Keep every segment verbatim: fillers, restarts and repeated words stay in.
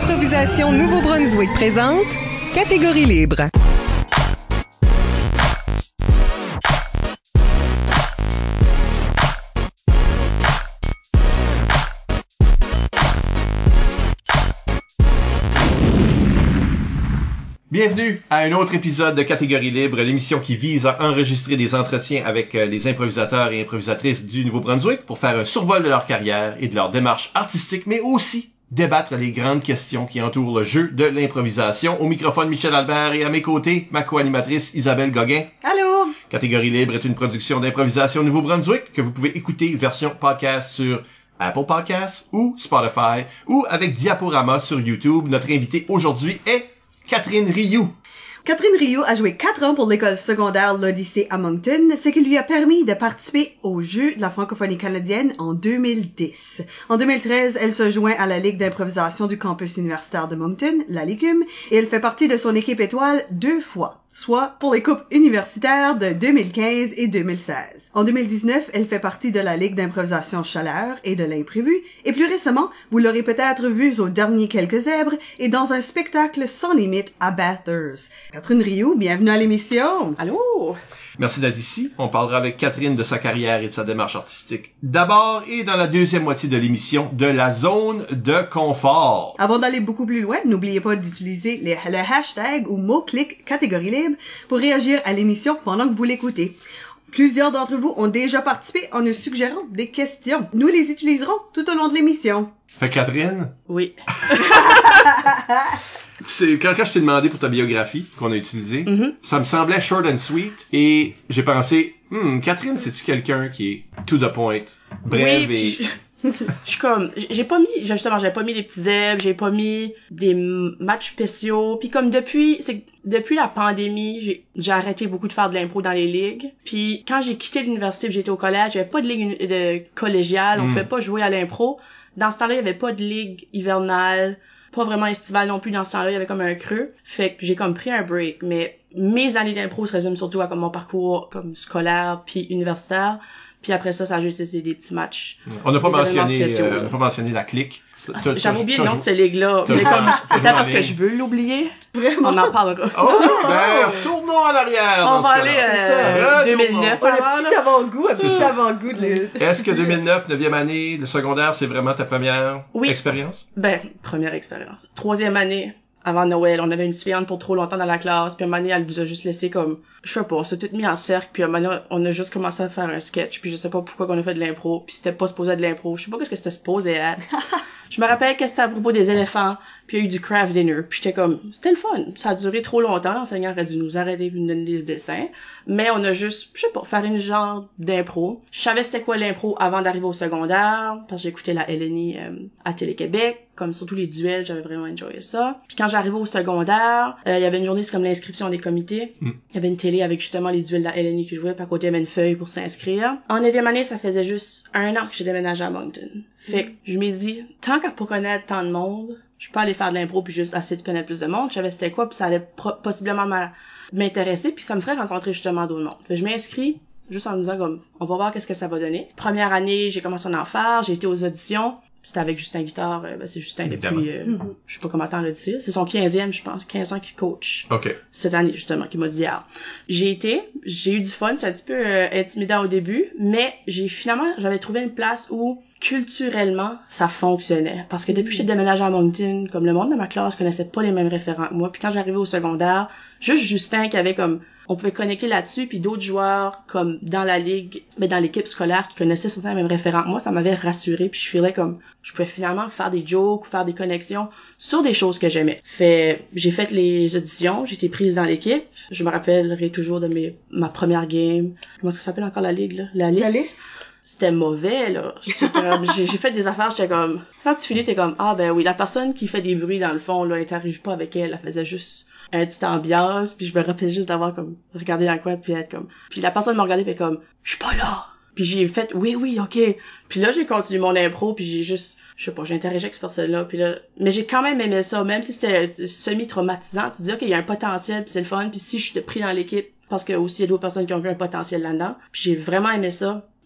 L'improvisation Nouveau-Brunswick présente Catégorie libre. Bienvenue à un autre épisode de Catégorie libre, l'émission qui vise à enregistrer des entretiens avec les improvisateurs et improvisatrices du Nouveau-Brunswick pour faire un survol de leur carrière et de leur démarche artistique, mais aussi débattre les grandes questions qui entourent le jeu de l'improvisation. Au microphone, Michel Albert, et à mes côtés, ma co-animatrice Isabelle Gauguin. Allô! Catégorie libre est une production d'improvisation Nouveau-Brunswick que vous pouvez écouter version podcast sur Apple Podcasts ou Spotify ou avec Diaporama sur YouTube. Notre invité aujourd'hui est Catherine Rioux. Catherine Rioux a joué quatre ans pour l'école secondaire L'Odyssée à Moncton, ce qui lui a permis de participer aux Jeux de la francophonie canadienne en deux mille dix. En deux mille treize, elle se joint à la Ligue d'improvisation du campus universitaire de Moncton, la Légume, et elle fait partie de son équipe étoile deux fois, soit pour les coupes universitaires de deux mille quinze et deux mille seize. En deux mille dix-neuf, elle fait partie de la Ligue d'improvisation Chaleur et de l'Imprévu, et plus récemment, vous l'aurez peut-être vu au dernier Quelques Zèbres et dans un spectacle sans limite à Bathurst. Catherine Rioux, bienvenue à l'émission. Allô? Merci d'être ici. On parlera avec Catherine de sa carrière et de sa démarche artistique. D'abord, et dans la deuxième moitié de l'émission, de la zone de confort. Avant d'aller beaucoup plus loin, n'oubliez pas d'utiliser les, le hashtag ou mot-clic Catégorie libre pour réagir à l'émission pendant que vous l'écoutez. Plusieurs d'entre vous ont déjà participé en nous suggérant des questions. Nous les utiliserons tout au long de l'émission. Fait Catherine? Oui. C'est quand, quand je t'ai demandé pour ta biographie qu'on a utilisée, mm-hmm. ça me semblait short and sweet et j'ai pensé, hmm, Catherine, c'est-tu quelqu'un qui est to the point, brève oui, et... Je suis comme, j'ai pas mis, justement, j'avais pas mis les petits zèbres, j'ai pas mis des matchs spéciaux, puis comme depuis, c'est depuis la pandémie, j'ai j'ai arrêté beaucoup de faire de l'impro dans les ligues. Puis quand j'ai quitté l'université, puis j'étais au collège, j'avais pas de ligue de collégiale, on mm. pouvait pas jouer à l'impro. Dans ce temps-là, il y avait pas de ligue hivernale, pas vraiment estivale non plus. Dans ce temps-là, il y avait comme un creux. Fait que j'ai comme pris un break, mais mes années d'impro se résument surtout à comme mon parcours comme scolaire puis universitaire. Puis après ça, ça a juste été des petits matchs. On n'a pas mentionné, euh, on n'a pas mentionné la clique. Ah, j'avais oublié le nom de cette ligue-là. Mais comme, peut-être parce que je veux l'oublier. Vraiment? On en parlera. Oh, ben, retournons en arrière. On va aller, euh, deux mille neuf. On a un petit avant-goût, un petit avant-goût de le... Est-ce que deux mille neuf, neuvième année, le secondaire, c'est vraiment ta première oui. expérience? Ben, première expérience. Troisième année. Avant Noël, on avait une suppléante pour trop longtemps dans la classe, puis un moment donné, elle nous a juste laissé comme, je sais pas, on s'est tout mis en cercle, puis un moment donné, on a juste commencé à faire un sketch, puis je sais pas pourquoi qu'on a fait de l'impro, puis c'était pas supposé être de l'impro, je sais pas qu'est-ce que c'était supposé être. Je me rappelle que c'était à propos des éléphants, puis il y a eu du craft dinner, puis j'étais comme, c'était le fun, ça a duré trop longtemps, l'enseignant aurait dû nous arrêter et nous donner des dessins, mais on a juste, je sais pas, faire une genre d'impro. Je savais c'était quoi l'impro avant d'arriver au secondaire, parce que j'écoutais la L N I euh, à Télé-Québec, comme surtout les duels, j'avais vraiment enjoyé ça. Puis quand j'arrivais au secondaire, il euh, y avait une journée, c'est comme l'inscription des comités. Il mm. y avait une télé avec justement les duels de la L N I qui jouaient, puis à côté, il y avait une feuille pour s'inscrire. En neuvième année, ça faisait juste un an que j'ai déménagé à Moncton. Fait que je m'ai dit, tant qu'à pas connaître tant de monde, je peux aller faire de l'impro puis juste essayer de connaître plus de monde. Je savais c'était quoi, puis ça allait pro- possiblement m'intéresser, puis ça me ferait rencontrer justement d'autres mondes. Fait que je m'inscris, juste en me disant comme, on va voir qu'est-ce que ça va donner. Première année, j'ai commencé à en faire, j'ai été aux auditions. C'était avec Justin Guitard, euh, ben c'est Justin depuis, euh, mm-hmm. je sais pas comment t'en le dire, c'est son quinzième, je pense, quinze ans qu'il coach. OK. Cette année, justement, qu'il m'a dit, ah. J'ai été, j'ai eu du fun, c'est un petit peu euh, intimidant au début, mais j'ai finalement, j'avais trouvé une place où, culturellement, ça fonctionnait. Parce que depuis que j'ai déménagé à Moncton, comme le monde de ma classe connaissait pas les mêmes référents que moi, puis quand j'arrivais au secondaire, juste Justin qui avait comme, on pouvait connecter là-dessus, puis d'autres joueurs comme dans la ligue, mais dans l'équipe scolaire qui connaissaient certains mêmes référents que moi, ça m'avait rassuré, puis je filais comme je pouvais finalement faire des jokes ou faire des connexions sur des choses que j'aimais. Fait j'ai fait les auditions, j'ai été prise dans l'équipe. Je me rappellerai toujours de mes ma première game. Comment est-ce que ça s'appelle encore la ligue là? La liste. La liste? C'était mauvais là. J'étais comme j'ai, j'ai fait des affaires, j'étais comme quand tu finis t'es comme ah ben oui, la personne qui fait des bruits dans le fond là, elle t'arrive pas avec elle, elle faisait juste une petite ambiance, puis je me rappelle juste d'avoir comme regardé dans le coin puis être comme puis la personne me regardait puis comme je suis pas là. Puis j'ai fait oui oui OK. Puis là j'ai continué mon impro puis j'ai juste je sais pas, j'ai interagi avec cette personne-là puis là mais j'ai quand même aimé ça même si c'était semi traumatisant, tu te dis OK, il y a un potentiel puis c'est le fun puis si je suis pris dans l'équipe parce que aussi il y a d'autres personnes qui ont vu un potentiel là-dedans. Puis j'ai vraiment aimé ça.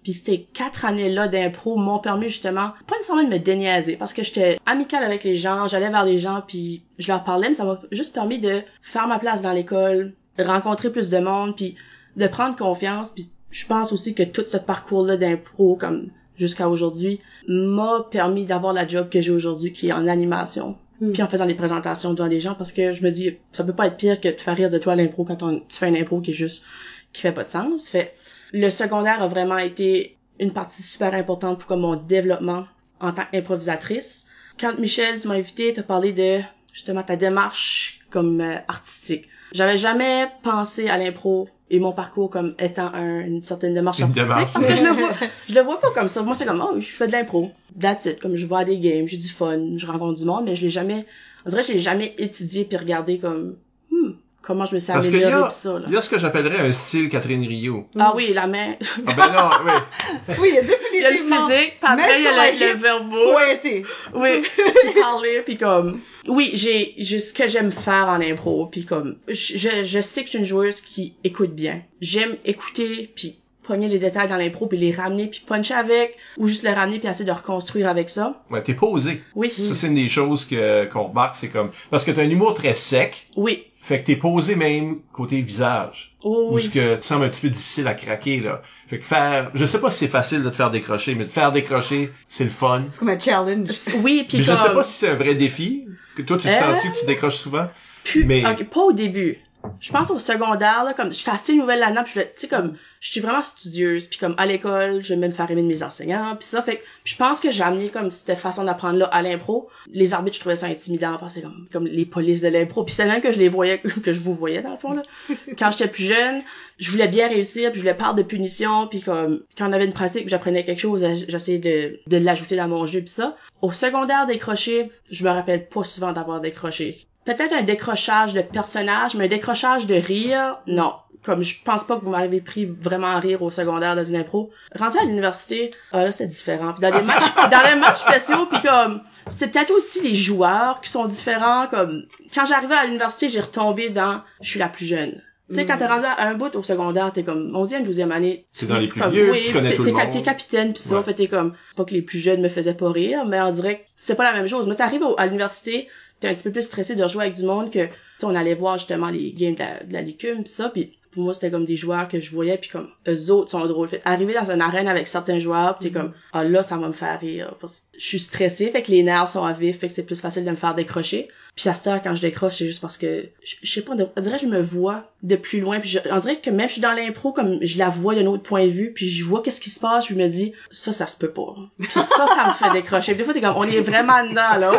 Puis ces quatre années-là d'impro m'ont permis justement, pas nécessairement de me déniaiser, parce que j'étais amicale avec les gens, j'allais vers les gens, puis je leur parlais, mais ça m'a juste permis de faire ma place dans l'école, de rencontrer plus de monde, puis de prendre confiance. Puis je pense aussi que tout ce parcours-là d'impro, comme jusqu'à aujourd'hui, m'a permis d'avoir la job que j'ai aujourd'hui, qui est en animation. Mm. Puis en faisant des présentations devant des gens, parce que je me dis, ça peut pas être pire que de faire rire de toi à l'impro quand on, tu fais une impro qui est juste, qui fait pas de sens. Fait, le secondaire a vraiment été une partie super importante pour comme mon développement en tant qu'improvisatrice. Quand Michel, tu m'as invité, t'as parlé de, justement, ta démarche comme euh, artistique. J'avais jamais pensé à l'impro et mon parcours comme étant un, une certaine démarche une artistique. Démarche. Parce que je le vois, je le vois pas comme ça. Moi, c'est comme, oh, je fais de l'impro. That's it. Comme je vois des games, j'ai du fun, je rencontre du monde, mais je l'ai jamais, on dirait que je l'ai jamais étudié puis regardé comme, hmm, comment je me suis Parce qu'il y améliorée a, pis ça, là. il y a ce que j'appellerais un style Catherine Rio. Ah oui, la main. Ah ben non, oui. Oui, il y a Il y a le définitivement. physique, puis après, il y a le, le verbo. Pointé. Oui, puis parler, puis comme... Oui, j'ai, j'ai ce que j'aime faire en impro, puis comme... Je, je, je sais que je suis une joueuse qui écoute bien. J'aime écouter, puis pogner les détails dans l'impro, puis les ramener, puis puncher avec, ou juste les ramener, puis essayer de reconstruire avec ça. Ouais, t'es posé. Oui. Ça, c'est une des choses que, qu'on remarque, c'est comme, parce que t'as un humour très sec. Oui. Fait que t'es posé même côté visage. Oh, Ou oui. ce que tu sembles un petit peu difficile à craquer, là. Fait que faire, je sais pas si c'est facile de te faire décrocher, mais de faire décrocher, c'est le fun. C'est comme un challenge. Oui, puis Mais comme... je sais pas si c'est un vrai défi. Que toi, tu te Euh... sens-tu que tu décroches souvent? Puis, mais... ok, pas au début. Je pense au secondaire, là, comme, j'étais assez nouvelle là-dedans, pis je, tu sais, comme, je suis vraiment studieuse, puis comme, à l'école, j'aime même faire aimer de mes enseignants, puis ça, fait que, je pense que j'ai amené, comme, cette façon d'apprendre-là à l'impro. Les arbitres, je trouvais ça intimidant, parce que c'est comme, comme les polices de l'impro, puis c'est même que je les voyais, que je vous voyais, dans le fond, là. Quand j'étais plus jeune, je voulais bien réussir, puis je voulais parler de punition, puis comme, quand on avait une pratique, puis j'apprenais quelque chose, j'essayais de, de l'ajouter dans mon jeu, puis ça. Au secondaire, décroché, je me rappelle pas souvent d'avoir décroché. Peut-être un décrochage de personnage, mais un décrochage de rire, non. Comme je pense pas que vous m'avez pris vraiment à rire au secondaire dans une impro. Rendu à l'université, ah là c'était différent. Puis dans les matchs, dans les matchs spéciaux, puis comme c'est peut-être aussi les joueurs qui sont différents. Comme quand j'arrivais à l'université, j'ai retombé dans je suis la plus jeune. Tu sais, mm. quand t'es rendu à un bout au secondaire, t'es comme onzième, douzième année. C'est dans les plus comme, vieux, oui, tu connais t'es, tout le t'es, monde. T'es capitaine pis ça, ouais. Fait t'es comme, c'est pas que les plus jeunes me faisaient pas rire, mais on dirait que c'est pas la même chose. Moi, t'arrives au, à l'université, t'es un petit peu plus stressé de rejouer avec du monde que, tu sais, on allait voir justement les games de la, de la licume pis ça, pis pour moi, c'était comme des joueurs que je voyais pis comme, eux autres sont drôles. Fait arriver dans une arène avec certains joueurs pis t'es mm. comme, ah là, ça va me faire rire. Parce que je suis stressée, fait que les nerfs sont à vif, fait que c'est plus facile de me faire décrocher. Puis à cette heure, quand je décroche, c'est juste parce que, je, je sais pas, on dirait que je me vois de plus loin, puis je, on dirait que même je suis dans l'impro, comme je la vois d'un autre point de vue, puis je vois qu'est-ce qui se passe, puis je me dis, ça, ça se peut pas. Puis ça, ça me fait décrocher. Puis des fois, t'es comme, on est vraiment dedans, là,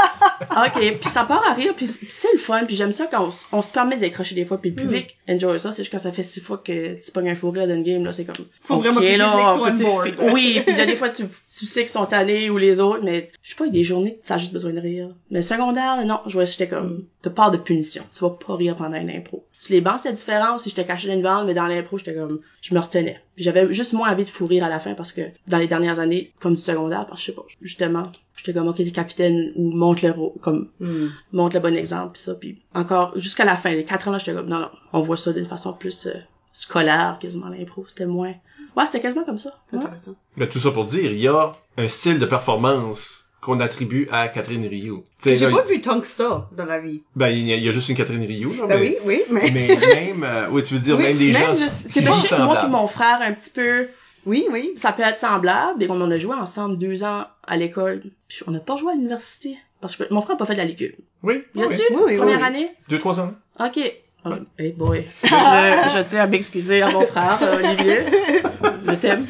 ok? Ok, puis ça part à rire, puis c'est le fun, puis j'aime ça quand on, on se permet de décrocher des fois, puis le public mm. enjoy ça, c'est juste quand ça fait six fois que tu pognes un fou rire d'une game, là, c'est comme, faut okay, vraiment que là, le public soit tu, oui, puis là, des fois, tu, tu sais qu'ils sont tannés ou les autres, mais je sais pas, il y a des journées, ça a juste besoin de rire. Mais secondaire, non, je vois, j'étais comme, mm. t'as peur de punition. Tu vas pas rire pendant une impro. Sur les bancs, c'était différent. Si j'étais caché dans une bande, mais dans l'impro, j'étais comme, je me retenais. Puis j'avais juste moins envie de fou rire à la fin parce que dans les dernières années, comme du secondaire, parce que je sais pas, justement, j'étais comme, ok, t'es capitaine ou montre le, comme, mm. montre le bon exemple pis ça. Puis encore, jusqu'à la fin, les quatre ans là, j'étais comme, non, non, on voit ça d'une façon plus euh, scolaire, quasiment l'impro. C'était moins, ouais, c'était quasiment comme ça. Ouais. Mais tout ça pour dire, il y a un style de performance qu'on attribue à Catherine Rio. T'sais, j'ai là, pas vu tant que ça dans la vie. Ben, il y a, il y a juste une Catherine Rio, là. Ben mais, oui, oui, mais... mais même, euh, oui, tu veux dire, oui, même des même gens le... qui ben, sont moi semblables. pis mon frère, un petit peu... Oui, oui. Ça peut être semblable. Et on en a joué ensemble deux ans à l'école. Puis on n'a pas joué à l'université. Parce que mon frère n'a pas fait de la ligue. Oui. Y a-tu? Oui, oui, Première oui. année? Deux, trois ans. OK. Oh, hey boy. je, je tiens à m'excuser à mon frère, euh, Olivier. Je t'aime.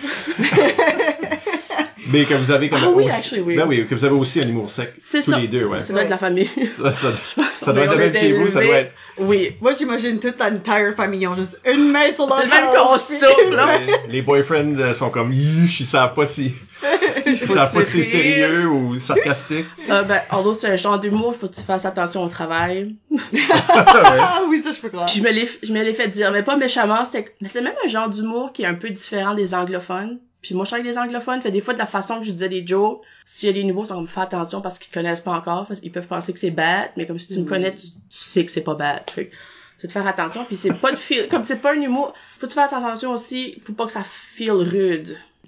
Mais que vous avez comme ah, oui, aussi, actually, oui. ben oui, que vous avez aussi un humour sec. C'est tous ça. les deux, ouais. Ça doit être la famille. Ça, ça, ça doit être même chez vous, ça doit être. Oui. Moi, j'imagine toute la entire famille, ils ont juste une main sur leur C'est le même qu'on souffle, là. Les, les boyfriends sont comme, ils savent pas si, ils savent pas si c'est sérieux ou sarcastique. Euh, ben, although c'est un genre d'humour, faut que tu fasses attention au travail. Ah oui, ça, je peux croire. Puis je me l'ai, je me l'ai fait dire, mais pas méchamment, c'était, mais c'est même un genre d'humour qui est un peu différent des anglophones. Puis moi, je suis avec des anglophones, fait des fois, de la façon que je disais des jokes, s'il y a des nouveaux, ça me fait attention parce qu'ils te connaissent pas encore, parce qu'ils peuvent penser que c'est bad, mais comme si tu mm. me connais, tu, tu sais que c'est pas bad. Fait que c'est de faire attention, puis c'est pas de feel, comme c'est pas un humour, faut que tu fasses attention aussi pour pas que ça feel rude.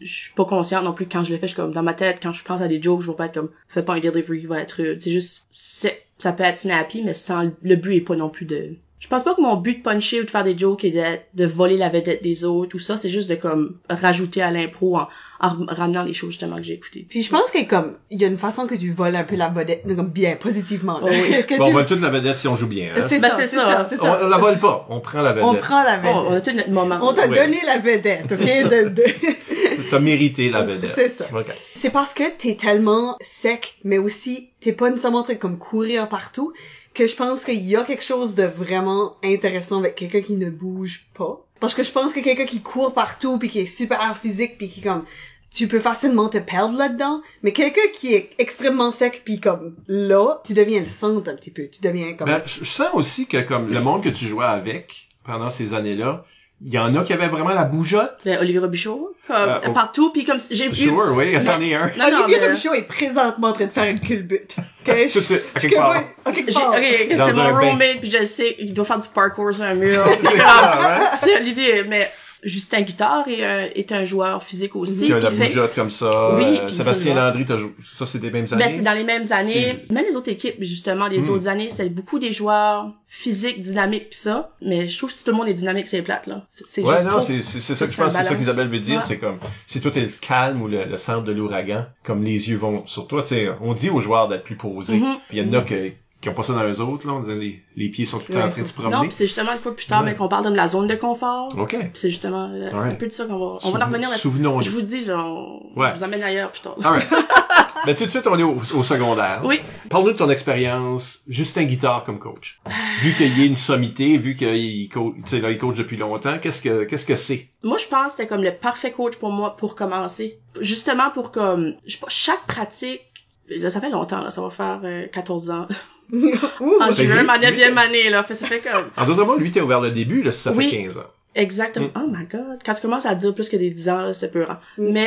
je suis pas consciente non plus quand je le fais, je suis comme dans ma tête, quand je pense à des jokes, je vais pas être comme c'est pas un delivery qui va être rude, c'est juste c'est ça peut être snappy mais sans le but est pas non plus de je pense pas que mon but de puncher ou de faire des jokes est de, de voler la vedette des autres, tout ça, c'est juste de comme rajouter à l'impro en, en ramenant les choses justement que j'ai écoutées. Puis je pense que comme il y a une façon que tu voles un peu la vedette, mais comme bien positivement. Là. Oh oui. Que Bon, tu... on vole toute la vedette si on joue bien. Hein? C'est, Ben, ça, c'est c'est ça. ça, c'est ça. On, on la vole pas, on prend la vedette. On prend la vedette. Oh, on a tout notre moment. On t'a Oui. donné la vedette, ok? C'est ça. De, de... T'as mérité la vedette. C'est ça. Okay. C'est parce que t'es tellement sec, mais aussi t'es pas nécessairement en train de comme courir partout, que je pense qu'il y a quelque chose de vraiment intéressant avec quelqu'un qui ne bouge pas. Parce que je pense que quelqu'un qui court partout puis qui est super physique puis qui comme tu peux facilement te perdre là-dedans, mais quelqu'un qui est extrêmement sec puis comme là, tu deviens le centre un petit peu, tu deviens comme Ben, je sens aussi que comme le monde que tu jouais avec pendant ces années-là, il y en a qui avaient vraiment la bougeotte. Ben, Olivier Robichaud, comme, Euh, oh. partout, puis comme j'ai eu... Sure, oui, c'en est un. Non, non, Olivier mais... Robichaud est présentement en train de faire une culbute. Okay? Tout de suite, à Je quelque part. vois- à quelque J'ai, part. ok, que Dans c'est mon un bain. roommate, puis je le sais, il doit faire du parkour sur un mur. C'est ça, ouais. C'est Olivier, mais Justin Guitard est un, est un joueur physique aussi. Qui a qui la fait... bougeotte comme ça. Oui, euh, puis Sébastien ça, Landry, t'as joué, ça c'est des mêmes années. Ben, c'est dans les mêmes années. C'est- Même les autres équipes, justement, les Mm. autres années, c'était beaucoup des joueurs physiques, dynamiques, pis ça. Mais je trouve que si tout le monde est dynamique, c'est plate, là. C'est, c'est Ouais, juste non, trop. c'est, c'est, c'est ça que je C'est un pense, c'est ça balance. qu'Isabelle veut dire, Ouais. c'est comme, si toi t'es le calme ou le, le centre de l'ouragan, comme les yeux vont sur toi, tu sais, on dit aux joueurs d'être plus posés. Mhm. Puis il y en a que, qui ont pas ça dans eux autres, là, on disait les, les pieds sont tout le temps Ouais, en train de se Non, promener. pis c'est justement une fois plus tard, Ouais. mais qu'on parle de la zone de confort. OK. Pis c'est justement euh, un Alright. peu de ça qu'on va, on Souven- va en revenir là-dessus. souvenons-nous. Je vous dis, là, on Ouais. vous emmène ailleurs plus tard. Alright. Ben, tout de suite, on est au, au secondaire. Oui. Parle-nous de ton expérience, Justin Guitard comme coach. Vu qu'il y a une sommité, vu qu'il coach, tu sais, là, il coach depuis longtemps, qu'est-ce que, qu'est-ce que c'est? Moi, je pense que c'était comme le parfait coach pour moi pour commencer. Justement pour comme, je sais pas, chaque pratique, là, ça fait longtemps, là, ça va faire euh, quatorze ans. Ouh, En Ben, juin, lui- ma lui, neuvième t'es- année, là. Fait, ça fait comme, En d'autres mots, lui, t'es ouvert le début, là, si ça Oui. fait quinze ans. exactement. Mm. Oh my god. Quand tu commences à dire plus que des dix ans, là, c'est peurant. Mais,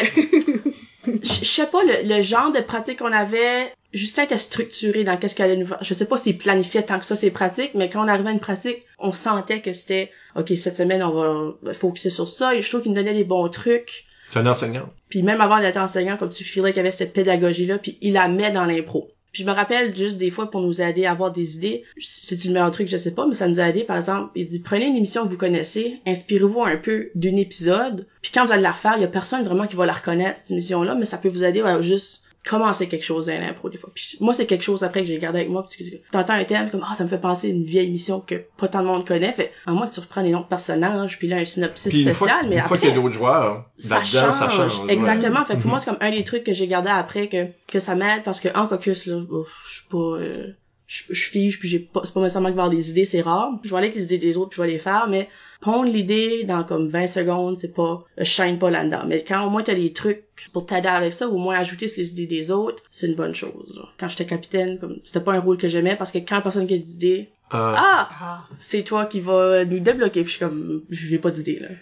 je je sais pas, le, le genre de pratique qu'on avait, Justin était structuré dans qu'est-ce qu'elle allait nous faire. Je sais pas s'il planifiait tant que ça ses pratiques, mais quand on arrivait à une pratique, on sentait que c'était, OK, cette semaine, on va focuser sur ça. Et je trouve qu'il nous donnait des bons trucs. C'est un enseignant. Puis même avant d'être enseignant, comme tu filais qu'il y avait cette pédagogie-là, puis il la met dans l'impro. Puis je me rappelle juste des fois pour nous aider à avoir des idées, c'est-tu le meilleur truc, je sais pas, mais ça nous a aidé, par exemple, il dit, prenez une émission que vous connaissez, inspirez-vous un peu d'un épisode, puis quand vous allez la refaire, il y a personne vraiment qui va la reconnaître, cette émission-là, mais ça peut vous aider à juste commencer quelque chose à l'impro des fois. Puis moi, c'est quelque chose après que j'ai gardé avec moi, parce que t'entends un thème comme, ah, ça me fait penser à une vieille émission que pas tant de monde connaît, fait, à moins que tu reprends les noms de personnages, puis là, un synopsis Puis une spécial, fois, mais une après... fois qu'il y a d'autres joueurs, ça là-dedans, change. ça change. ouais. Exactement. Fait que pour Mhm. moi, c'est comme un des trucs que j'ai gardé après que, que ça m'aide parce que en caucus, là, ouf, je suis pas, euh, je, je fige puis j'ai pas, c'est pas nécessairement que avoir des idées, c'est rare. Je vais aller avec les idées des autres puis je vais les faire, mais pondre l'idée dans comme vingt secondes, c'est pas, je shine pas là-dedans. Mais quand au moins t'as des trucs pour t'aider avec ça, ou au moins ajouter sur les idées des autres, c'est une bonne chose, là. Quand j'étais capitaine, comme, c'était pas un rôle que j'aimais parce que quand personne qui a d'idées, Euh, ah! Ah. C'est toi qui va nous débloquer. Puis je suis comme, j'ai pas d'idée, là.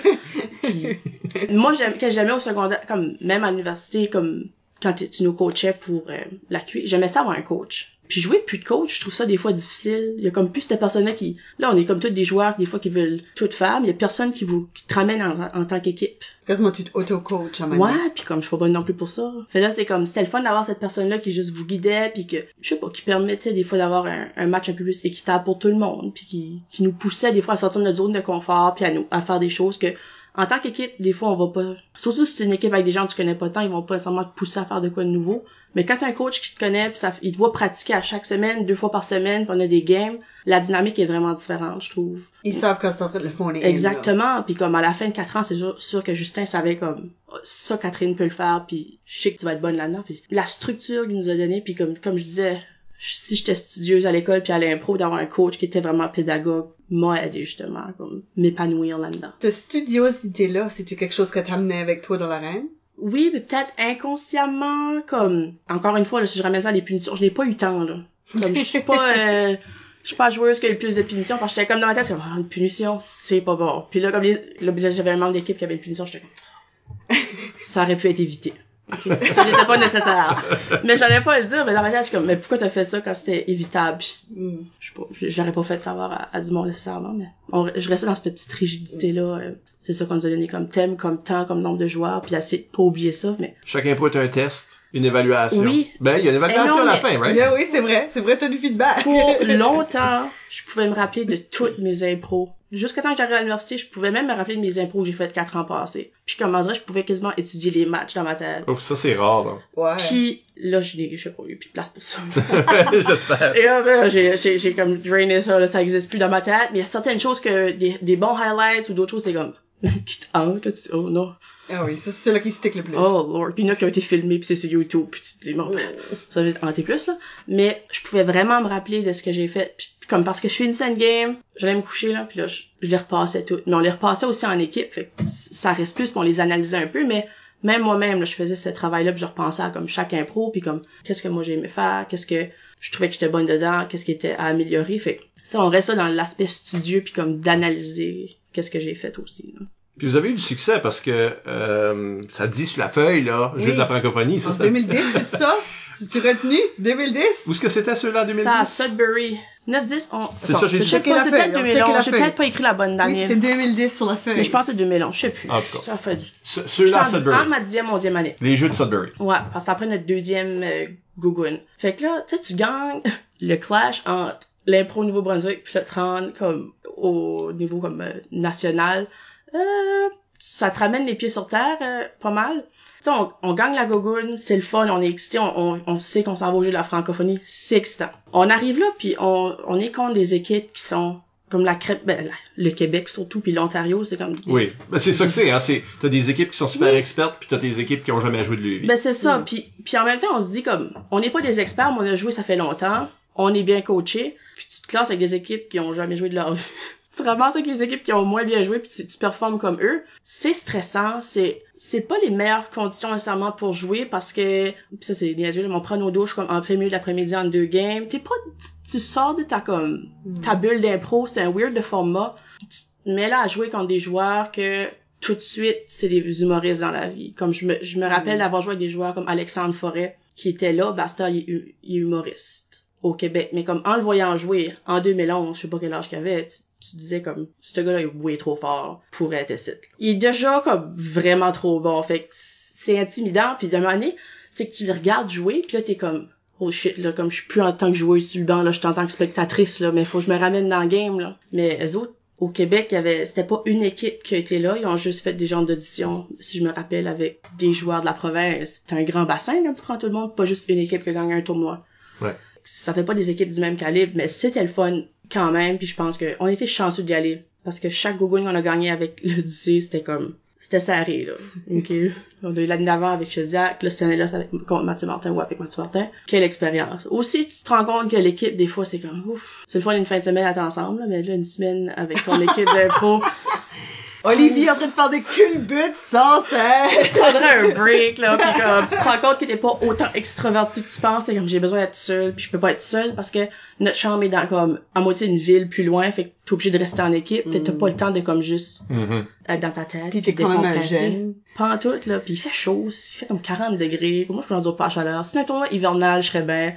Puis, moi, j'aime, que j'aimais au secondaire, comme, même à l'université, comme, quand tu tu nous coachais pour euh, la Q I, j'aimais ça avoir un coach. Puis jouer plus de coach, je trouve ça des fois difficile. Il y a comme plus cette personne-là qui, là, on est comme tous des joueurs, des fois, qui veulent tout faire, mais il y a personne qui vous, qui te ramène en, en tant qu'équipe. Quasiment tu t'auto-coach à un moment donné. Ouais, puis comme je suis pas bonne non plus pour ça. Fait là, c'est comme, c'était le fun d'avoir cette personne-là qui juste vous guidait, puis que, je sais pas, qui permettait des fois d'avoir un, un match un peu plus équitable pour tout le monde, puis qui, qui nous poussait des fois à sortir de notre zone de confort, puis à nous, à faire des choses que, en tant qu'équipe, des fois, on va pas, surtout si c'est une équipe avec des gens que tu connais pas tant, ils vont pas nécessairement te pousser à faire de quoi de nouveau. Mais quand t'as un coach qui te connaît, pis ça, il te voit pratiquer à chaque semaine, deux fois par semaine, pis on a des games, la dynamique est vraiment différente, je trouve. Ils savent quand c'est en train de le fond. Exactement. Puis comme à la fin de quatre ans, c'est sûr, sûr que Justin savait comme ça, Catherine peut le faire, puis je sais que tu vas être bonne là-dedans. Puis la structure qu'il nous a donnée, puis comme comme je disais, si j'étais studieuse à l'école puis à l'impro, d'avoir un coach qui était vraiment pédagogue m'a aidé justement comme m'épanouir là-dedans. Cette studiosité-là, c'est-tu quelque chose que t'amenais avec toi dans l'arène? Oui, mais peut-être inconsciemment, comme encore une fois, là, si je ramène ça à des punitions, je n'ai pas eu temps là. Comme je suis pas euh, je suis pas joueuse qui a eu le plus de punitions, parce que j'étais comme dans ma tête, c'est comme, oh, une punition, c'est pas bon. Puis là, comme les, là, j'avais un membre d'équipe qui avait une punition, j'étais comme, ça aurait pu être évité. Okay. Ça n'était pas nécessaire. Mais j'allais pas le dire, mais dans ma tête, je suis comme, mais pourquoi t'as fait ça quand c'était évitable? Puis, mm, je sais pas, je, je l'aurais pas fait savoir à, à du monde nécessairement, mais on, je restais dans cette petite rigidité-là. Euh, c'est ça qu'on nous a donné comme thème, comme temps, comme nombre de joueurs, puis essayer de pas oublier ça, mais... Chaque impro est un test, une évaluation. Oui. Ben, il y a une évaluation non, à la mais... fin, right? Yeah, oui, c'est vrai. C'est vrai, t'as du feedback. Pour longtemps, je pouvais me rappeler de toutes mes impros. Jusqu'à temps que j'arrive à l'université, je pouvais même me rappeler de mes impros que j'ai fait quatre ans passés. Puis comme on dirait, je pouvais quasiment étudier les matchs dans ma tête. Ouf, ça c'est rare, là. Ouais. Puis là, je n'ai, je sais pas, il y a plus de place pour ça. J'espère. Et là, ben, j'ai, j'ai, j'ai comme drainé ça, là, ça existe plus dans ma tête. Mais il y a certaines choses que, des, des bons highlights ou d'autres choses, c'est comme, qui te hante, là, tu dis, oh non. Ah oui, ça, c'est celui-là qui stick le plus. Oh lord. Puis il y en a qui ont été filmés puis c'est sur YouTube puis tu te dis, bon, ben, ça va être hanté plus, là. Mais je pouvais vraiment me rappeler de ce que j'ai fait. Puis, comme parce que je finissais une game, j'allais me coucher, là, puis là, je, je les repassais toutes. Mais on les repassait aussi en équipe, fait que ça reste plus, puis on les analysait un peu, mais même moi-même, là, je faisais ce travail-là, puis je repensais à comme chaque impro, puis comme, qu'est-ce que moi j'ai aimé faire, qu'est-ce que je trouvais que j'étais bonne dedans, qu'est-ce qui était à améliorer, fait que ça, on reste ça dans l'aspect studieux, puis comme d'analyser qu'est-ce que j'ai fait aussi, là. Puis vous avez eu du succès parce que euh, ça dit sur la feuille, là, Oui. jeu de la francophonie. Ça, En ça... deux mille dix, c'est ça? Tu retenu? deux mille dix? Où est-ce que c'était ceux-là en deux mille dix? C'était à Sudbury. neuf dix, on... C'est ça, j'ai je sais checké pas, la c'est feuille, peut-être on deux mille checké la onze. J'ai feuille. peut-être pas écrit la bonne année. Oui, c'est deux mille dix sur la feuille. Mais je pense que c'est deux mille onze, je sais plus. En tout cas. Ça fait du... Ce- J'étais Ceux-là à en dix- Sudbury. entre ma dixième, onzième année. Les jeux de Sudbury. Ouais, parce que après notre deuxième euh, Gougoune. Fait que là, tu sais, tu gagnes le clash entre l'impro au Nouveau-Brunswick puis le te rendre comme au niveau comme euh, national. Euh, ça te ramène les pieds sur terre, euh, pas mal. Tu sais, on, on gagne la Gougoune, c'est le fun, on est excité, on, on, on sait qu'on s'en va au jeu de la francophonie, c'est excitant. On arrive là, puis on, on est contre des équipes qui sont comme la crêpe, ben, la- le Québec surtout, puis l'Ontario, c'est comme... Oui. Ben, c'est ça que c'est, hein. C'est, t'as des équipes qui sont super Oui. expertes puis t'as des équipes qui ont jamais joué de leur vie. Ben c'est ça, puis puis en même temps on se dit comme on n'est pas des experts, mais on a joué ça fait longtemps, on est bien coaché, puis tu te classes avec des équipes qui ont jamais joué de leur vie. Tu ramasses avec les équipes qui ont moins bien joué puis si tu performes comme eux, c'est stressant, c'est c'est pas les meilleures conditions nécessairement pour jouer parce que pis ça c'est niaiseux, là, mais on prend nos douches comme en plein milieu de l'après-midi en deux games, t'es pas tu sors de ta comme ta bulle d'impro, c'est un weird de format. Tu te mets là à jouer contre des joueurs que tout de suite, c'est des humoristes dans la vie. Comme je me, je me rappelle d'avoir joué avec des joueurs comme Alexandre Forêt, qui était là, Basta, il est, hu- il est humoriste au Québec. Mais comme en le voyant jouer, en deux mille onze, je sais pas quel âge qu'il avait, tu, tu disais comme, ce gars-là est way trop fort pour être ici. Il est déjà comme vraiment trop bon, fait que c'est intimidant, puis d'un moment donné, c'est que tu le regardes jouer, puis là t'es comme, oh shit, là, comme je suis plus en tant que joueuse sur le banc, là, je suis en tant que spectatrice, là, mais faut que je me ramène dans le game, là. Mais eux autres, au Québec, il y avait, c'était pas une équipe qui a été là, ils ont juste fait des genres d'auditions, si je me rappelle, avec des joueurs de la province. C'est un grand bassin quand tu prends tout le monde, pas juste une équipe qui a gagné un tournoi. Ouais. Ça fait pas des équipes du même calibre, mais c'était le fun quand même, puis je pense que on était chanceux d'y aller, parce que chaque Gougoune qu'on a gagné avec l'Odyssée, c'était comme, c'était serré, là. OK? On a eu l'année d'avant avec Chediac, là, cette année-là, c'est avec, contre Mathieu Martin ou avec Mathieu Martin. Quelle expérience. Aussi, tu te rends compte que l'équipe, des fois, c'est comme, ouf, c'est le fun une fin de semaine à être ensemble, là, mais là, une semaine avec ton équipe d'impro, Olivier en train de faire des culbutes sans cesse. tu prendrais un break, là, pis comme, tu te rends compte que t'es pas autant extraverti que tu penses, c'est comme, j'ai besoin d'être seule, puis je peux pas être seule, parce que notre chambre est dans, comme, à moitié une ville plus loin, fait que t'es obligé de rester en équipe, fait que t'as pas le temps de, comme, juste, Mhm. être dans ta tête. Puis t'es quand même un décompresser. jeune. Pas en tout, là, pis il fait chaud, il fait comme quarante degrés, moi je peux endure pas à chaleur. Si un tournoi hivernal, je serais bien.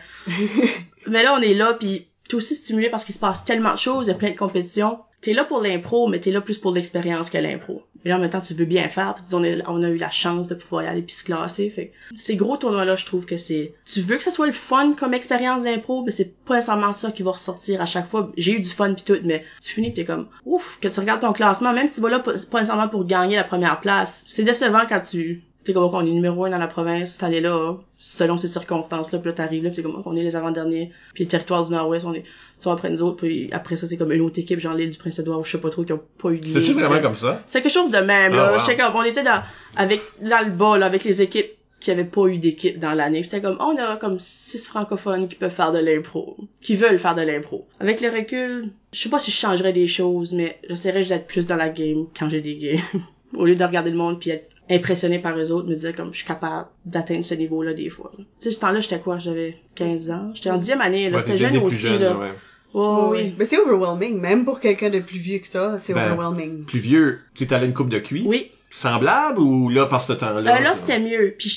Mais là, on est là, pis t'es aussi stimulé parce qu'il se passe tellement de choses, il y a plein de compétitions. T'es là pour l'impro, mais t'es là plus pour l'expérience que l'impro. Et en même temps, tu veux bien faire, pis on a, on a eu la chance de pouvoir y aller pis se classer, fait que ces gros tournois-là, je trouve que c'est, tu veux que ça soit le fun comme expérience d'impro, mais c'est pas nécessairement ça qui va ressortir à chaque fois. J'ai eu du fun pis tout, mais tu finis pis t'es comme, ouf, que tu regardes ton classement, même si tu vas là, c'est pas nécessairement pour gagner la première place. C'est décevant quand tu, t'es comme, on est numéro un dans la province, cette année-là, selon ces circonstances-là, pis là, t'arrives là, pis t'es comme, on est les avant-derniers, pis les territoires du Nord-Ouest, on est, sont après nous autres, puis après ça, c'est comme une autre équipe, genre l'île du Prince-Édouard, ou je sais pas trop, qui ont pas eu de C'est-tu lien. vraiment comme ça? C'est quelque chose de même, Ah, là. wow. J'étais comme, on était dans, avec, dans le bas, là, avec les équipes qui avaient pas eu d'équipe dans l'année. C'était comme, on a comme six francophones qui peuvent faire de l'impro. Qui veulent faire de l'impro. Avec le recul, je sais pas si je changerais des choses, mais j'essaierais d'être plus dans la game quand j'ai des games. Au lieu de regarder le monde pis être impressionné par eux autres, me dire comme, je suis capable d'atteindre ce niveau-là des fois. Tu sais, ce temps-là, j'étais quoi? J'avais quinze ans. J'étais en dixième année, là. Ouais, C'était t'es jeune bien plus aussi, jeune, là. ouais. Oh, Oui. oui. Mais c'est overwhelming, même pour quelqu'un de plus vieux que ça, c'est Ben, overwhelming. Plus vieux, tu es allé une coupe de cuit. Oui. Semblable ou là, par ce temps-là? Euh, là, ça? c'était mieux. Puis je-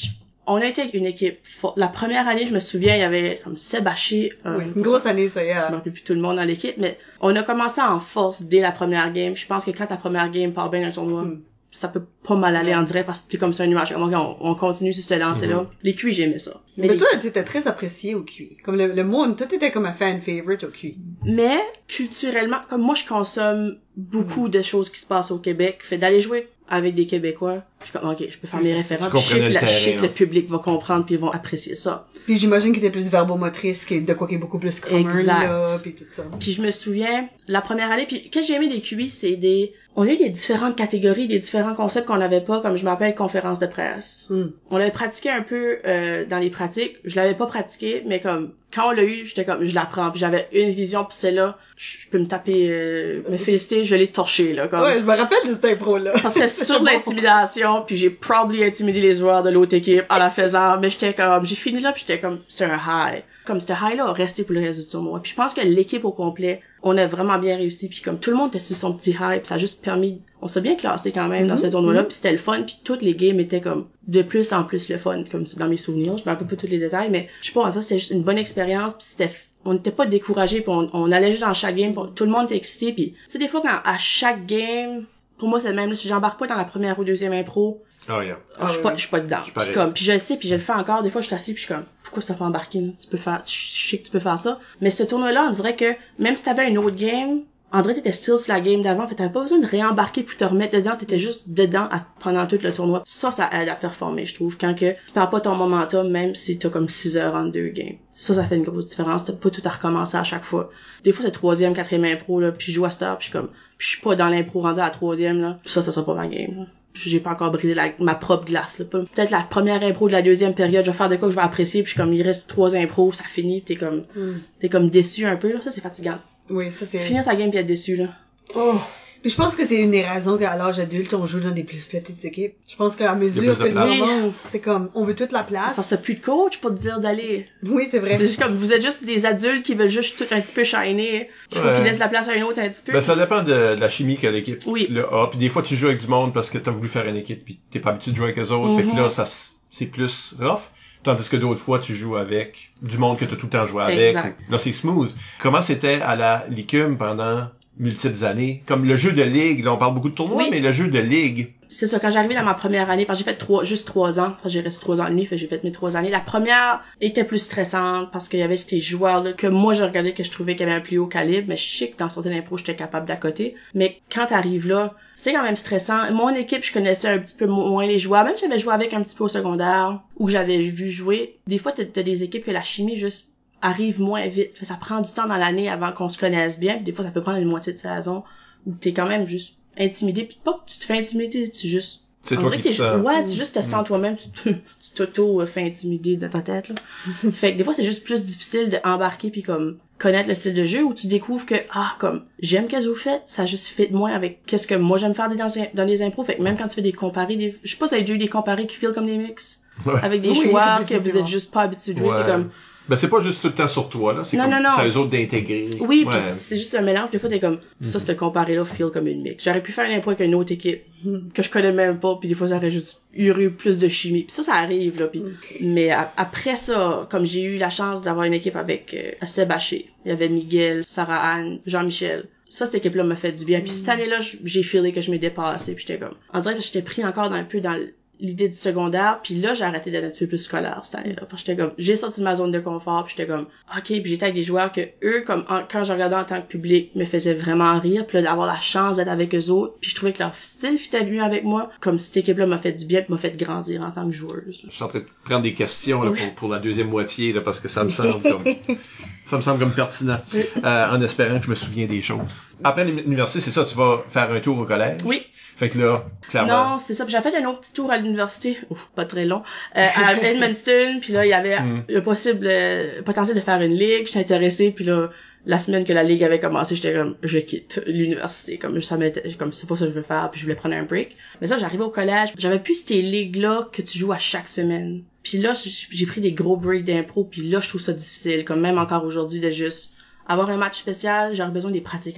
on a été avec une équipe forte. La première année, je me souviens, il y avait comme Seb Haché. Euh, oui, c'est une grosse ça, année, ça y est. Je me rappelle plus tout le monde dans l'équipe, mais on a commencé en force dès la première game. Je pense que quand ta première game part bien dans le tournoi, mm. ça peut pas mal aller en direct parce que t'es comme ça un nuage. Comme, on, on continue sur ce lancer-là. Mm-hmm. Les Q I, j'aimais ça. Mais, mais les... toi, t'étais très apprécié au Q I. Comme le, le monde, toi, t'étais comme un fan favorite au Q I. Mais, culturellement, comme moi, je consomme beaucoup mm. de choses qui se passent au Québec. Fait d'aller jouer avec des Québécois, je suis comme, ok, je peux faire mes références. Je sais que, la, je sais que le public va comprendre puis ils vont apprécier ça. Puis j'imagine qu'il était plus verbomotrice, que de quoi qui est beaucoup plus commun, exact. Là, puis tout ça. Puis je me souviens, la première année, puis qu'est-ce que j'ai aimé des Q I, c'est des, on a eu des différentes catégories, des différents concepts qu'on n'avait pas, comme je m'appelle conférence de presse. Mm. On l'avait pratiqué un peu euh, dans les pratiques, je l'avais pas pratiqué, mais comme quand on l'a eu, j'étais comme, je l'apprends, puis j'avais une vision, puis celle-là, je peux me taper, euh, me féliciter, je l'ai torché, là, comme. Ouais, je me rappelle de cette impro-là. Parce que sur l'intimidation, puis j'ai probably intimidé les joueurs de l'autre équipe en la faisant, mais j'étais comme, j'ai fini là, puis j'étais comme, c'est un high. Comme, ce high-là a resté pour le reste du tournoi. Puis je pense que l'équipe au complet, on a vraiment bien réussi, puis comme tout le monde était sur son petit high, puis ça a juste permis, on s'est bien classé quand même mm-hmm. dans ce tournoi-là, puis c'était le fun, puis toutes les games étaient comme de plus en plus le fun, comme dans mes souvenirs. Je me rappelle pas tous les détails, mais je sais pas, en ça c'était juste une bonne expérience, puis c'était, on n'était pas découragés, puis on, on allait juste dans chaque game, tout le monde était excité, puis tu sais des fois quand à chaque game, pour moi c'est le même, là, si j'embarque pas dans la première ou deuxième impro, oh, yeah. oh, je suis pas, je suis pas dedans. Puis comme, puis je le sais, puis je le fais encore. Des fois, je suis assis, puis je suis comme, pourquoi tu t'as pas embarqué? Là? Tu peux faire, je sais que tu peux faire ça. Mais ce tournoi-là, on dirait que même si t'avais une autre game, on dirait que t'étais still sur la game d'avant. Fait t'avais pas besoin de réembarquer pour te remettre dedans. T'étais juste dedans à, pendant tout le tournoi. Ça, ça aide à performer, je trouve. Quand que tu perds pas ton momentum, même si t'as comme six heures en deux games. Ça, ça fait une grosse différence. T'as pas tout à recommencer à chaque fois. Des fois, c'est troisième, quatrième impro, là, puis je joue à Star, puis je suis comme, je suis pas dans l'impro rendu à la troisième, là. Ça, ça sera pas ma game, là. J'ai pas encore brisé la, ma propre glace, là. Peut-être la première impro de la deuxième période, je vais faire de quoi que je vais apprécier, puis je suis comme, il reste trois impros, ça finit, pis t'es comme, mm. t'es comme déçu un peu, là. Ça, c'est fatigant. Oui, ça, c'est... Finir ta game pis être déçu, là. Oh! Puis je pense que c'est une des raisons qu'à l'âge adulte, on joue dans des plus petites équipes. Je pense qu'à mesure que le temps avance, c'est comme, on veut toute la place. C'est parce que t'as plus de coach pour te dire d'aller. Oui, c'est vrai. C'est juste comme, vous êtes juste des adultes qui veulent juste tout un petit peu shiner. Il faut ouais. qu'ils laissent la place à un autre un petit peu. Ben, ça dépend de, de la chimie que l'équipe. Oui. Le A. Puis des fois, tu joues avec du monde parce que t'as voulu faire une équipe pis t'es pas habitué de jouer avec eux autres. Mm-hmm. Fait que là, ça, c'est plus rough. Tandis que d'autres fois, tu joues avec du monde que t'as tout le temps joué avec. Exact. Là, c'est smooth. Comment c'était à la Licume pendant multiples années? Comme le jeu de ligue, là, on parle beaucoup de tournois, oui. mais le jeu de ligue. C'est ça, quand j'arrivais dans ma première année, parce que j'ai fait trois, juste trois ans, parce que j'ai resté trois ans et demi, fait que j'ai fait mes trois années. La première était plus stressante, parce qu'il y avait ces joueurs-là, que moi, je regardais que je trouvais qu'il y avait un plus haut calibre, mais je sais que dans certaines impros, j'étais capable d'accoter. Mais quand t'arrives là, c'est quand même stressant. Mon équipe, je connaissais un petit peu moins les joueurs, même si j'avais joué avec un petit peu au secondaire, ou que j'avais vu jouer. Des fois, t'as, t'as des équipes que la chimie juste arrive moins vite. Ça prend du temps dans l'année avant qu'on se connaisse bien, puis des fois, ça peut prendre une moitié de saison, où t'es quand même juste intimidé, puis pas que tu te fais intimider, tu juste c'est toi qui te sens. Ouais, tu juste te sens toi-même, tu te, tu t'auto fais intimider dans ta tête là. Fait que des fois c'est juste plus difficile d'embarquer puis comme connaître le style de jeu où tu découvres que ah comme j'aime qu'est-ce que vous faites, ça juste fit moins avec qu'est-ce que moi j'aime faire dans dans les impros. Fait que même quand tu fais des comparés, des, je sais pas si ça a déjà eu des comparés qui feel comme des mix ouais. avec des oui, joueurs que vous êtes juste pas habitués de jouer, ouais. C'est comme ben c'est pas juste tout le temps sur toi là, c'est non, comme non, non. c'est à eux autres d'intégrer. Oui, ouais. Pis c'est juste un mélange. Des fois t'es comme mm-hmm. ça, ce comparé là feel comme une mix. J'aurais pu faire une impro avec une autre équipe mm-hmm. que je connais même pas, puis des fois ça aurait juste eu plus de chimie. Puis ça, ça arrive là. Puis okay. Mais a- après ça, comme j'ai eu la chance d'avoir une équipe avec euh, Seb Haché, il y avait Miguel, Sarah Anne, Jean-Michel. Ça, cette équipe-là m'a fait du bien. Puis mm-hmm. cette année-là, j'ai feelé que je m'ai dépassé. Puis j'étais comme, on dirait que j'étais pris encore dans, un peu dans l'idée du secondaire, puis là j'ai arrêté d'être un petit peu plus scolaire cette année-là, parce que j'étais comme j'ai sorti de ma zone de confort, puis j'étais comme ok, puis j'étais avec des joueurs que eux comme en, quand je regardais en tant que public me faisaient vraiment rire, puis là d'avoir la chance d'être avec eux autres, puis je trouvais que leur style fitait mieux avec moi, comme cette équipe-là m'a fait du bien, puis m'a fait grandir en tant que joueuse. Je suis en train de prendre des questions là, pour, pour la deuxième moitié là, parce que ça me semble comme ça me semble comme pertinent, euh, en espérant que je me souviens des choses. Après l'université, c'est ça, tu vas faire un tour au collège. Oui. Fait que là, clairement. Non, c'est ça. Puis j'ai fait un autre petit tour à l'université, oh, pas très long, euh, à Edmundston. Puis là, il y avait mm. le possible euh, potentiel de faire une ligue. J'étais intéressée. Puis là, la semaine que la ligue avait commencé, j'étais comme, je quitte l'université. Comme ça m'était, comme c'est pas ça que je veux faire. Puis je voulais prendre un break. Mais ça, j'arrivais au collège. J'avais plus ces ligues-là que tu joues à chaque semaine. Puis là, j'ai pris des gros breaks d'impro. Puis là, je trouve ça difficile. Comme même encore aujourd'hui, de juste avoir un match spécial, j'aurais besoin des pratiques avant.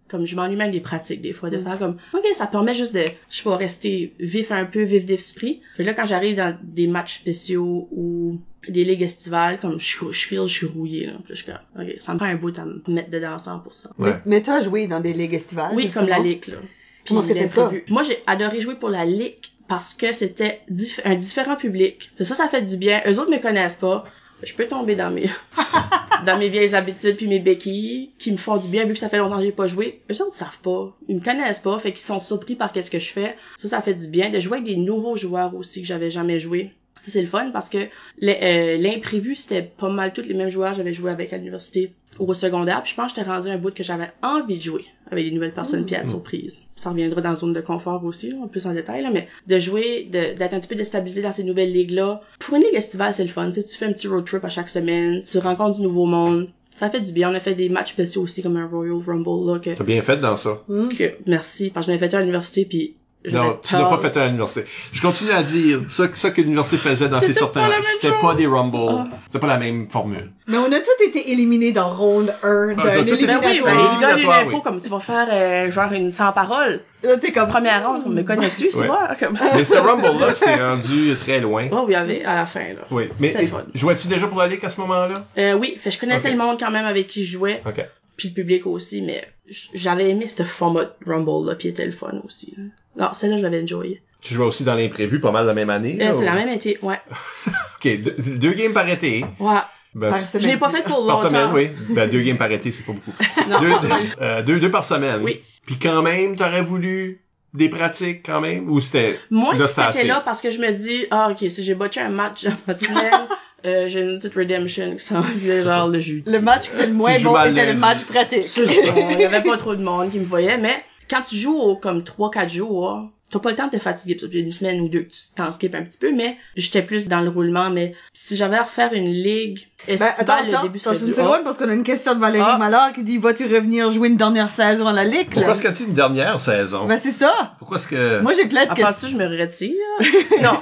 Comme je m'ennuie même des pratiques des fois, de faire comme ok, ça permet juste de, je sais pas, rester vif un peu, vif d'esprit. Puis là, quand j'arrive dans des matchs spéciaux ou des ligues estivales, comme je, je feel, je suis rouillée, là. Puis je suis comme, ok, ça me prend un bout à me mettre dedans à cent pour cent. Ouais. Mais, mais t'as joué dans des ligues estivales, Oui, justement. comme la ligue, là. Puis Comment est-ce que t'es ça? Moi, j'ai adoré jouer pour la ligue parce que c'était diff- un différent public. Ça, ça fait du bien. Eux autres me connaissent pas. Je peux tomber dans mes dans mes vieilles habitudes puis mes béquilles qui me font du bien vu que ça fait longtemps que j'ai pas joué. Eux autres savent pas, ils me connaissent pas, fait qu'ils sont surpris par qu'est-ce que je fais. Ça ça fait du bien de jouer avec des nouveaux joueurs aussi que j'avais jamais joué. Ça c'est le fun parce que euh, l'imprévu c'était pas mal tous les mêmes joueurs que j'avais joué avec à l'université ou au secondaire, puis je pense que j'étais rendu à un bout que j'avais envie de jouer avec des nouvelles personnes puis être surprise. Ça reviendra dans la zone de confort aussi, là, plus en détail, là, mais de jouer, de, d'être un petit peu déstabilisé dans ces nouvelles ligues-là. Pour une ligue estivale, c'est le fun, tu sais, tu fais un petit road trip à chaque semaine, tu rencontres du nouveau monde, ça fait du bien. On a fait des matchs spéciaux aussi comme un Royal Rumble, là, que... T'as bien fait dans ça. que merci, parce que j'en ai fait un à l'université puis Non, tu n'as pas fait ça à l'université. Je continue à dire, ça, ça que l'université faisait dans ces sorties-là, c'était pas des Rumble, ah. C'était pas la même formule. Mais on a tous été éliminés dans round un d'un ah, éliminatoire. Ben oui, ben, il donne une info oui. comme tu vas faire, euh, genre une sans parole. Là, t'es comme... Première ronde, on me connais-tu, tu ouais. vois? Comme... Mais ce Rumble-là, t'es rendu très loin. Oh, oui, il y avait, à la fin, là. Oui. Mais, et, jouais-tu déjà pour la Ligue à ce moment-là? Euh, oui. Fait, je connaissais okay. le monde quand même avec qui je jouais. OK. Puis le public aussi, mais j'avais aimé ce format Rumble, là, pis il était le fun aussi, là. Non, celle-là, je l'avais enjoyé. Tu jouais aussi dans l'imprévu pas mal la même année? Euh, c'est ou... la même été, ouais. OK, deux, deux games par été. Ouais. Ben, je l'ai pas fait pour longtemps. Par semaine, oui. Ben, deux games par été, c'est pas beaucoup. Non. Deux, deux, euh, deux, deux par semaine. Oui. Puis quand même, t'aurais voulu des pratiques quand même? Ou c'était... Moi, là, c'était assez... là parce que je me dis, ah, ok, si j'ai botché un match dans ma semaine, euh, j'ai une petite redemption qui s'en vient, genre, le jeudi. Le match le moins bon était le match pratique. C'est ça. Il y avait pas trop de monde qui me voyait, mais quand tu joues au, comme trois quatre jours, t'as pas le temps de te fatiguer, pis ça, puis une semaine ou deux, tu t'en skippes un petit peu, mais j'étais plus dans le roulement, mais si j'avais à refaire une ligue estivale, ben, attends, le attends, début serait attends, du... une seconde, parce qu'on a une question de Valérie ah. Mallard qui dit, vas-tu revenir jouer une dernière saison à la ligue, Pourquoi est-ce qu'elle dit une dernière saison? Ben, c'est ça. Pourquoi est-ce que... Moi, j'ai plein de questions. Penses-tu que je me retire? Non.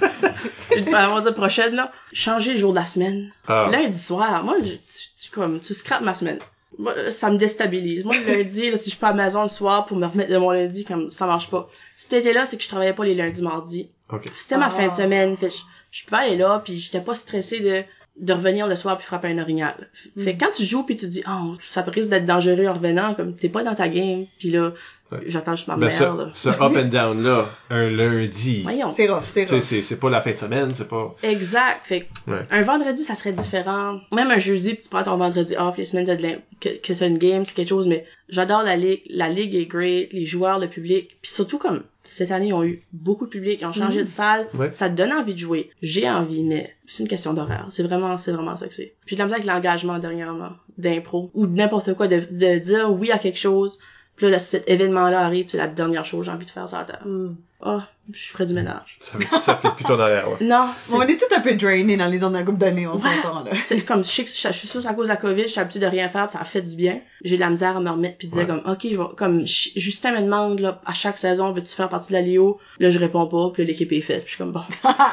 Une avant la prochaine, là. Changer le jour de la semaine. Ah. Lundi soir. Moi, je, tu, tu, comme, tu scrapes ma semaine. Moi, ça me déstabilise. Moi, le lundi, là, si je suis pas à la maison le soir pour me remettre de mon lundi, comme, ça marche pas. Cet été-là, c'est que je travaillais pas les lundis, mardis. Okay. C'était ah. ma fin de semaine. Fait je, je pouvais aller là, puis j'étais pas stressée de, de revenir le soir puis frapper un orignal. Fait que quand tu joues puis tu dis, oh, ça risque d'être dangereux en revenant, comme, t'es pas dans ta game, puis là, ouais. j'attends juste ma ben mère, ce, là. Ce up and down là, un lundi. Voyons. C'est rough, c'est rough. C'est, c'est pas la fin de semaine, c'est pas... Exact. Fait que, ouais. un vendredi, ça serait différent. Même un jeudi, puis tu prends ton vendredi off, les semaines de l'im- que, que t'as une game, c'est quelque chose, mais j'adore la ligue. La ligue est great, les joueurs, le public. Puis surtout, comme, cette année, ils ont eu beaucoup de public, ils ont changé mmh. de salle. Ouais. Ça te donne envie de jouer. J'ai envie, mais c'est une question d'horaire. C'est vraiment, c'est vraiment ça que c'est. Puis j'ai de la misère avec l'engagement dernièrement, d'impro, ou de n'importe quoi, de, de dire oui à quelque chose. Puis là, cet événement-là arrive, c'est la dernière chose que j'ai envie de faire sur la terre. Mm. Oh, je ferais du ménage. Ça, ça fait plus ton horaire, ouais. Non. On est tout un peu drainé dans les dernières groupes d'années, on ouais. s'entend, là. C'est comme, je sais que je, je suis sûre, c'est à cause de la COVID, je suis habituée de rien faire, ça a fait du bien. J'ai de la misère à me remettre pis de dire ouais. comme, ok, je vais, comme, Justin me demande, là, à chaque saison, veux-tu faire partie de la L I O? Là, je réponds pas, puis l'équipe est faite, puis je suis comme, bon.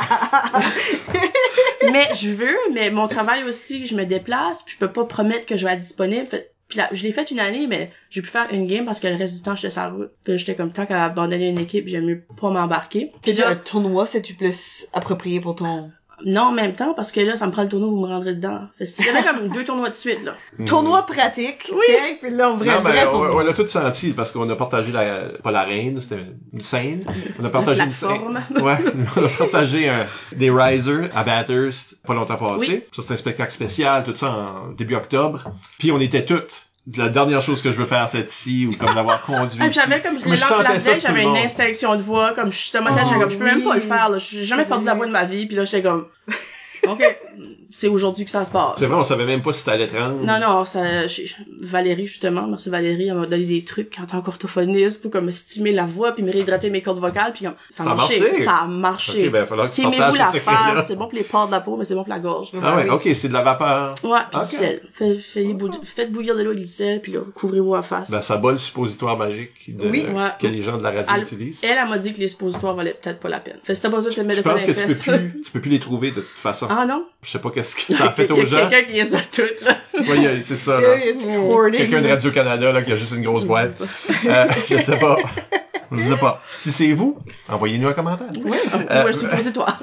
Mais je veux, mais mon travail aussi, je me déplace, puis je peux pas promettre que je vais être disponible. Fait, puis là, je l'ai fait une année, mais j'ai pu faire une game parce que le reste du temps, j'étais sur la route. Puis j'étais comme, tant qu'à abandonner une équipe, j'aime mieux pas m'embarquer. Puis là, un tournoi, c'est-tu plus approprié pour ton... Non, en même temps, parce que là, ça me prend le tournoi, vous me rendrez dedans. Fait que il y avait comme deux tournois de suite, là. Mm. Tournoi pratique. Oui. Okay? Puis là, vrai, non, ben, vrai on, on l'a tout senti, parce qu'on a partagé la, pas l'arène, c'était une scène. On a partagé une scène. Ouais. On a partagé un, des risers à Bathurst, pas longtemps passé. Oui. Ça, c'est un spectacle spécial, tout ça en début octobre. Puis on était toutes. La dernière chose que je veux faire, c'est ici, ou comme d'avoir conduit. Ah, j'avais comme, comme je la veille, j'avais une instinction de voix, comme, justement, oh, j'étais comme, je peux oui. même pas le faire, là. J'ai jamais perdu la voix de ma vie, puis là, j'étais comme, ok, c'est aujourd'hui que ça se passe. C'est vrai, on savait même pas si t'allais te rendre. Non, non, ça, Valérie, justement, merci Valérie, elle m'a donné des trucs en tant qu'orthophoniste pour comme stimuler la voix puis me réhydrater mes cordes vocales puis comme, ça, ça a marché. marché. Ça a marché. Okay, ben, stimulez-vous la face, c'est bon pour les pores de la peau, mais c'est bon pour la gorge. Ah ouais, oui. ok, c'est de la vapeur. Ouais, pis okay. du sel. Fait, fait okay. bou- faites bouillir de l'eau avec du sel puis là, couvrez-vous la face. Ben, ça bat le suppositoire magique de, oui, ouais. que les gens de la radio elle, utilisent. Elle, elle m'a dit que les suppositoires valaient peut-être pas la peine. Fait que c'était pas ça que je te mets de connaître. Je pense que tu peux plus, tu peux plus les trouver de toute façon. Ah non? Je sais pas qu'est-ce que ça a fait Il y a aux gens. quelqu'un qui est sur tout, là. Oui, c'est ça, là. Il y a du hoarding. Quelqu'un de Radio-Canada, là, qui a juste une grosse boîte. Euh, je sais pas. Je sais pas. Si c'est vous, envoyez-nous un commentaire. Oui. Euh, Ou un suppositoire.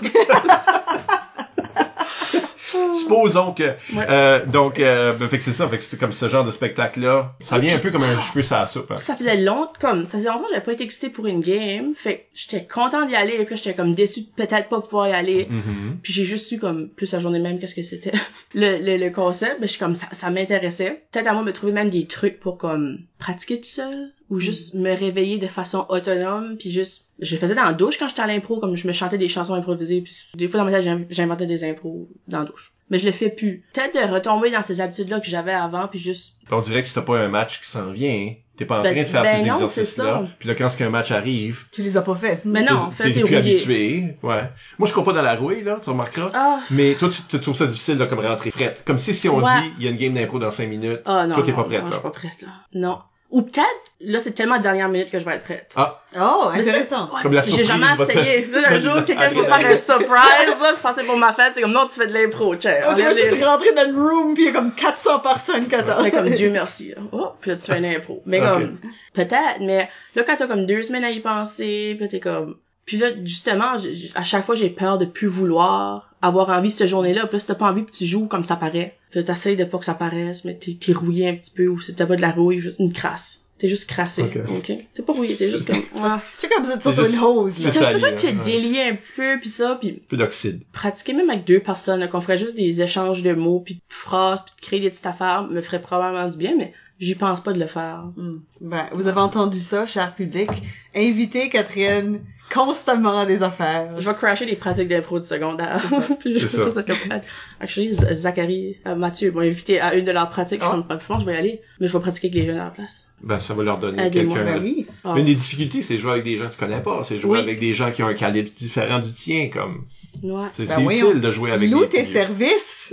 Supposons que, Ouais. euh, donc, euh, ben, fait que c'est ça, fait que c'était comme ce genre de spectacle-là. Ça vient un peu comme un cheveu sur la soupe, hein. Ça faisait longtemps, comme, ça faisait longtemps que j'avais pas été excitée pour une game. Fait que j'étais contente d'y aller, et puis là, j'étais comme déçue de peut-être pas pouvoir y aller. Mm-hmm. Puis j'ai juste su, comme, plus la journée même, qu'est-ce que c'était. le, le, le concept, ben, je suis comme, ça, ça m'intéressait. Peut-être à moi me trouver même des trucs pour, comme, pratiquer tout seul. Ou juste me réveiller de façon autonome, puis juste... Je le faisais dans la douche quand j'étais à l'impro, comme je me chantais des chansons improvisées, puis des fois dans ma tête, j'in- j'inventais des impros dans la douche. Mais je le fais plus. Peut-être de retomber dans ces habitudes-là que j'avais avant, puis juste... On dirait que c'était pas un match qui s'en vient, hein. T'es pas en Ben- train de faire ben ces non, exercices-là. c'est ça. Puis là, quand qu'un match arrive, Tu les as pas fait. Mais non, en t'es fait, t'es plus rouillé. habitué. Ouais. Moi, je cours pas dans la rouille, là, tu remarqueras. Ah. Mais toi, tu, tu trouves ça difficile, là, comme rentrer frette. Comme si, si on Ouais. dit, il y a une game d'impro dans cinq minutes. Ah non, toi, t'es non, pas prête, non, là. je suis pas prête, là. Non. Ou peut-être, là, c'est tellement de dernière minute que je vais être prête. Ah. Oh, Mais c'est- intéressant. ouais, Comme la J'ai surprise jamais va te- essayé. Là, un jour, quelqu'un va Adrénaline. faire un surprise, là, je pensais pour ma fête, c'est comme, non, tu fais de l'impro, tiens. Oh, tu vas enlève juste les- rentrer dans le room pis il y a comme quatre cents personnes qui attendent. Mais comme Dieu merci, là. Oh, puis là, tu fais une impro. Mais Ok. comme, peut-être, mais là, quand t'as comme deux semaines à y penser, puis là, t'es comme... Puis là, justement, j- j- à chaque fois, j'ai peur de plus vouloir avoir envie cette journée-là. Puis là, si t'as pas envie, puis tu joues comme ça paraît. Puis là, t'essayes de pas que ça paraisse, mais t'es, t'es rouillé un petit peu, ou c'est peut-être pas de la rouille, juste une crasse. T'es juste crassé, Ok. ok? T'es pas rouillé, t'es juste comme... Ouais. Tu sais, comme vous êtes sur C'est juste- une hose, là. c'est T'as ça, juste besoin de te là, ouais. délier un petit peu, puis ça, puis Peu d'oxyde. pratiquer même avec deux personnes, là, qu'on ferait juste des échanges de mots, puis de phrases, puis de créer des petites affaires, me ferait probablement du bien, mais j'y pense pas de le faire. Hmm. Ben, vous avez entendu ça, cher public. Invitez Catherine constamment à des affaires. Je vais crasher les pratiques d'impro du secondaire. Puis je C'est ça. juste être comme, actually, Z- Zachary, euh, Mathieu m'ont invité à une de leurs pratiques. Ah. Je suis comme, je vais y aller. Mais je vais pratiquer avec les jeunes à la place. Ben, ça va leur donner Aidez-moi. quelqu'un. Ben oui. Ah. Mais une des difficultés, c'est jouer avec des gens que tu connais pas. C'est jouer Oui. avec des gens qui ont un calibre différent du tien, comme. Ouais. C'est, Ben c'est voyons. utile de jouer avec Loue des... tes services.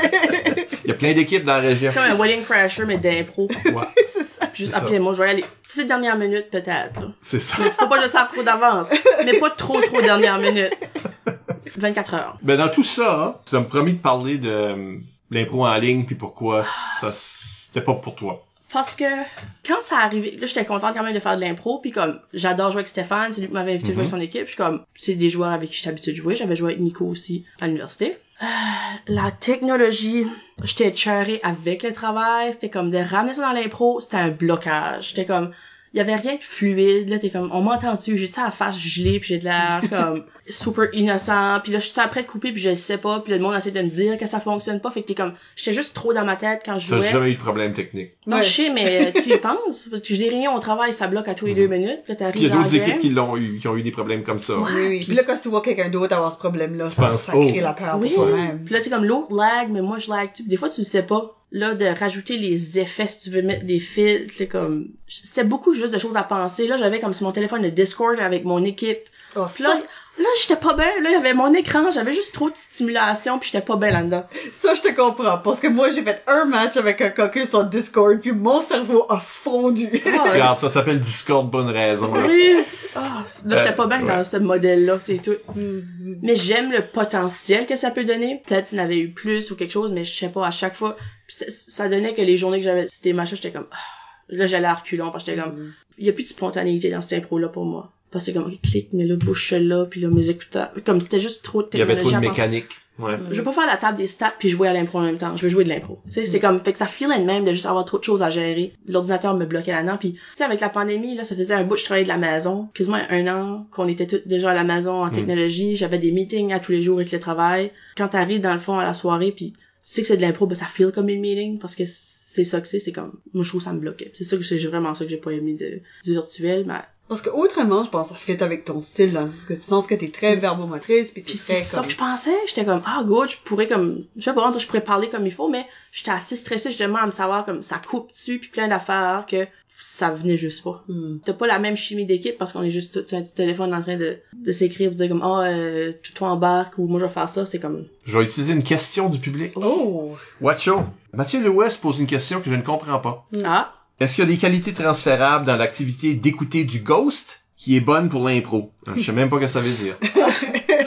Il y a plein d'équipes dans la région. C'est comme un wedding crasher, mais d'impro. Ouais. C'est ça. Puis juste C'est ça. appelez-moi, je vais y aller. Si c'est dernière minute, peut-être, là. C'est ça. Mais faut pas que je sache trop d'avance. Mais pas trop, trop dernière minute. vingt-quatre heures. Ben, dans tout ça, hein, tu as promis de parler de euh, l'impro en ligne puis pourquoi ça, c'était pas pour toi. Parce que, quand ça arrivait, là, j'étais contente quand même de faire de l'impro, puis comme, j'adore jouer avec Stéphane, c'est lui qui m'avait invité à jouer avec son équipe, puis comme, c'est des joueurs avec qui j'étais habituée de jouer, j'avais joué avec Nico aussi, à l'université. Euh, la technologie, j'étais écœurée avec le travail, fait comme, de ramener ça dans l'impro, c'était un blocage. J'étais comme, il y avait rien de fluide, là, t'es comme, on m'entend-tu, j'ai-tu à la face gelée, puis j'ai de l'air, comme, super innocent, puis là, je suis après de couper, puis je le sais pas, puis là, le monde essaie de me dire que ça fonctionne pas, fait que t'es comme, j'étais juste trop dans ma tête quand je T'as jouais. jamais eu de problème technique. Non, Ouais. je sais, mais tu y penses, parce que j'ai des réunions au travail, ça bloque à tous les deux minutes, puis là, t'arrives Puis il y a dans d'autres la équipes game. qui l'ont eu, qui ont eu des problèmes comme ça. Ouais. Oui, oui. Puis là, quand tu vois quelqu'un d'autre avoir ce problème-là, ça, penses, ça oh. crée la peur Oui. pour toi-même. Puis là, c'est comme l'autre lag, mais moi, je lag, tu. Puis des fois, tu le sais pas. Là, de rajouter les effets, si tu veux mettre des filtres, là, comme, c'était beaucoup juste de choses à penser. Là, j'avais comme si mon téléphone de Discord avec mon équipe. Oh, Puis là, ça, là, j'étais pas bien. Là, il y avait mon écran, j'avais juste trop de stimulation, puis j'étais pas bien là-dedans. ça, je te comprends. Parce que moi, j'ai fait un match avec un cocker sur Discord, puis mon cerveau a fondu. Ah, Regarde, ça s'appelle Discord, bonne raison, là. oui! Ah, là, j'étais pas bien Euh, dans ouais. ce modèle-là, c'est tout. Mais j'aime le potentiel que ça peut donner. Peut-être qu'il y en avait eu plus ou quelque chose, mais je sais pas, à chaque fois. Puis ça, ça donnait que les journées que j'avais c'était machin, j'étais comme... ah. Là, j'allais à reculons, parce que j'étais comme... Il y a plus de spontanéité dans cette impro-là pour moi. Parce que c'est comme, ok, clic, mais là, bouche là, puis là, mes écouteurs. Comme c'était juste trop de Il y avait technologie trop de à penser. mécanique. Ouais. Je veux pas faire la table des stats puis jouer à l'impro en même temps. Je veux jouer de l'impro. Tu sais, c'est comme, fait que ça file de même de juste avoir trop de choses à gérer. L'ordinateur me bloquait là-dedans. Puis, tu sais, avec la pandémie, là, ça faisait un bout que je travaillais de la maison. Quasiment un an qu'on était tous déjà à la maison en technologie. J'avais des meetings à tous les jours avec le travail. Quand t'arrives dans le fond à la soirée puis tu sais que c'est de l'impro, ben ça file comme une meeting parce que c'est ça que c'est. C'est comme, moi, je trouve que ça me bloquait. C'est ça que c'est vraiment ça que j'ai pas aimé de, du virtuel, mais Parce que autrement, je pense que ça fit avec ton style, dans ce que tu sens que t'es très verbomotrice, puis t'es Puis c'est très ça comme... que je pensais. J'étais comme, ah, good, je pourrais comme, je sais pas, dire, je pourrais parler comme il faut, mais j'étais assez stressée justement à me savoir comme ça coupe dessus puis plein d'affaires que ça venait juste pas. Hmm. T'as pas la même chimie d'équipe parce qu'on est juste tous sur un petit téléphone en train de, de s'écrire pour dire comme, ah, euh, toi embarque ou moi je vais faire ça. C'est comme, Je vais utiliser une question du public. Oh! Watcho. Mathieu Lewis pose une question que je ne comprends pas. ah, Est-ce qu'il y a des qualités transférables dans l'activité d'écouter du ghost qui est bonne pour l'impro? Je sais même pas ce que ça veut dire.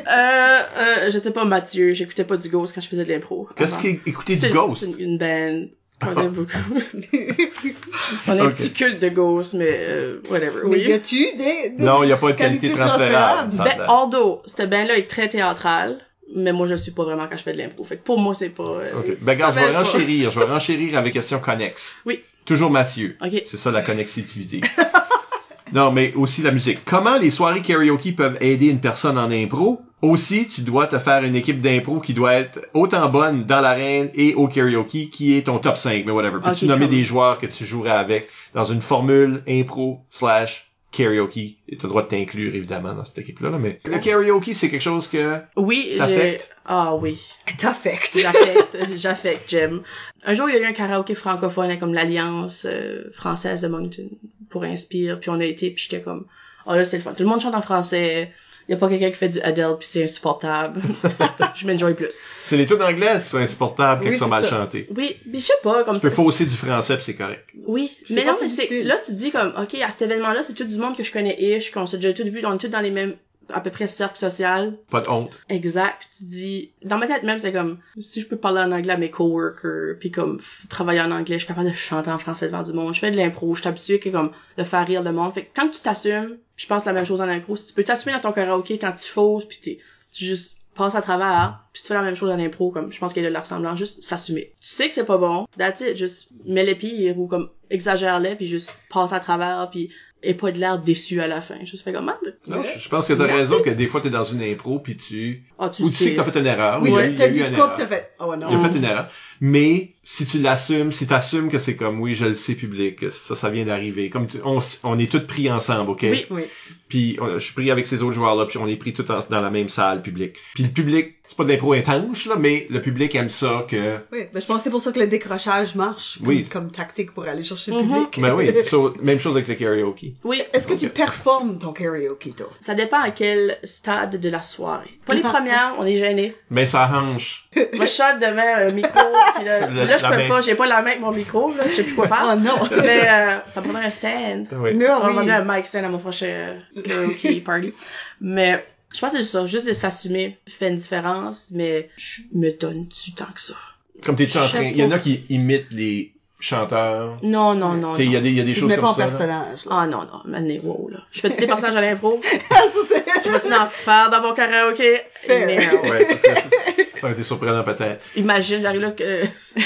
Euh, euh, je sais pas, Mathieu, j'écoutais pas du Ghost quand je faisais de l'impro. Qu'est-ce qui écoutait du Ghost? C'est une, une band. On aime beaucoup. On a okay. un petit culte de Ghost, mais euh, whatever. Mais oui. y a-tu des, des non, il y a pas de qualité transférable. Ben, although, cette band-là est très théâtrale, mais moi je le suis pas vraiment quand je fais de l'impro. Fait que pour moi c'est pas. Euh, okay. Ben regarde, je vais renchérir, je vais renchérir avec question connexe. Oui. Toujours Mathieu. Ok. C'est ça la connexivité. Non, mais aussi la musique. Comment les soirées karaoke peuvent aider une personne en impro? Aussi, tu dois te faire une équipe d'impro qui doit être autant bonne dans l'arène et au karaoke, qui est ton top cinq, mais whatever. Peux-tu okay, nommer comme... des joueurs que tu jouerais avec dans une formule impro slash karaoke? Et t'as le droit de t'inclure, évidemment, dans cette équipe-là, là, mais le karaoke, c'est quelque chose que... Oui, j'ai... Ah oui. T'affectes. J'affecte, j'affecte, j'aime. Un jour, il y a eu un karaoké francophone comme l'Alliance euh, française de Moncton pour Inspire, puis on a été, puis j'étais comme... Oh là, c'est le fun. Tout le monde chante en français. Il y a pas quelqu'un qui fait du Adele puis c'est insupportable. Je m'enjoy plus. C'est les tunes anglaises qui sont insupportables quand oui, ils sont mal ça. chantés. Oui, mais je sais pas comme tu ça. Tu peux fausser du français puis c'est correct. Oui, c'est mais non mais c'est là tu dis comme OK, à cet événement-là, c'est tout du monde que je connais ish, qu'on s'est déjà tout vu, on est tous dans les mêmes à peu près cercle social. Pas de honte. Exact. Puis tu dis dans ma tête même c'est comme si je peux parler en anglais à mes coworkers puis comme f- travailler en anglais, je suis capable de chanter en français devant du monde. Je fais de l'impro, je suis habituée que comme de faire rire le monde. Fait que tant que tu t'assumes, je pense la même chose en impro, si tu peux t'assumer dans ton karaoké quand tu fausses puis t'es, tu juste passes à travers, hein, puis tu fais la même chose en impro, comme je pense qu'il y a de la ressemblance, juste s'assumer. Tu sais que c'est pas bon, that's it, juste mets les pires ou comme exagère-les puis juste passe à travers puis et pas de l'air déçu à la fin. Je fais comme, ah, non, je, je pense que t'as Merci. raison que des fois t'es dans une impro pis tu, ah, tu ou tu sais. sais que t'as fait une erreur. Oui, ou t'as, il y t'as a dit eu une quoi erreur. t'as fait, oh non. Il a fait une erreur. Mais, si tu l'assumes, si t'assumes que c'est comme, oui, je le sais public, ça, ça vient d'arriver. Comme tu, on, on est tous pris ensemble, ok? Oui, oui. Puis, on, je suis pris avec ces autres joueurs-là, puis on est pris tous en, dans la même salle publique. Puis le public, c'est pas de l'impro intense, là, mais le public aime ça que... Oui, ben je pense que c'est pour ça que le décrochage marche comme, oui. comme tactique pour aller chercher le mm-hmm. public. Ben oui, so, même chose avec le karaoke. Oui. Est-ce que okay. tu performes ton karaoke, toi? Ça dépend à quel stade de la soirée. Pas les premières, on est gênés. Mais ça hanche. Moi, je chante devant un micro, pis là, le, là je peux main. pas, j'ai pas la main avec mon micro, là, je sais plus quoi faire. Oh non! Mais, euh, ça me prendrait un stand. Oui. Non, on va oui. demander un mic stand à mon prochain euh, karaoke party. Mais, je pense que c'est juste ça, juste de s'assumer fait une différence, mais je me donne-tu tant que ça? Comme t'es-tu en train, il y en a qui imitent les chanteurs. Non, non, non. Tu sais, il y a des, il y a des tu choses mets comme pas ça. en personnage. Ah, non, non, maintenant, wow, là. Je fais-tu des passages à l'impro? Je vais-tu en faire dans mon karaoké? Fair. Ouais, ça serait, ça, ça aurait été surprenant peut-être. Imagine, j'arrive là, que,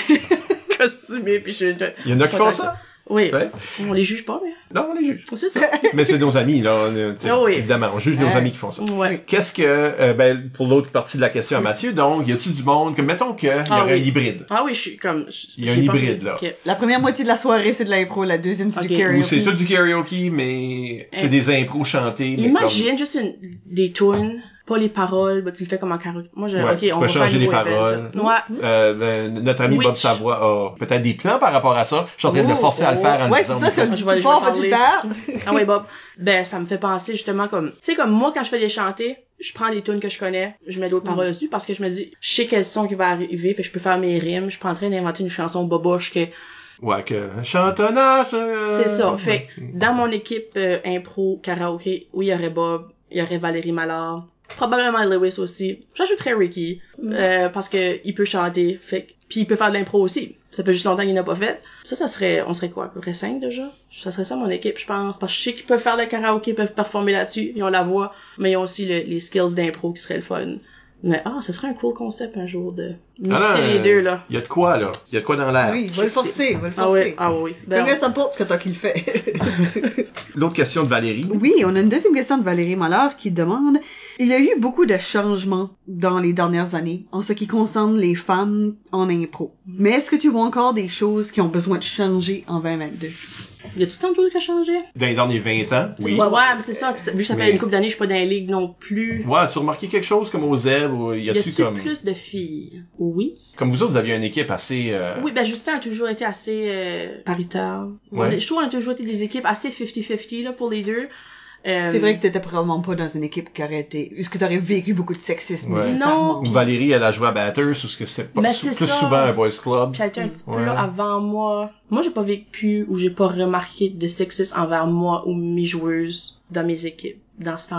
costumé, pis je suis... Il y en a qui font ça? Oui. Ouais. On les juge pas, mais... Non, on les juge. C'est ça. Mais c'est nos amis, là. Oh oui. Évidemment, on juge nos ouais. amis qui font ça. Ouais. Qu'est-ce que, euh, ben, pour l'autre partie de la question à Mathieu, donc, y a-tu du monde que, mettons qu'il y aurait ah, oui. un hybride. Ah oui, je suis comme... Il y a un hybride, là. Okay. La première moitié de la soirée, c'est de l'impro, la deuxième, c'est okay. du karaoke. Ou c'est tout du karaoke, mais c'est hey. des impros chantés. Mais imagine comme... juste une, des tunes, pas les paroles, bah, tu le fais comme en karaoke. Moi, je, ouais, ok, tu on peux va faire changer un les nouveau paroles. event, ouais. Euh, ben, notre ami Witch. Bob Savoie a peut-être des plans par rapport à ça. Je suis en train de le forcer oh, à le faire en ouais, disant. Ouais, c'est ça, c'est je vais, le je vais fort, parler. tu perds. Ah ouais, Bob. Ben, ça me fait penser justement comme, tu sais, comme moi, quand je fais des chantés, je prends les tunes que je connais, je mets d'autres mm. paroles dessus parce que je me dis, je sais quel son qui va arriver, fait que je peux faire mes rimes, je suis pas en train d'inventer une chanson boboche que... Ouais, que chantonnage. Euh... C'est ça. Fait dans mon équipe euh, impro karaoké, oui, il y aurait Bob, il y aurait Valérie Mallard, probablement Lewis aussi. J'ajouterais Ricky mm. euh, parce que il peut chanter, fait puis il peut faire de l'impro aussi. Ça fait juste longtemps qu'il n'a pas fait. Ça, ça serait, on serait quoi, à peu près cinq déjà? Ça serait ça mon équipe, je pense. Parce que je sais qu'ils peuvent faire le karaoké, ils peuvent performer là-dessus, ils ont la voix, mais ils ont aussi le, les skills d'impro qui seraient le fun. Mais ah, ça serait un cool concept un jour de mixer ah les deux là. Il y a de quoi là, il y a de quoi dans l'air. Oui, va le forcer, va le ah forcer. Oui, ah oui. Ben, Congrès ça porte que toi qui le fais. L'autre question de Valérie. Oui, on a une deuxième question de Valérie Mallard qui demande: il y a eu beaucoup de changements dans les dernières années en ce qui concerne les femmes en impro. Mais est-ce que tu vois encore des choses qui ont besoin de changer en vingt vingt-deux? Y a-tu tant de choses qui ont changé? Dans les derniers vingt ans, oui. Ouais, ouais, mais c'est ça. Vu que ça fait mais... une couple d'années, je suis pas dans les ligues non plus. Ouais, as-tu remarqué quelque chose comme aux Zèbres ou y a-tu, y a-tu comme... plus de filles? Oui. Comme vous autres, vous aviez une équipe assez... Euh... Oui, ben Justin a toujours été assez euh, paritaire. Ouais. On, je trouve qu'on a toujours été des équipes assez cinquante cinquante là pour les deux. Euh... C'est vrai que t'étais probablement pas dans une équipe qui aurait été... Est-ce que t'aurais vécu beaucoup de sexisme ouais. nécessairement? Non. Valérie, elle a joué à Batters, ou ce que c'était pas sou- plus ça. souvent un boys club. Puis elle était un petit peu ouais. là avant moi. Moi, j'ai pas vécu ou j'ai pas remarqué de sexisme envers moi ou mes joueuses dans mes équipes dans ce temps-là.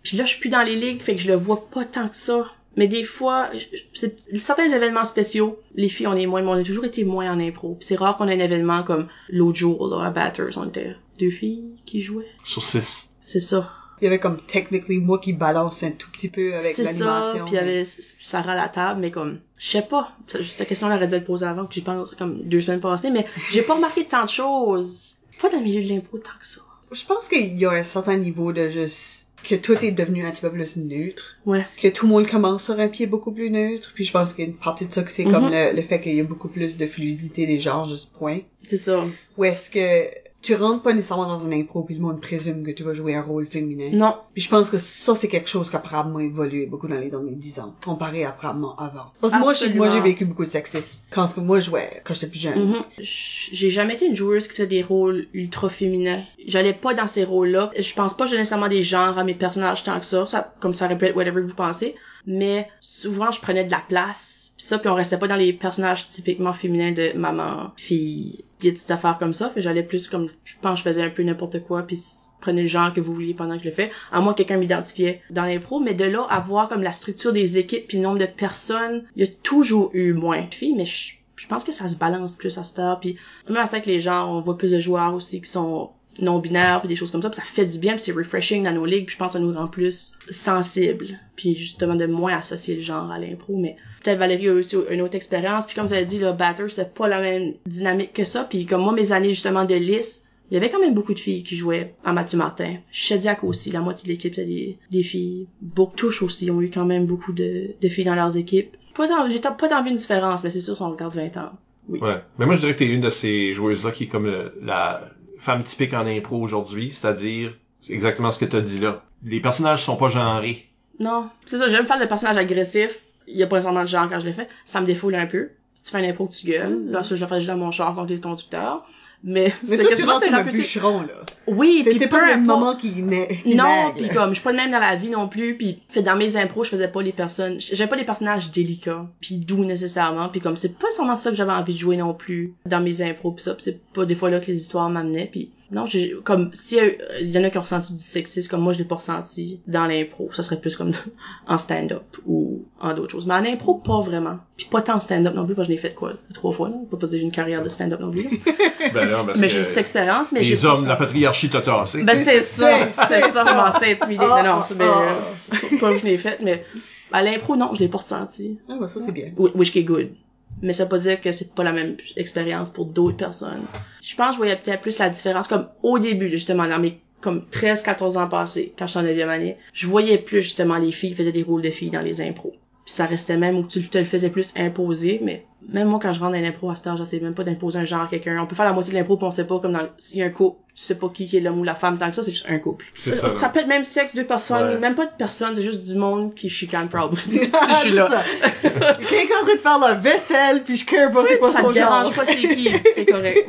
Puis là, je suis plus dans les ligues, fait que je le vois pas tant que ça. Mais des fois, c'est, certains événements spéciaux, les filles, on est moins, mais on a toujours été moins en impro. Puis c'est rare qu'on ait un événement comme l'autre jour, là, à Batters, on était deux filles qui jouaient. Sur six. C'est ça. Il y avait comme technically moi qui balance un tout petit peu avec c'est l'animation. C'est ça, puis il y avait Sarah à la table, mais comme, je sais pas, cette question là, j'aurais dû le poser avant, que j'y pense comme deux semaines passées, mais j'ai pas remarqué tant de choses. Pas dans le milieu de l'impro tant que ça. Je pense qu'il y a un certain niveau de juste, que tout est devenu un petit peu plus neutre. Ouais. Que tout le monde commence sur un pied beaucoup plus neutre. Puis je pense qu'il y a une partie de ça que c'est mm-hmm. comme le, le fait qu'il y a beaucoup plus de fluidité des genres, juste point. C'est ça. Ou est-ce que tu rentres pas nécessairement dans une impro puis le monde présume que tu vas jouer un rôle féminin. Non. Puis je pense que ça, c'est quelque chose qui a probablement évolué beaucoup dans les derniers dix ans, comparé à probablement avant. Parce que moi, j'ai, moi, j'ai vécu beaucoup de sexisme quand moi, je jouais, quand j'étais plus jeune. Mm-hmm. J'ai jamais été une joueuse qui faisait des rôles ultra féminins. J'allais pas dans ces rôles-là. Je pense pas que j'ai nécessairement des genres à mes personnages tant que ça, ça comme ça répète whatever vous pensez. Mais souvent, je prenais de la place. Pis ça, puis on restait pas dans les personnages typiquement féminins de maman, fille, des petites affaires comme ça. Fait que j'allais plus comme, je pense, je faisais un peu n'importe quoi, puis prenez le genre que vous vouliez pendant que je le fais. À moins que quelqu'un m'identifiait dans l'impro, mais de là à voir comme la structure des équipes puis le nombre de personnes, il y a toujours eu moins de filles, mais je, je pense que ça se balance plus à cette heure. Puis même à ça avec les gens, on voit plus de joueurs aussi qui sont non-binaires puis des choses comme ça, puis ça fait du bien, puis c'est refreshing dans nos ligues, puis je pense que ça nous rend plus sensibles, puis justement de moins associer le genre à l'impro. Mais peut-être Valérie a aussi une autre expérience, puis comme vous avez dit, le Batter, c'est pas la même dynamique que ça, puis comme moi, mes années justement de lys, il y avait quand même beaucoup de filles qui jouaient à Mathieu Martin. Chediac aussi, la moitié de l'équipe, c'était des, des filles. Bouctouche aussi, ont eu quand même beaucoup de, de filles dans leurs équipes. Pas tant, j'ai pas tant vu une différence, mais c'est sûr si on regarde vingt ans. Oui. Ouais. Mais moi, je dirais que t'es une de ces joueuses-là qui est comme le, la femme typique en impro aujourd'hui, c'est-à-dire, c'est exactement ce que t'as dit là. Les personnages sont pas genrés. Non. C'est ça, j'aime faire le personnage agressif. Il y a pas nécessairement de genre quand je le fais. Ça me défoule un peu. Tu fais un impro que tu gueules. Mmh. Là, ça, je le fais juste dans mon char contre le conducteur. Mais, mais c'est toi, que tu rentres comme un bûcheron, là. Oui, pis t'es pas le même moment qui naît. Non, pis comme, je suis pas le même dans la vie non plus, pis fait dans mes impros, je faisais pas les personnes, j'avais pas les personnages délicats, pis doux nécessairement, pis comme, c'est pas seulement ça que j'avais envie de jouer non plus dans mes impros pis ça, pis c'est pas des fois là que les histoires m'amenaient, pis non, j'ai, comme, si il y en a qui ont ressenti du sexisme, comme moi je l'ai pas ressenti dans l'impro, ça serait plus comme en stand-up ou en d'autres choses. Mais en impro, pas vraiment. Pis pas tant en stand-up non plus, parce que je l'ai fait quoi, trois fois, là. On peut pas dire j'ai une carrière de stand-up non plus. Ben non, parce mais que j'ai une petite expérience, mais j'ai les hommes, la patriarchie t'a tassé. Ben c'est ça, c'est ça, je m'en sais intimider. Non, non, c'est mais, pas que je l'ai fait, mais à l'impro, non, je l'ai pas ressenti. Ah bah ça c'est bien. Which is good. Mais ça veut pas dire que c'est pas la même expérience pour d'autres personnes. Je pense que je voyais peut-être plus la différence, comme au début, justement, dans mes comme treize quatorze ans passés, quand je suis en neuvième année, je voyais plus justement les filles qui faisaient des rôles de filles dans les impros. Puis ça restait même où tu te le faisais plus imposer, mais même moi quand je rentre dans l'impro à cette heure, j'essaie même pas d'imposer un genre à quelqu'un. On peut faire la moitié de l'impro, puis on sait pas comme dans s'il y a un couple, tu sais pas qui, qui est l'homme ou la femme, tant que ça c'est juste un couple. C'est ça, ça, ça peut être même sexe, deux personnes, ouais. Même pas de personnes, c'est juste du monde qui chicane probably. Si je suis là. Quelqu'un en train de faire la vaisselle, puis je care pas oui, c'est quoi ça son te dérange genre. pas c'est qui, c'est correct.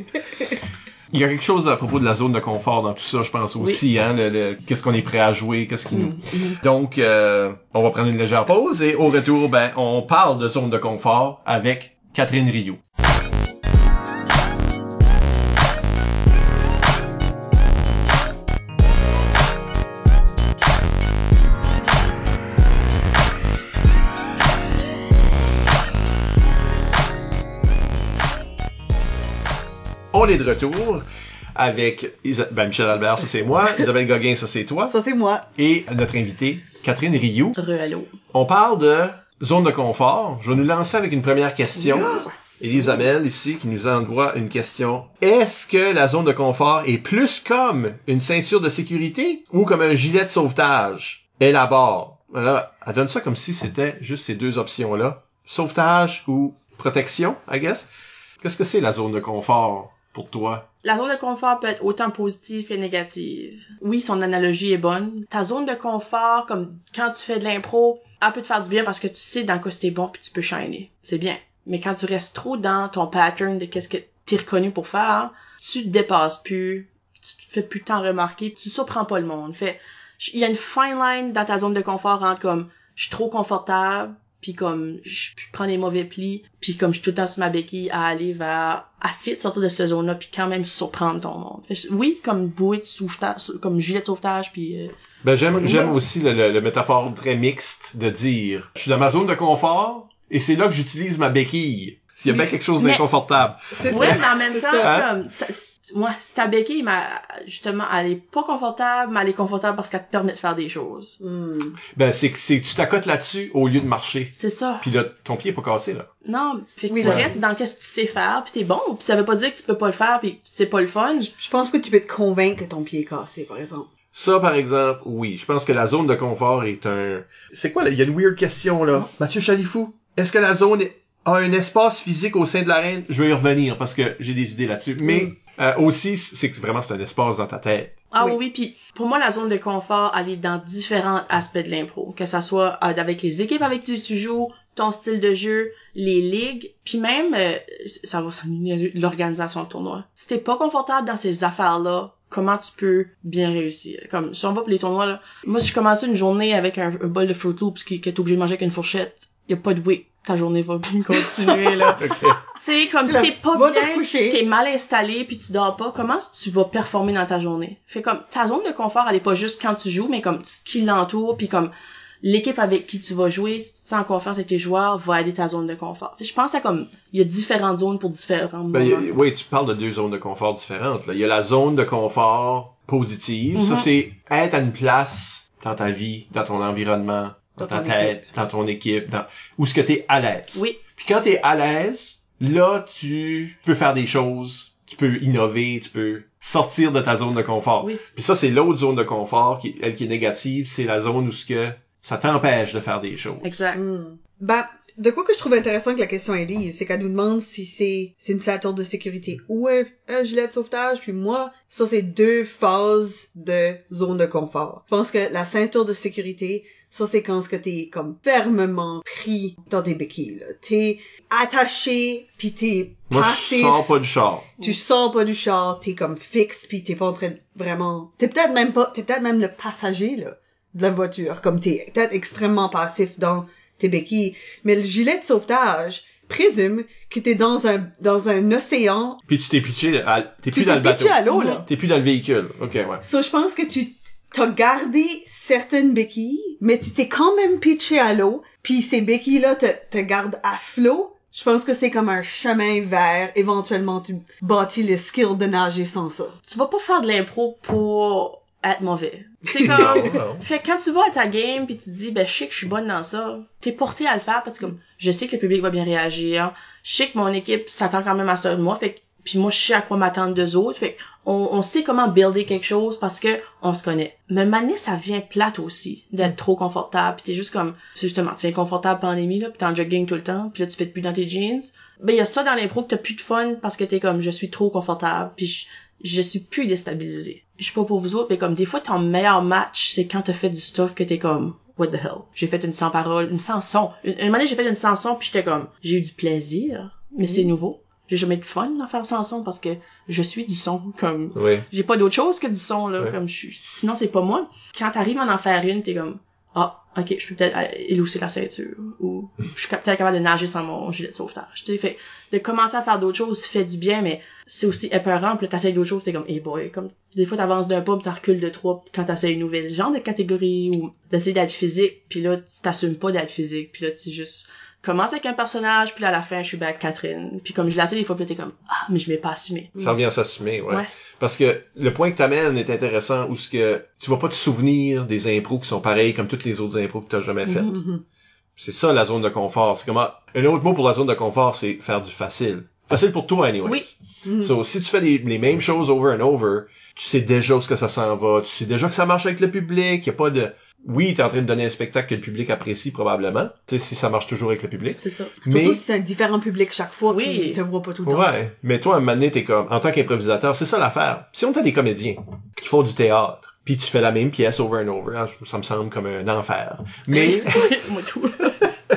Il y a quelque chose à propos de la zone de confort dans tout ça, je pense aussi, oui. hein, le, le, qu'est-ce qu'on est prêt à jouer, qu'est-ce qui nous... Mm-hmm. Donc, euh, on va prendre une légère pause et au retour, ben, on parle de zone de confort avec Catherine Rioux. On est de retour avec Isa- ben, Michel Albert, ça c'est moi, Isabelle Gauguin, ça c'est toi. Ça c'est moi. Et notre invitée, Catherine Rioux. Re-allô. On parle de zone de confort. Je vais nous lancer avec une première question. Elisabelle, ici, qui nous envoie une question. Est-ce que la zone de confort est plus comme une ceinture de sécurité ou comme un gilet de sauvetage? Élabore. Voilà. Elle donne ça comme si c'était juste ces deux options-là. Sauvetage ou protection, I guess. Qu'est-ce que c'est la zone de confort pour toi? La zone de confort peut être autant positive que négative. Oui, son analogie est bonne. Ta zone de confort, comme quand tu fais de l'impro, elle peut te faire du bien parce que tu sais dans quoi t'es bon puis tu peux shiner. C'est bien. Mais quand tu restes trop dans ton pattern de qu'est-ce que t'es reconnu pour faire, tu te dépasses plus, tu te fais plus tant remarquer, tu surprends pas le monde. Fait, il y a une fine line dans ta zone de confort entre comme, je suis trop confortable, puis comme je, je prends des mauvais plis, puis comme je suis tout le temps sur ma béquille à aller vers essayer de sortir de cette zone-là, puis quand même surprendre ton monde. Fait, oui, comme bouée de sauvetage, comme gilet de sauvetage, puis... Euh, ben j'aime j'aime aussi le, le, le métaphore très mixte de dire je suis dans ma zone de confort et c'est là que j'utilise ma béquille. S'il y a bien quelque chose d'inconfortable. C'est ouais, ça. mais en même temps, Hein? comme... Ouais, ta béquille, mais justement, elle est pas confortable, mais elle est confortable parce qu'elle te permet de faire des choses. Mm. Ben, c'est que c'est que tu t'accotes là-dessus au lieu de marcher. C'est ça. Puis là, ton pied est pas cassé, là. Non, fait que Oui, tu ouais. restes dans qu'est-ce que tu sais faire, puis t'es bon, puis ça veut pas dire que tu peux pas le faire, puis c'est pas le fun. Je pense pas que tu peux te convaincre que ton pied est cassé, par exemple. Ça, par exemple, oui. Je pense que la zone de confort est un... C'est quoi, là? Il y a une weird question, là. Mathieu Chalifou, est-ce que la zone a un espace physique au sein de l'arène? Je vais y revenir, parce que j'ai des idées là-dessus. Mais... Mm. Euh, aussi, c'est que vraiment c'est un espace dans ta tête. Ah oui, Oui. oui, puis pour moi la zone de confort, elle est dans différents aspects de l'impro, que ça soit euh, avec les équipes avec qui tu joues, ton style de jeu, les ligues, puis même euh, ça va s'ennuyer l'organisation de tournoi. Si t'es pas confortable dans ces affaires-là, comment tu peux bien réussir? Comme si on va pour les tournois là, moi si je commençais une journée avec un, un bol de Fruit Loops qui que t'es obligé de manger avec une fourchette, y a pas de oui. Ta journée va bien continuer, là. Okay. Tu sais, comme si t'es pas Va te bien, coucher. t'es mal installé puis tu dors pas, comment tu vas performer dans ta journée? Fait comme, ta zone de confort, elle est pas juste quand tu joues, mais comme ce qui l'entoure puis comme l'équipe avec qui tu vas jouer, si tu te sens en confiance avec tes joueurs, va aider ta zone de confort. Fait, je pense à comme, il y a différentes zones pour différents Ben, moments. y a, oui, tu parles de deux zones de confort différentes, là. Il y a la zone de confort positive. Mm-hmm. Ça, c'est être à une place dans ta vie, dans ton environnement, dans, Dans ta ton tête, équipe. dans ton équipe, dans où est-ce que t'es à l'aise. Oui. Puis quand t'es à l'aise, là, tu peux faire des choses, tu peux innover, tu peux sortir de ta zone de confort. Oui. Puis ça, c'est l'autre zone de confort, qui, elle qui est négative, c'est la zone où ce que ça t'empêche de faire des choses. Exact. Mm. Ben, de quoi que je trouve intéressant que la question Élise, c'est qu'elle nous demande si c'est c'est une ceinture de sécurité ou un, un gilet de sauvetage, puis moi, ça c'est deux phases de zone de confort. Je pense que la ceinture de sécurité, ça c'est quand ce que t'es comme fermement pris dans tes béquilles, là. T'es attaché, puis t'es Moi, passif. je sors pas du char. Tu sors pas du char, t'es comme fixe, puis t'es pas en train de vraiment... T'es peut-être même pas... T'es peut-être même le passager, là, de la voiture. Comme t'es peut-être extrêmement passif dans tes béquilles. Mais le gilet de sauvetage présume que t'es dans un dans un océan. Puis tu t'es pitché, à, t'es Tu plus dans t'es le bateau. pitché à l'eau, là. T'es plus dans le véhicule. Ok, ouais. So, je pense que tu t'as gardé certaines béquilles, mais tu t'es quand même pitché à l'eau, puis ces béquilles-là te, te gardent à flot. Je pense que c'est comme un chemin vers, éventuellement, tu bâtis le skill de nager sans ça. Tu vas pas faire de l'impro pour être mauvais. C'est Non, comme, non. fait que quand tu vas à ta game pis tu te dis, ben, je sais que je suis bonne dans ça, t'es porté à le faire parce que comme, je sais que le public va bien réagir, je sais que mon équipe s'attend quand même à ça de moi, fait que, pis moi, je sais à quoi m'attendre d'eux autres, fait on, on sait comment builder quelque chose parce que on se connaît. Mais maintenant, ça vient plate aussi, d'être trop confortable pis t'es juste comme, justement, tu viens confortable pandémie, là, pis t'es en jogging tout le temps, pis là, tu fais plus dans tes jeans. Ben, il y a ça dans l'impro que t'as plus de fun parce que t'es comme, je suis trop confortable pis je, je suis plus déstabilisée. Je suis pas pour vous autres, mais comme des fois ton meilleur match, c'est quand t'as fait du stuff que t'es comme what the hell. J'ai fait une sans parole, une sans son. Une, une année j'ai fait une sans son puis j'étais comme j'ai eu du plaisir, mais c'est nouveau. J'ai jamais eu de fun d'en faire sans son parce que je suis du son comme Oui. j'ai pas d'autre chose que du son là, Ouais. comme je suis sinon c'est pas moi. Quand t'arrives à en faire une, t'es comme ah ok, je peux peut-être élousser la ceinture ou je suis peut-être capable de nager sans mon gilet de sauvetage. Tu sais, fait de commencer à faire d'autres choses fait du bien, mais c'est aussi épeurant. Puis là, t'essayes d'autres choses, c'est comme, hey boy, comme des fois t'avances d'un pas, puis t'en recules de trois quand t'essayes une nouvelle genre de catégorie ou d'essayer d'être physique, puis là tu t'assumes pas d'être physique, puis là tu juste commences avec un personnage, puis là, à la fin je suis back Catherine, puis comme je l'ai essayé des fois, puis là t'es comme ah mais je m'ai pas assumé. Ça revient à s'assumer, ouais. Ouais. Parce que le point que t'amènes est intéressant où ce que tu vas pas te souvenir des impros qui sont pareils comme toutes les autres impros que t'as jamais faites. Mm-hmm. C'est ça la zone de confort. C'est comment un autre mot pour la zone de confort, c'est faire du facile. Facile pour toi, anyways. Oui. Mm-hmm. So, si tu fais les, les mêmes choses over and over, tu sais déjà où ce que ça s'en va, tu sais déjà que ça marche avec le public, y a pas de... Oui, t'es en train de donner un spectacle que le public apprécie probablement, tu sais, si ça marche toujours avec le public. C'est ça. Mais, Surtout si c'est un différent public chaque fois Oui. qui te voit pas tout le temps. ouais, mais toi, à un moment donné, t'es comme, en tant qu'improvisateur, c'est ça l'affaire. Si on t'a des comédiens qui font du théâtre, puis tu fais la même pièce over and over, hein, ça me semble comme un enfer. Mais, Moi tout.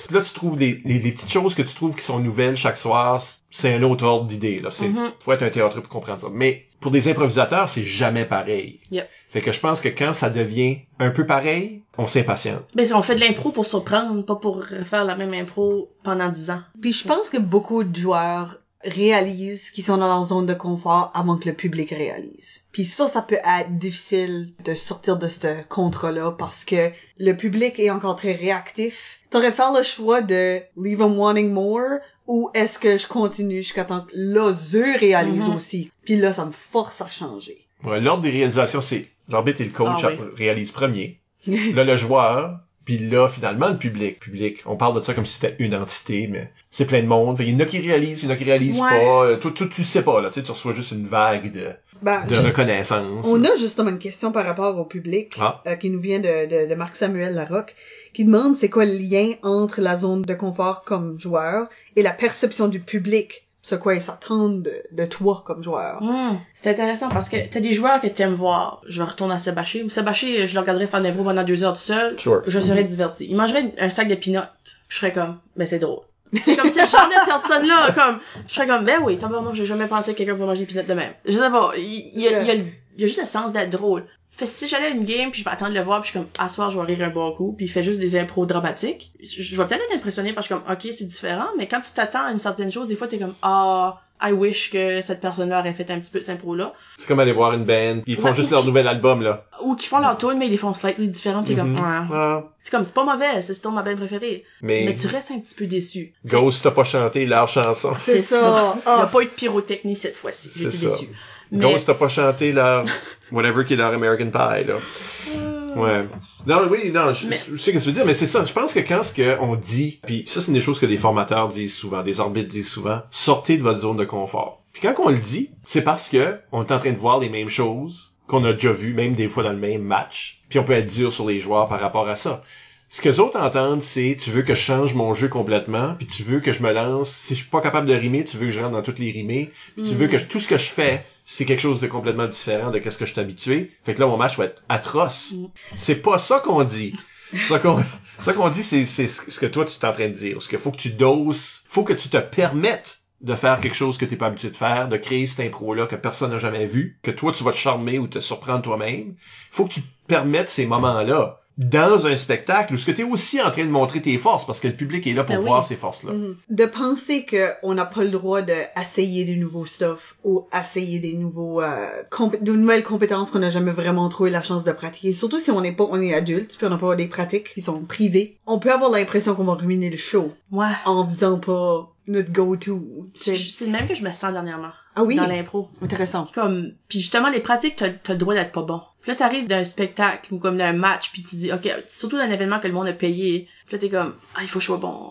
là, tu trouves des, les, les petites choses que tu trouves qui sont nouvelles chaque soir, c'est un autre ordre d'idée, là. C'est, Mm-hmm. faut être un théâtre pour comprendre ça. Mais, pour des improvisateurs, c'est jamais pareil. Yep. Fait que je pense que quand ça devient un peu pareil, on s'impatiente. Ben, on fait de l'impro pour surprendre, pas pour faire la même impro pendant dix ans. Puis je pense que beaucoup de joueurs réalisent qu'ils sont dans leur zone de confort avant que le public réalise. Puis ça, ça peut être difficile de sortir de ce contrat-là parce que le public est encore très réactif. T'aurais fait le choix de leave them wanting more ou est-ce que je continue jusqu'à temps que là, eux réalisent Mm-hmm. aussi. Puis là, ça me force à changer. Ouais, l'ordre des réalisations, c'est l'arbitre et le coach Ah oui. réalisent premier. Là, le joueur, puis là, finalement, le public. Public. On parle de ça comme si c'était une entité, mais c'est plein de monde. Il y en a qui réalisent, il y en a qui réalisent Ouais. pas. Toi, toi, tu le sais pas, là. Tu sais, tu reçois juste une vague de, Ben, de juste- reconnaissance. On a justement une question par rapport au public Ah. euh, qui nous vient de, de, de Marc-Samuel Larocque qui demande c'est quoi le lien entre la zone de confort comme joueur et la perception du public, ce quoi ils s'attendent de, de toi comme joueur. Hum, c'est intéressant parce que t'as des joueurs que t'aimes voir. Je retourne à Sébaché. Sébaché, je le regarderais faire de l'impro pendant deux heures tout seul. Sure. Je serais diverti. Il mangerait un sac de peanuts. Je serais comme, ben c'est drôle. C'est comme ce genre de personne-là, comme, je serais comme, ben oui, tabarnak, j'ai jamais pensé que quelqu'un peut manger des peanuts de même. Je sais pas, il, il y a, il y a, il y a juste le sens d'être drôle. Fait que si j'allais à une game puis je vais attendre de le voir puis je suis comme, à soir, je vais rire un bon coup puis il fait juste des impros dramatiques. Je, je vais peut-être être impressionné parce que je suis comme, ok, c'est différent, mais quand tu t'attends à une certaine chose, des fois t'es comme, ah, I wish que cette personne-là aurait fait un petit peu cette impro-là. C'est comme aller voir une band, ils font Ouais, juste ou leur qui- nouvel album, là. Ou qui font leur tune, mais ils les font slightly différents, t'es comme, Mhm. ah. Ah. C'est comme, c'est pas mauvais, c'est ton ma band préférée. Mais, Mais tu restes un petit peu déçu. Ghost t'a pas chanté leur chanson. C'est ça. Il y a Ah. pas eu de pyrotechnie cette fois-ci. C'est J'étais ça. déçue. Mais, Ghost t'a pas chanté leur, whatever qui est leur American Pie, là. Ouais. Non, oui, non, je, Mais- je sais ce que tu veux dire, mais c'est ça. Je pense que quand ce qu'on dit, puis ça, c'est une des choses que les formateurs disent souvent, des arbitres disent souvent, sortez de votre zone de confort. Puis quand on le dit, c'est parce que on est en train de voir les mêmes choses qu'on a déjà vues, même des fois dans le même match. Puis on peut être dur sur les joueurs par rapport à ça. Ce que les autres entendent, c'est tu veux que je change mon jeu complètement, puis tu veux que je me lance. Si je suis pas capable de rimer, tu veux que je rentre dans toutes les rimées. Puis tu veux que je- tout ce que je fais, c'est quelque chose de complètement différent de ce que je suis habitué. Fait que là, mon match va être atroce. C'est pas ça qu'on dit. Ça qu'on, ça qu'on dit, c'est, c'est ce que toi tu es en train de dire. Ce qu'il faut que tu doses, faut que tu te permettes de faire quelque chose que t'es pas habitué de faire, de créer cette impro-là que personne n'a jamais vu, que toi tu vas te charmer ou te surprendre toi-même. Faut que tu te permettes ces moments-là dans un spectacle où ce que t'es aussi en train de montrer tes forces parce que le public est là pour Ben oui. voir ces forces-là. Mhm. De penser que on n'a pas le droit d'essayer des nouveaux stuff ou essayer des nouveaux euh, compé- de nouvelles compétences qu'on n'a jamais vraiment trouvé la chance de pratiquer. Surtout si on n'est pas on est adulte puis on n'a pas des pratiques qui sont privées. On peut avoir l'impression qu'on va ruiner le show ouais. en faisant pas notre go-to. C'est C'est c'est le même que je me sens dernièrement. Ah oui? Dans l'impro. intéressant. Comme, puis justement, les pratiques, t'as, t'as le droit d'être pas bon. Puis là, t'arrives d'un spectacle ou comme d'un match, puis tu dis, ok, surtout d'un événement que le monde a payé. Puis là, t'es comme, ah, il faut que je sois bon.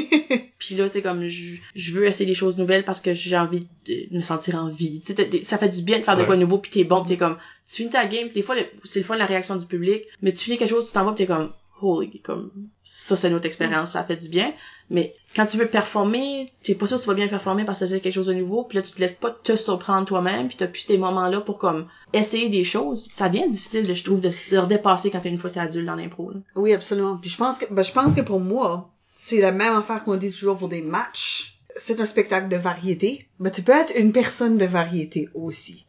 Puis là, t'es comme, je, je veux essayer des choses nouvelles parce que j'ai envie de me sentir en vie. Tu sais, t'as- ça fait du bien de faire de quoi Ouais. de nouveau, puis t'es bon, puis t'es comme, tu finis ta game, puis des fois, le- c'est le fun la réaction du public, mais tu finis quelque chose, tu t'en vas, puis t'es comme, holy, comme, ça, c'est une autre expérience, ça fait du bien. Mais quand tu veux performer, t'es pas sûr que tu vas bien performer parce que c'est quelque chose de nouveau, puis là, tu te laisses pas te surprendre toi-même, puis t'as plus ces moments-là pour, comme, essayer des choses. Ça devient difficile, je trouve, de se redépasser quand t'es une fois t'es adulte dans l'impro, là. Oui, absolument. Puis je pense que ben, je pense que pour moi, c'est la même affaire qu'on dit toujours pour des matchs. C'est un spectacle de variété, mais tu peux être une personne de variété aussi.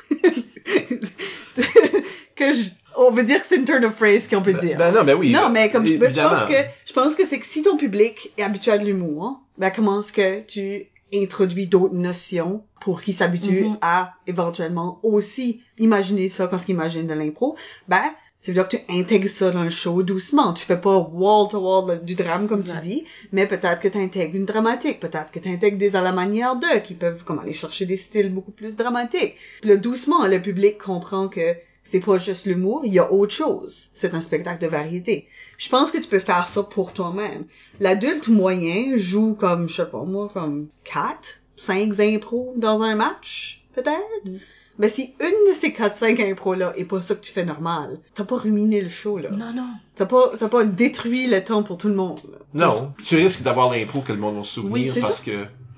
que je, on veut dire que c'est une turn of phrase qu'on peut Ben, dire. ben non, mais oui. non, mais comme je, ben, je évidemment. pense que je pense que c'est que si ton public est habitué à de l'humour, ben comment est-ce que tu introduis d'autres notions pour qu'ils s'habituent Mhm. à éventuellement aussi imaginer ça quand ils imaginent de l'impro, ben c'est dire que tu intègres ça dans le show doucement. Tu fais pas wall to wall du drame comme Exact. tu dis, mais peut-être que tu intègres une dramatique, peut-être que tu intègres des à la manière d'eux qui peuvent comme aller chercher des styles beaucoup plus dramatiques. Puis là doucement le public comprend que c'est pas juste l'humour, il y a autre chose. C'est un spectacle de variété. Je pense que tu peux faire ça pour toi-même. L'adulte moyen joue comme, je sais pas moi, comme quatre, cinq impros dans un match, peut-être. Mm. Mais si une de ces quatre, cinq impros-là est pas ça que tu fais normal, t'as pas ruiné le show, là. Non, non. T'as pas, t'as pas détruit le temps pour tout le monde, là. Non. Tu risques d'avoir l'impro que le monde va se souvenir Oui, c'est parce que,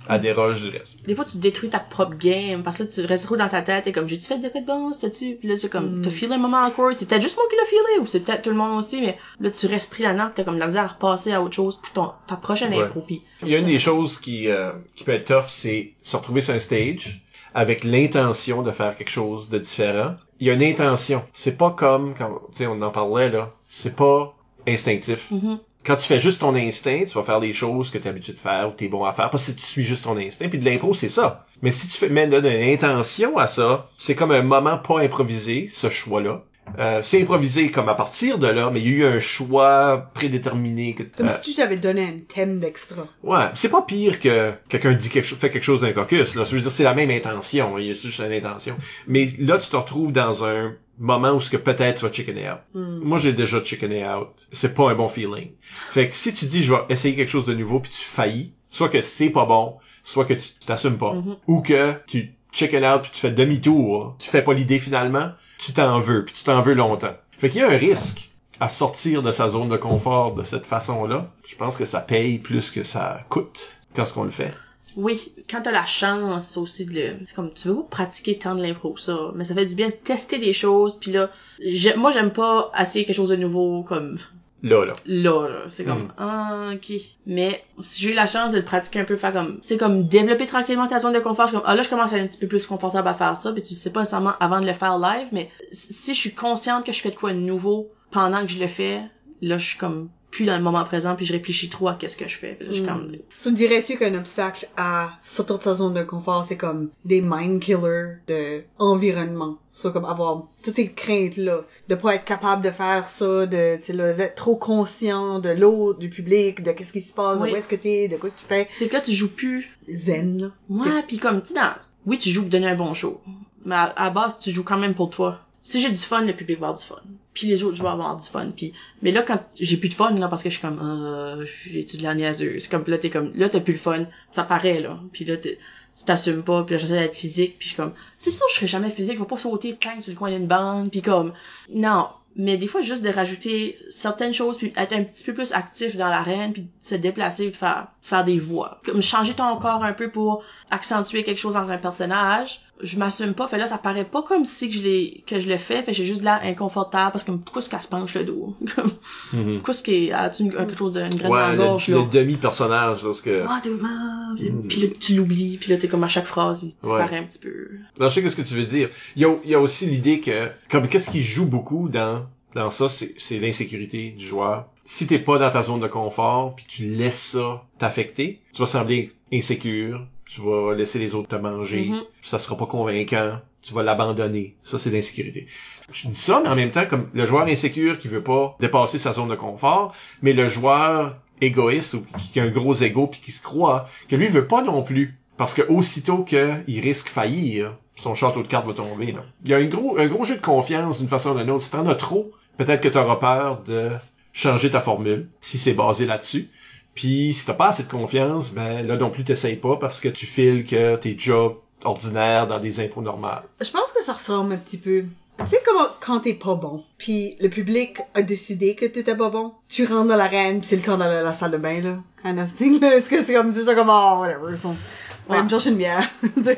elle déroge du reste. Des fois, tu détruis ta propre game, parce que tu restes trop dans ta tête, et comme, j'ai-tu fait de quoi de bon, c'est-tu? Puis là, c'est comme, Mm. t'as filé un moment encore, c'est peut-être juste moi qui l'ai filé, ou c'est peut-être tout le monde aussi, mais là, tu restes pris là-dedans, t'as comme la misère à repasser à autre chose pour ton, ta prochaine Ouais. impro, pis... Il y a une des choses qui, euh, qui peut être tough, c'est se retrouver sur un stage avec l'intention de faire quelque chose de différent. Il y a une intention. C'est pas comme, quand, tu sais, on en parlait, là, c'est pas instinctif. Mm-hmm. Quand tu fais juste ton instinct, tu vas faire des choses que tu es habitué de faire ou que tu es bon à faire parce que tu suis juste ton instinct. Puis de l'impro, c'est ça. Mais si tu fais mets de l'intention à ça, c'est comme un moment pas improvisé, ce choix-là. Euh, c'est improvisé comme à partir de là, mais il y a eu un choix prédéterminé. Que, Comme euh, si tu t'avais donné un thème d'extra. ouais, c'est pas pire que quelqu'un dit quelque chose, fait quelque chose d'un caucus. Là, ça veut dire c'est la même intention. Il y a juste une intention. Mais là, tu te retrouves dans un moment où ce que peut-être tu vas chickener out. Mm. Moi, j'ai déjà chickené out. C'est pas un bon feeling. Fait que si tu dis je vais essayer quelque chose de nouveau puis tu faillis, soit que c'est pas bon, soit que tu t'assumes pas, Mm-hmm. ou que tu chicken out puis tu fais demi-tour, tu fais pas l'idée finalement, tu t'en veux puis tu t'en veux longtemps. Fait qu'il y a un risque à sortir de sa zone de confort de cette façon-là. Je pense que ça paye plus que ça coûte quand ce qu'on le fait. Oui, quand t'as la chance aussi de le... C'est comme, tu veux pas pratiquer tant de l'impro que ça, mais ça fait du bien de tester des choses, puis là, j'ai- moi j'aime pas essayer quelque chose de nouveau, comme... Là, là. Là, là, c'est comme, Mm. ah, ok. Mais, si j'ai eu la chance de le pratiquer un peu, faire comme, c'est comme, développer tranquillement ta zone de confort, je suis comme, ah là, je commence à être un petit peu plus confortable à faire ça, puis tu sais pas nécessairement avant de le faire live, mais si je suis consciente que je fais de quoi de nouveau pendant que je le fais, là, je suis comme, plus dans le moment présent, puis je réfléchis trop à qu'est-ce que je fais. Puis là, je suis Mm. comme... So, dirais-tu qu'un obstacle à sortir de sa zone de confort, c'est comme des mind killers de environnement? So, comme avoir toutes ces craintes-là, de pas être capable de faire ça, de, tu sais, là, d'être trop conscient de l'autre, du public, de qu'est-ce qui se passe, Oui. de où est-ce que t'es, de quoi tu fais. C'est que là, tu joues plus. Zen, là. Ouais, puis comme, tu sais, dans... Oui, tu joues pour donner un bon show. Mais à, à base, tu joues quand même pour toi. Si j'ai du fun, le public va avoir du fun. Puis les autres joueurs vont avoir du fun. Puis mais là, quand j'ai plus de fun, là, parce que je suis comme, euh, j'ai-tu de la niaiseuse? C'est comme, là, t'es comme, là, t'as plus le fun. Ça paraît, là. Puis là, t'es, tu t'assumes pas. Puis là, j'essaie d'être physique. Puis je suis comme, c'est sûr, je serais jamais physique. Je vais pas sauter plein sur le coin d'une bande. Puis comme, non. Mais des fois, juste de rajouter certaines choses, puis être un petit peu plus actif dans l'arène, puis de se déplacer, ou de faire faire des voix. Comme changer ton corps un peu pour accentuer quelque chose dans un personnage. Je m'assume pas, fait là, ça paraît pas comme si que je l'ai que je le fais, fait j'ai juste l'air inconfortable, parce que pourquoi est-ce qu'elle se penche le dos? Comme, Mm-hmm. pourquoi est-ce qu'elle a-tu une, quelque chose d'une graine Ouais, dans la le, gorge, là? le demi-personnage, parce que... Ah, t'es... Ah, puis, puis là, tu l'oublies, puis là, t'es comme à chaque phrase, il disparaît un petit peu. Non, je sais ce que tu veux dire. Il y a, il y a aussi l'idée que, comme, qu'est-ce qui joue beaucoup dans, dans ça, c'est, c'est l'insécurité du joueur. Si t'es pas dans ta zone de confort, puis tu laisses ça t'affecter, tu vas sembler insécure, tu vas laisser les autres te manger, Mm-hmm. ça sera pas convaincant, tu vas l'abandonner. Ça, c'est l'insécurité. Je dis ça, mais en même temps, comme le joueur insécure qui veut pas dépasser sa zone de confort, mais le joueur égoïste ou qui a un gros ego puis qui se croit, que lui veut pas non plus. Parce que aussitôt qu'il risque faillir, son château de cartes va tomber, là. Il y a un gros, un gros jeu de confiance d'une façon ou d'une autre. Si t'en as trop, peut-être que t'auras peur de changer ta formule, si c'est basé là-dessus. Puis si t'as pas assez de confiance, ben là non plus t'essayes pas parce que tu files que t'es déjà ordinaire dans des impros normales. Je pense que ça ressemble un petit peu. Tu sais comment quand t'es pas bon, puis le public a décidé que t'étais pas bon, tu rentres dans l'arène, pis c'est le temps d'aller à la salle de bain, là, kind of thing, là. Est-ce que c'est comme ça, comme, oh, whatever, ils sont... Ouais, me chercher une bière.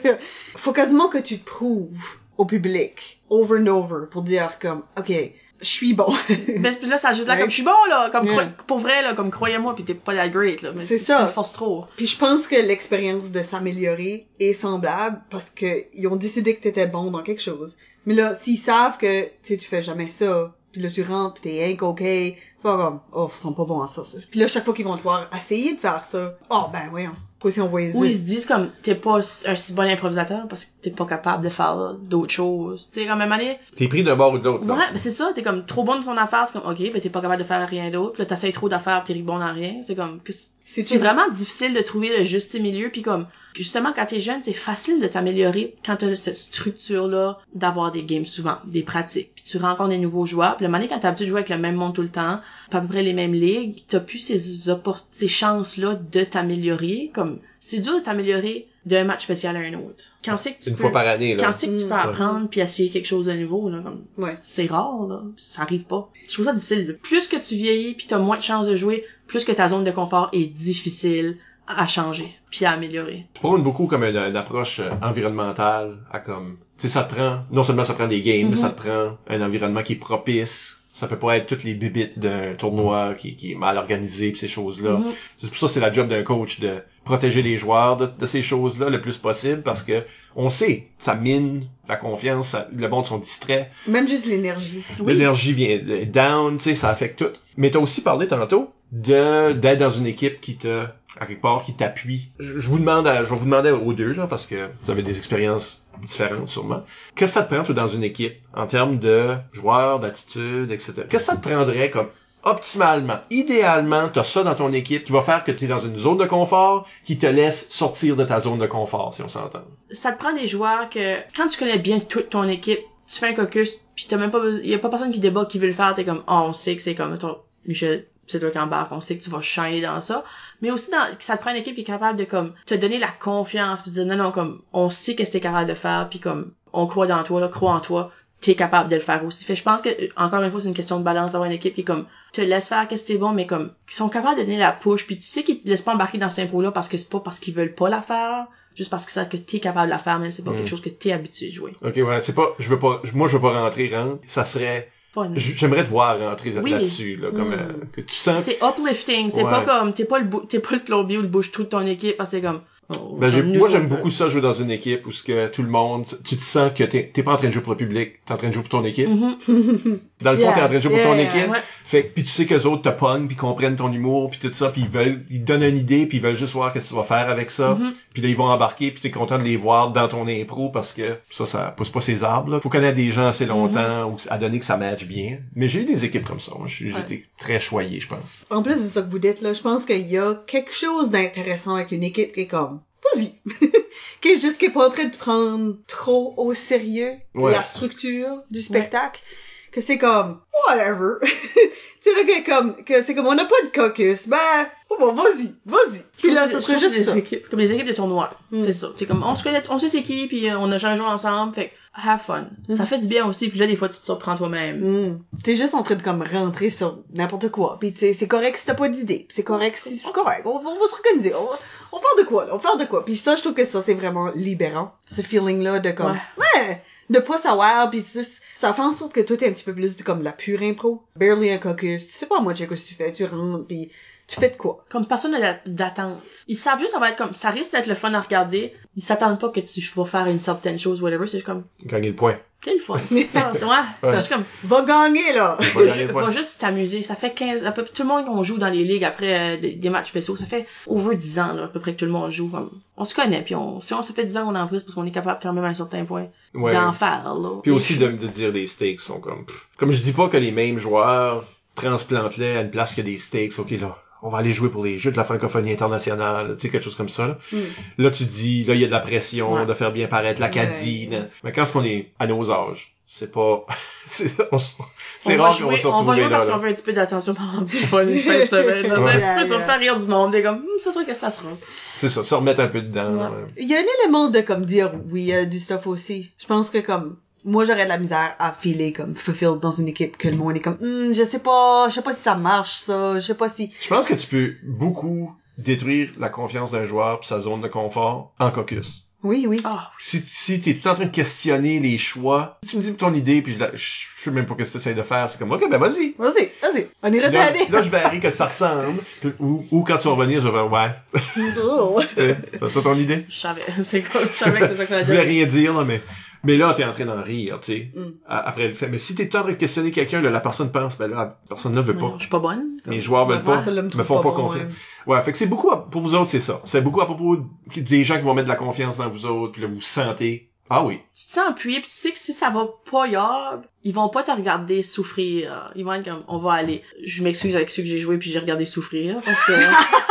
Faut quasiment que tu te prouves au public, over and over, pour dire comme, ok, je suis bon. Ben, puis là, ça a juste là, Ouais. comme, je suis bon, là, comme, Yeah. cro- pour vrai, là, comme, croyez-moi, pis t'es pas that great, là. Mais C'est tu- ça. Tu le forces trop. Puis je pense que l'expérience de s'améliorer est semblable parce que ils ont décidé que t'étais bon dans quelque chose. Mais là, s'ils savent que, tu sais, tu fais jamais ça, puis là, tu rentres pis t'es inc ok, pas comme, oh, ils sont pas bons à ça, ça. Puis là, chaque fois qu'ils vont te voir essayer de faire ça, oh, ben, voyons. Quoi si on voit les Ou ils yeux? se disent comme, t'es pas un si bon improvisateur parce que t'es pas capable de faire d'autres choses. Tu sais, comme, à un moment donné, T'es pris d'un bord ou de l'autre, là. ouais, ben c'est ça, t'es comme trop bon dans ton affaire, c'est comme, ok, ben t'es pas capable de faire rien d'autre, puis là t'essayes trop d'affaires, t'es bon dans rien, c'est comme, que C'est c'est vraiment difficile de trouver le juste milieu, puis comme, justement, quand t'es jeune, c'est facile de t'améliorer quand t'as cette structure-là d'avoir des games souvent, des pratiques, puis tu rencontres des nouveaux joueurs, puis le moment donné, quand t'as l'habitude de jouer avec le même monde tout le temps, pas à peu près les mêmes ligues, t'as plus ces oppor- ces chances-là de t'améliorer, comme, c'est dur de t'améliorer d'un match spécial à un autre. Quand c'est que tu Une peux... fois par année, là. Quand c'est que tu peux Mm. apprendre puis essayer quelque chose de nouveau, là, comme, Ouais. c'est rare, là. Ça arrive pas. Je trouve ça difficile. Plus que tu vieillis puis t'as moins de chances de jouer, plus que ta zone de confort est difficile à changer, puis à améliorer. Je prône beaucoup comme une, une approche euh, environnementale, à comme, tu sais, ça te prend, non seulement ça prend des games, mm-hmm. mais ça te prend un environnement qui est propice. Ça peut pas être toutes les bibites d'un tournoi qui, qui est mal organisé pis ces choses-là. Mm-hmm. C'est pour ça que c'est la job d'un coach de protéger les joueurs de, de ces choses-là le plus possible parce que on sait, ça mine la confiance, ça, le monde sont distraits. Même juste l'énergie. L'énergie vient down, tu sais, ça affecte tout. Mais t'as aussi parlé tantôt de d'être dans une équipe qui te, à quelque part, qui t'appuie. Je, je vous demande, à, je vais vous demander aux deux là parce que vous avez des expériences différentes sûrement. Qu'est-ce que ça te prend toi dans une équipe en termes de joueurs, d'attitude, et cetera. Qu'est-ce que ça te prendrait comme optimalement, idéalement, t'as ça dans ton équipe qui va faire que t'es dans une zone de confort qui te laisse sortir de ta zone de confort, si on s'entend. Ça te prend des joueurs que, quand tu connais bien toute ton équipe, tu fais un caucus, pis t'as même pas besoin, y a pas personne qui débat qui veut le faire, t'es comme, oh, on sait que c'est comme, toi, Michel, c'est toi qui embarque, on sait que tu vas shiner dans ça. Mais aussi, dans, ça te prend une équipe qui est capable de, comme, te donner la confiance pis de dire, non, non, comme, on sait qu'est-ce que t'es capable de faire pis comme, on croit dans toi, là, crois en toi. T'es capable de le faire aussi. Fait je pense que, encore une fois, c'est une question de balance d'avoir une équipe qui est comme, te laisse faire qu'est-ce que t'es bon, mais comme, qui sont capables de donner la push, puis tu sais qu'ils te laissent pas embarquer dans cette impro-là parce que c'est pas parce qu'ils veulent pas la faire, juste parce qu'ils savent que t'es capable de la faire, même si c'est pas mm. quelque chose que t'es habitué de jouer. Ok, ouais, c'est pas, je veux pas, moi je veux pas rentrer, rentre, ça serait, fun. J'aimerais te voir rentrer oui. là-dessus, là, comme, mm. euh, que tu sens. C'est uplifting, c'est ouais. pas comme, t'es pas le, bou- t'es pas le plombier ou le bouche-trou de ton équipe, parce que c'est comme, Oh, ben, j'ai, moi, j'aime beaucoup ça, jouer dans une équipe où ce que tout le monde, tu te sens que t'es, t'es pas en train de jouer pour le public, t'es en train de jouer pour ton équipe. Mm-hmm. Dans le fond, yeah, t'es en train de jouer yeah, pour ton yeah, équipe. Ouais. Fait que, puis tu sais qu'eux autres te pognent puis comprennent ton humour puis tout ça puis ils veulent, ils te donnent une idée puis ils veulent juste voir qu'est-ce que tu vas faire avec ça. Mm-hmm. Puis là, ils vont embarquer puis t'es content de les voir dans ton impro parce que ça, ça pousse pas ses arbres, là. Faut connaître des gens assez longtemps mm-hmm. ou à donner que ça matche bien. Mais j'ai eu des équipes comme ça. Moi, j'ai ouais. été très choyé, je pense. En plus de ça que vous dites, là, je pense qu'il y a quelque chose d'intéressant avec une équipe qui est comme, vas-y. qui est juste qui est pas en train de prendre trop au sérieux ouais. la structure du spectacle. Ouais. Que c'est comme, whatever. tu sais, là, que comme, que c'est comme, on n'a pas de caucus. Ben, oh bon, vas-y, vas-y. Puis là, ça serait juste des ça. Équipes, comme les équipes de tournoi. Mm. C'est ça. C'est comme, on se connaît, on sait c'est qui, puis euh, on a jamais joué ensemble. Fait have fun. Mm. Ça fait du bien aussi, puis là, des fois, tu te surprends toi-même. Mm. T'es juste en train de, comme, rentrer sur n'importe quoi. Puis tu sais, c'est correct si t'as pas d'idée. C'est correct si, c'est correct. On va, on va se On va, on va faire de quoi, là. On va faire de quoi. Puis ça, je trouve que ça, c'est vraiment libérant. Ce feeling-là de comme, ouais. ouais de pas savoir, pis ça fait en sorte que toi, t'es un petit peu plus de, comme, la pure impro. Barely un caucus. Tu sais pas moi, qu'est-ce que tu fais. Tu rentres, pis tu fais de quoi? Comme personne d'attente. Ils savent juste, ça va être comme, ça risque d'être le fun à regarder. Ils s'attendent pas que tu vas faire une certaine chose, whatever. C'est juste comme... Gagner le point. Quel fun, c'est ça. Ouais. ouais. C'est juste comme... Va gagner, là! Va, gagner va juste t'amuser. Ça fait quinze... À peu, tout le monde, on joue dans les ligues après euh, des, des matchs spéciaux. Ça fait over dix ans, là, à peu près que tout le monde joue. Comme... On se connaît, puis on... Si on ça fait dix ans qu'on en plus, parce qu'on est capable quand même à un certain point ouais. d'en faire, là. Puis aussi de, de dire des stakes sont comme... Pff. Comme je dis pas que les mêmes joueurs transplantent-les à une place qu'il y a des stakes, ok, là... On va aller jouer pour les Jeux de la francophonie internationale, tu sais, quelque chose comme ça, là. Mm. Là, tu dis, là, il y a de la pression ouais. de faire bien paraître l'Acadie. Ouais. Mais quand est-ce qu'on est à nos âges, c'est pas... c'est on, c'est on rare qu'on va se retrouver On va jouer là, parce là. qu'on veut un petit peu d'attention pendant du fun, une fin de semaine. Là. Ouais. C'est un yeah, petit peu yeah. sur faire rire du monde. Et comme, hm, c'est sûr que ça sera. C'est ça, se remettre un peu dedans. Ouais. Ouais. Il y a un élément de, comme, dire, oui, il y a du stuff aussi. Je pense que, comme... Moi, j'aurais de la misère à filer comme fulfilled dans une équipe que le monde est comme hm, je sais pas, je sais pas si ça marche ça, je sais pas si. Je pense que tu peux beaucoup détruire la confiance d'un joueur pis sa zone de confort en caucus. Oui, oui. Ah, oui. Si, si t'es tout en train de questionner les choix, si tu me dis ton idée puis je, la, je sais même pas ce que tu essaies de faire, c'est comme ok ben vas-y. Vas-y, vas-y. On irait là, aller. Là je verrai que ça ressemble puis, ou, ou quand tu vas revenir je vais faire ouais. Oh. C'est ça ton idée? Je savais, c'est cool. Je savais que c'est ça que ça allait dire. Je voulais rien dire là mais Mais là, t'es en train d'en rire, tu sais, mm. après le fait. Mais si t'es tout en train de questionner quelqu'un, là, la personne pense, ben là, la personne là veut pas. Ouais, je suis pas bonne. Les joueurs veulent pas, me, me font pas, pas confiance. Ouais. ouais, fait que c'est beaucoup, à, pour vous autres, c'est ça. C'est beaucoup à propos des gens qui vont mettre de la confiance dans vous autres, puis là, vous sentez. Ah oui. Tu te sens appuyé, puis tu sais que si ça va pas yard, ils vont pas te regarder souffrir. Ils vont être comme, on va aller. Je m'excuse avec ceux que j'ai joué puis j'ai regardé souffrir, parce que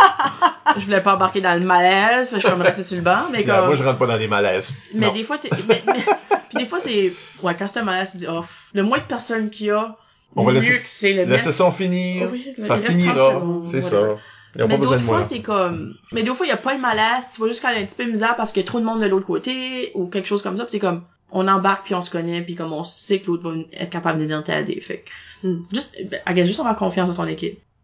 je voulais pas embarquer dans le malaise, fait que je suis comme rester sur le banc, mais comme... Non, moi, je rentre pas dans les malaises. Mais non. des fois, t'es, mais, mais, pis des fois, c'est, ouais, quand c'est un malaise, tu dis, oh, le moins de personnes qu'il y a, on va mieux laisser, que c'est le laisser son finir, oh, oui, ça finira, c'est voilà. ça. Mais pas d'autres fois, c'est comme, mais d'autres fois, il y a pas le malaise, tu vas juste quand il y a un petit peu de misère parce qu'il y a trop de monde de l'autre côté, ou quelque chose comme ça, pis t'es comme, on embarque puis on se connaît puis comme on sait que l'autre va être capable de nous t'aider. Fait que, hmm. juste, again, juste avoir confiance dans ton équipe.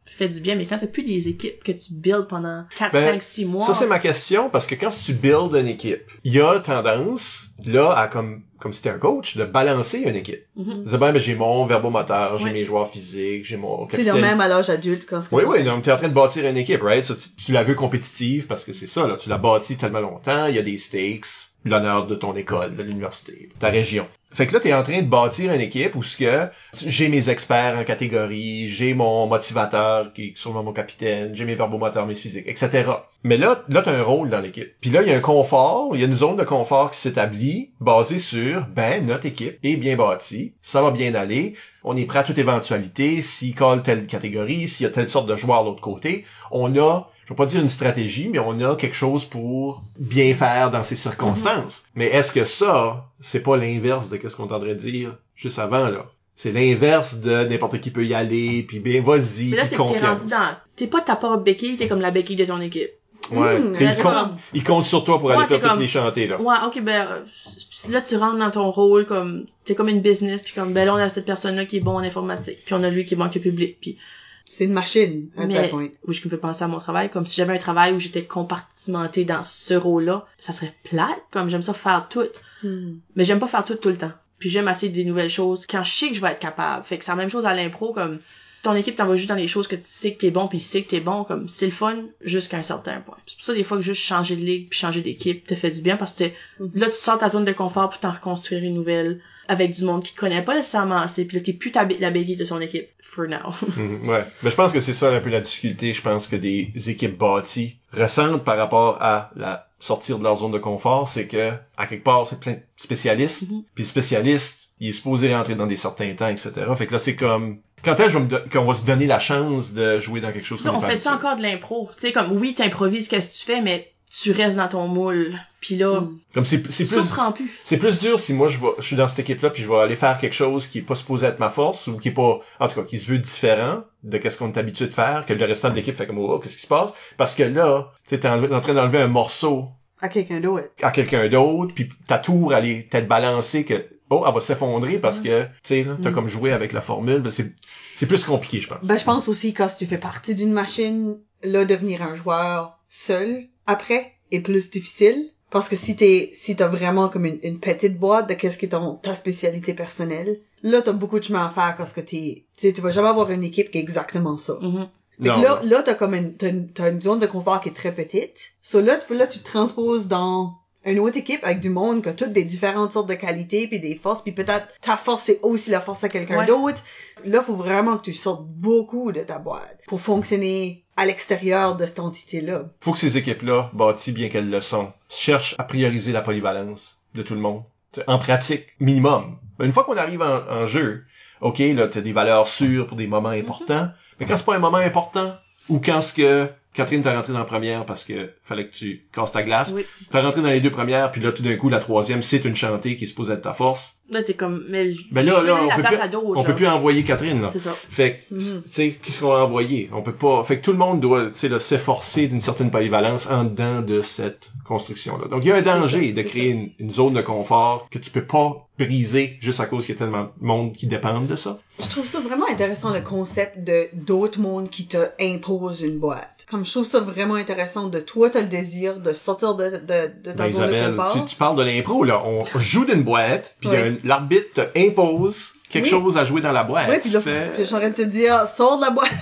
fait du bien, mais quand t'as plus des équipes que tu builds pendant quatre, Ben, cinq, six mois... Ça, c'est ma question, parce que quand tu builds une équipe, il y a tendance, là, à comme, comme si t'es un coach, de balancer une équipe. Mm-hmm. Dire, ben, ben, j'ai mon verbomoteur, j'ai Ouais. mes joueurs physiques, j'ai mon C'est capitaine. le même à l'âge adulte quand ce que Oui, t'as oui, fait. donc t'es en train de bâtir une équipe, right? Ça, tu, tu la veux compétitive, parce que c'est ça, là, tu l'as bâti tellement longtemps, il y a des stakes, l'honneur de ton école, de l'université, de ta région. Fait que là, t'es en train de bâtir une équipe où ce que j'ai mes experts en catégorie, j'ai mon motivateur qui est sûrement mon capitaine, j'ai mes verbomoteurs, mes physiques, et cetera. Mais là, là, t'as un rôle dans l'équipe. Puis là, il y a un confort, il y a une zone de confort qui s'établit, basée sur, ben, notre équipe est bien bâtie, ça va bien aller, on est prêt à toute éventualité, s'il colle telle catégorie, s'il y a telle sorte de joueur de l'autre côté, on a, je vais pas dire une stratégie, mais on a quelque chose pour bien faire dans ces circonstances. Mm-hmm. Mais est-ce que ça, c'est pas l'inverse de qu'est-ce qu'on tendrait dire juste avant, là? C'est l'inverse de n'importe qui peut y aller, puis ben, vas-y, mais là, puis c'est que t'es confiance. rendu dans... T'es pas ta propre béquille, t'es comme la béquille de ton équipe. Ouais. Mmh, il, compte, il compte sur toi pour ouais, aller faire toutes comme... les chanter, là. Ouais, ok, ben, euh, là, tu rentres dans ton rôle comme, t'es comme une business, puis comme, ben là, on a cette personne-là qui est bon en informatique, puis on a lui qui est bon avec le public, puis... C'est une machine, à mais, ta point. oui, je me fais penser à mon travail, comme si j'avais un travail où j'étais compartimentée dans ce rôle-là, ça serait plate, comme j'aime ça faire tout. Mm. Mais j'aime pas faire tout tout le temps. Puis j'aime essayer des nouvelles choses quand je sais que je vais être capable. Fait que c'est la même chose à l'impro, comme, ton équipe t'envoie juste dans les choses que tu sais que t'es bon, puis tu sais que t'es bon, comme, c'est le fun jusqu'à un certain point. C'est pour ça, des fois, que juste changer de ligue puis changer d'équipe te fait du bien, parce que mm. là, tu sors ta zone de confort pour t'en reconstruire une nouvelle, avec du monde qui te connaît pas nécessairement assez, puis là, t'es plus ta, la béquille de ton équipe, for now. mmh, ouais. Mais je pense que c'est ça un peu la difficulté, je pense que des équipes bâties ressentent par rapport à la sortir de leur zone de confort, c'est que, à quelque part, c'est plein de spécialistes, mm-hmm. puis le spécialiste, il est supposé rentrer dans des certains temps, et cetera. Fait que là, c'est comme, quand est-ce qu'on va se donner la chance de jouer dans quelque chose ça, on fait ça encore de l'impro. Tu sais, comme, oui, t'improvises qu'est-ce que tu fais, mais tu restes dans ton moule. Puis là, mm. comme c'est c'est plus plus. c'est plus dur si moi je vais je suis dans cette équipe là puis je vais aller faire quelque chose qui est pas supposé être ma force ou qui est pas en tout cas qui se veut différent de qu'est-ce qu'on est habitué de faire, que le restant de l'équipe fait comme oh, qu'est-ce qui se passe, parce que là, tu sais, t'es en, en train d'enlever un morceau à quelqu'un d'autre. À quelqu'un d'autre, puis ta tour elle est peut-être balancée que oh, elle va s'effondrer parce mm. que tu sais là, t'as mm. comme joué avec la formule, c'est c'est plus compliqué, je pense. Ben je pense aussi quand tu fais partie d'une machine, là devenir un joueur seul après est plus difficile. Parce que si t'es, si t'as vraiment comme une, une petite boîte de qu'est-ce qui est ton, ta spécialité personnelle, là, t'as beaucoup de chemin à faire parce que t'es, tu sais, tu vas jamais avoir une équipe qui est exactement ça. Mm-hmm. Fait que là, là, t'as comme une, t'as une, t'as une zone de confort qui est très petite. So là, tu, là, tu te transposes dans une autre équipe avec du monde qui a toutes des différentes sortes de qualités puis des forces, puis peut-être ta force c'est aussi la force à quelqu'un ouais. d'autre. Là, faut vraiment que tu sortes beaucoup de ta boîte pour fonctionner à l'extérieur de cette entité-là. Faut que ces équipes-là, bâties bien qu'elles le sont, cherchent à prioriser la polyvalence de tout le monde. T'sais, en pratique, minimum. Une fois qu'on arrive en, en jeu, ok, là, t'as des valeurs sûres pour des moments importants, mm-hmm. mais quand c'est pas un moment important, ou quand ce que Catherine t'a rentré dans la première parce que fallait que tu casses ta glace, oui. T'as rentré dans les deux premières, puis là, tout d'un coup, la troisième, c'est une chantée qui est supposée être ta force. Là, t'es comme, mais, ben là, là, on la peut place plus, à d'autres, on là. peut plus envoyer Catherine, là. C'est ça. Fait que, mm-hmm. tu sais, qu'est-ce qu'on va envoyer? On peut pas, fait que tout le monde doit, tu sais, là, s'efforcer d'une certaine polyvalence en dedans de cette construction-là. Donc, il y a un danger ça, de créer une, une zone de confort que tu peux pas briser juste à cause qu'il y a tellement de monde qui dépendent de ça. Je trouve ça vraiment intéressant, le concept de d'autres mondes qui te imposent une boîte. Comme je trouve ça vraiment intéressant de toi, t'as le désir de sortir de, de, de ta ben, zone Isabelle, de confort. Tu, tu parles de l'impro, là. On joue d'une boîte, puis oui. l'arbitre te impose quelque oui. chose à jouer dans la boîte. Oui, puis là, fais... puis j'aurais de te dire, sors de la boîte.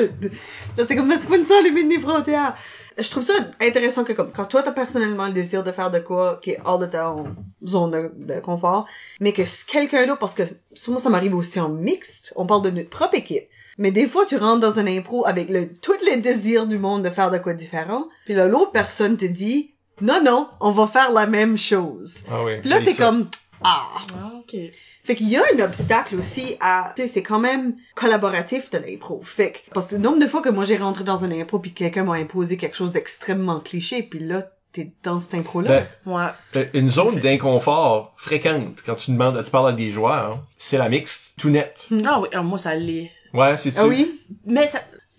Là, c'est comme, là, c'est pas une salle limite des frontières. Je trouve ça intéressant que comme, quand toi, t'as personnellement le désir de faire de quoi qui est hors de ta zone de, de confort, mais que quelqu'un d'autre, parce que, souvent, ça m'arrive aussi en mixte, on parle de notre propre équipe. Mais des fois, tu rentres dans un impro avec le, tous les désirs du monde de faire de quoi différent, puis là, l'autre personne te dit, non, non, on va faire la même chose. Ah oui. Puis là, t'es ça. comme, ah. Ah, ok. Fait qu'il y a un obstacle aussi à, tu sais, c'est quand même collaboratif de l'impro. Fait que, parce que le nombre de fois que moi j'ai rentré dans un impro puis quelqu'un m'a imposé quelque chose d'extrêmement cliché puis là, t'es dans cette impro-là. Ben, ouais. Une zone d'inconfort fréquente quand tu demandes, tu parles à des joueurs, hein, c'est la mixte, tout net. Ah oui, alors moi ça l'est. Ouais, c'est tu. Ah oui? Mais ça,